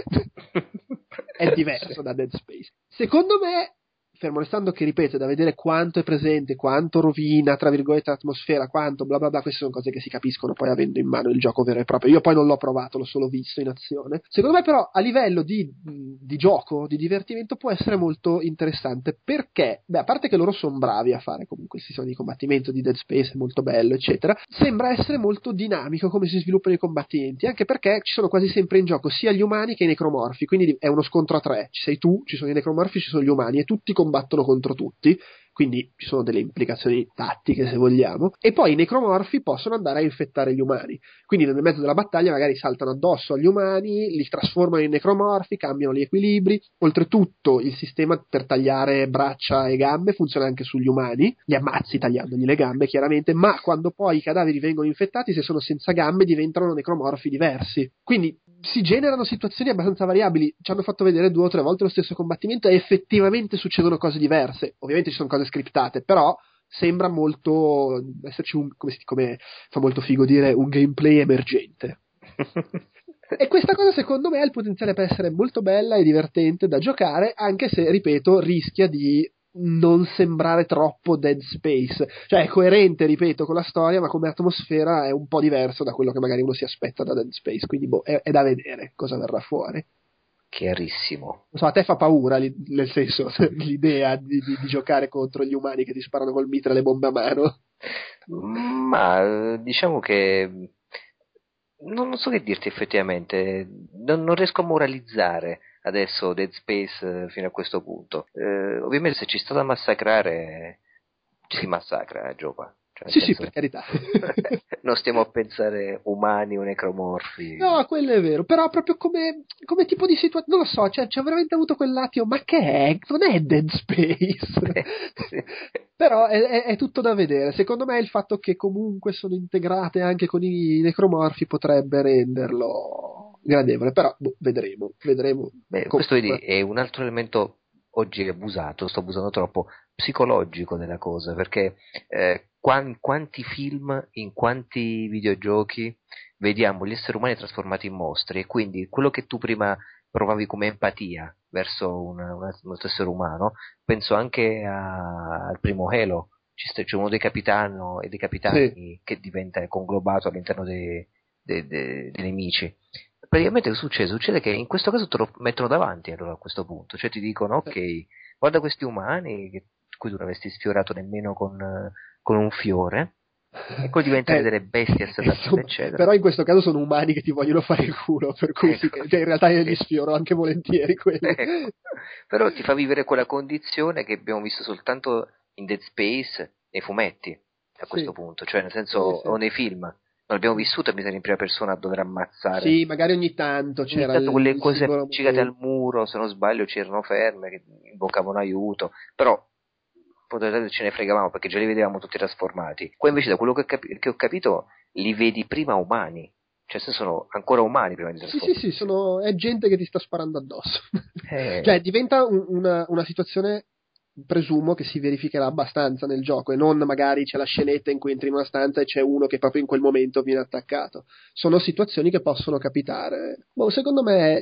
È diverso da Dead Space. Secondo me, fermo restando che, ripeto, è da vedere quanto è presente, quanto rovina, tra virgolette, l'atmosfera, quanto bla bla bla, queste sono cose che si capiscono poi avendo in mano il gioco vero e proprio. Io poi non l'ho provato, l'ho solo visto in azione. Secondo me però a livello di gioco, di divertimento, può essere molto interessante, perché, a parte che loro sono bravi a fare comunque il sistema di combattimento di Dead Space, è molto bello, eccetera, sembra essere molto dinamico come si sviluppano i combattimenti, anche perché ci sono quasi sempre in gioco sia gli umani che i necromorfi, quindi è uno scontro a tre, ci sei tu, ci sono i necromorfi, ci sono gli umani e tutti combattono contro tutti, quindi ci sono delle implicazioni tattiche se vogliamo, e poi i necromorfi possono andare a infettare gli umani, quindi nel mezzo della battaglia magari saltano addosso agli umani, li trasformano in necromorfi, cambiano gli equilibri. Oltretutto il sistema per tagliare braccia e gambe funziona anche sugli umani, li ammazzi tagliandogli le gambe chiaramente, ma quando poi i cadaveri vengono infettati, se sono senza gambe diventano necromorfi diversi, quindi si generano situazioni abbastanza variabili. Ci hanno fatto vedere 2 o 3 volte lo stesso combattimento e effettivamente succedono cose diverse. Ovviamente ci sono cose scriptate, però sembra molto esserci come fa molto figo dire, un gameplay emergente. E questa cosa secondo me ha il potenziale per essere molto bella e divertente da giocare, anche se, ripeto, rischia di non sembrare troppo Dead Space, cioè è coerente, ripeto, con la storia, ma come atmosfera è un po' diverso da quello che magari uno si aspetta da Dead Space, quindi è da vedere cosa verrà fuori. Chiarissimo. Non so, a te fa paura, nel senso, l'idea di giocare contro gli umani che ti sparano col mitra e le bombe a mano? Ma diciamo che non so che dirti effettivamente, non riesco a moralizzare adesso Dead Space fino a questo punto. Ovviamente se ci sta da massacrare, ci si massacra, gioca. Cioè, sì, per carità. Non stiamo a pensare umani o necromorfi. No, quello è vero, però proprio come tipo di situazione, non lo so, cioè c'è veramente avuto quell'attimo, ma che è? Non è Dead Space. Sì. Però è tutto da vedere. Secondo me il fatto che comunque sono integrate anche con i necromorfi potrebbe renderlo gradevole, però vedremo. Beh, questo vedi, è un altro elemento oggi abusato, sto abusando troppo, psicologico della cosa, perché quanti film, in quanti videogiochi vediamo gli esseri umani trasformati in mostri, e quindi quello che tu prima provavi come empatia verso un essere umano, penso anche al primo Halo, c'è uno dei capitani sì, che diventa conglobato all'interno dei nemici. Praticamente cosa succede? Succede che in questo caso te lo mettono davanti, allora, a questo punto, cioè ti dicono ok, guarda questi umani cui tu non avresti sfiorato nemmeno con un fiore, e poi diventano delle bestie assassine, eccetera. Però in questo caso sono umani che ti vogliono fare il culo, per cui sì, cioè in realtà io li sfioro anche volentieri quelli. Ecco. Però ti fa vivere quella condizione che abbiamo visto soltanto in Dead Space, nei fumetti, a questo punto, cioè nel senso, o nei film. Non l'abbiamo vissuto in prima persona a dover ammazzare. Sì, magari ogni tanto c'era quelle cose appiccicate al muro, se non sbaglio c'erano ferme che invocavano aiuto, però potete ce ne fregavamo perché già li vedevamo tutti trasformati. Qua invece, da quello che ho capito, li vedi prima umani, cioè se sono ancora umani prima di trasformarsi. Sì, è gente che ti sta sparando addosso. Cioè diventa una situazione, presumo, che si verificherà abbastanza nel gioco, e non magari c'è la scenetta in cui entri in una stanza e c'è uno che proprio in quel momento viene attaccato. Sono situazioni che possono capitare. Secondo me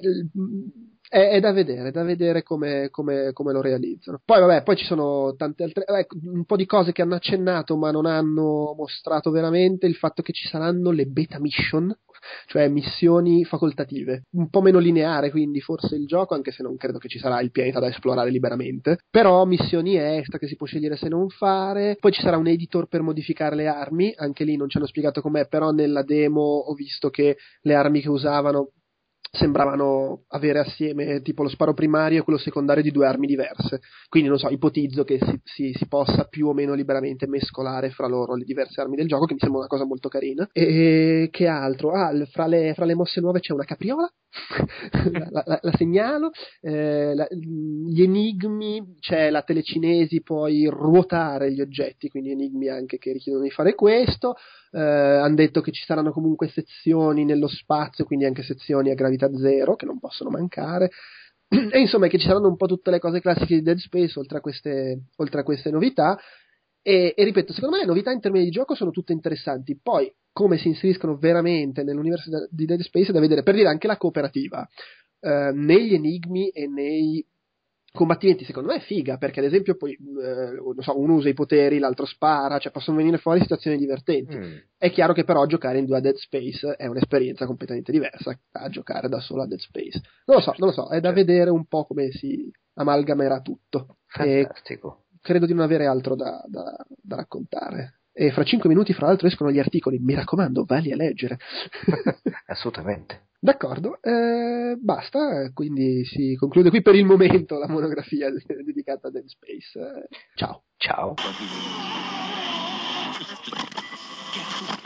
è da vedere come lo realizzano. Poi ci sono tante altre, un po' di cose che hanno accennato ma non hanno mostrato veramente: il fatto che ci saranno le beta mission, cioè missioni facoltative, un po' meno lineare quindi forse il gioco, anche se non credo che ci sarà il pianeta da esplorare liberamente, però missioni extra che si può scegliere se non fare, poi ci sarà un editor per modificare le armi, anche lì non ci hanno spiegato com'è, però nella demo ho visto che le armi che usavano sembravano avere assieme tipo lo sparo primario e quello secondario di 2 armi diverse, quindi non so, ipotizzo che si possa più o meno liberamente mescolare fra loro le diverse armi del gioco, che mi sembra una cosa molto carina. E che altro? Fra le mosse nuove c'è una capriola la segnalo, gli enigmi, c'è la telecinesi, puoi ruotare gli oggetti, quindi enigmi anche che richiedono di fare questo. Hanno detto che ci saranno comunque sezioni nello spazio, quindi anche sezioni a gravità zero che non possono mancare, e insomma che ci saranno un po' tutte le cose classiche di Dead Space oltre a queste novità. E ripeto, secondo me le novità in termini di gioco sono tutte interessanti, poi come si inseriscono veramente nell'universo di Dead Space è da vedere. Per dire, anche la cooperativa negli enigmi e nei combattimenti secondo me è figa, perché ad esempio poi non so, uno usa i poteri, l'altro spara, cioè possono venire fuori situazioni divertenti. È chiaro che però giocare in 2 a Dead Space è un'esperienza completamente diversa a giocare da solo a Dead Space. Non lo so, è da vedere un po' come si amalgamerà tutto. Fantastico. Credo di non avere altro da raccontare. E fra 5 minuti, fra l'altro, escono gli articoli. Mi raccomando, valli a leggere. Assolutamente. D'accordo, basta. Quindi si conclude qui per il momento la monografia dedicata a Dead Space. Ciao. Ciao.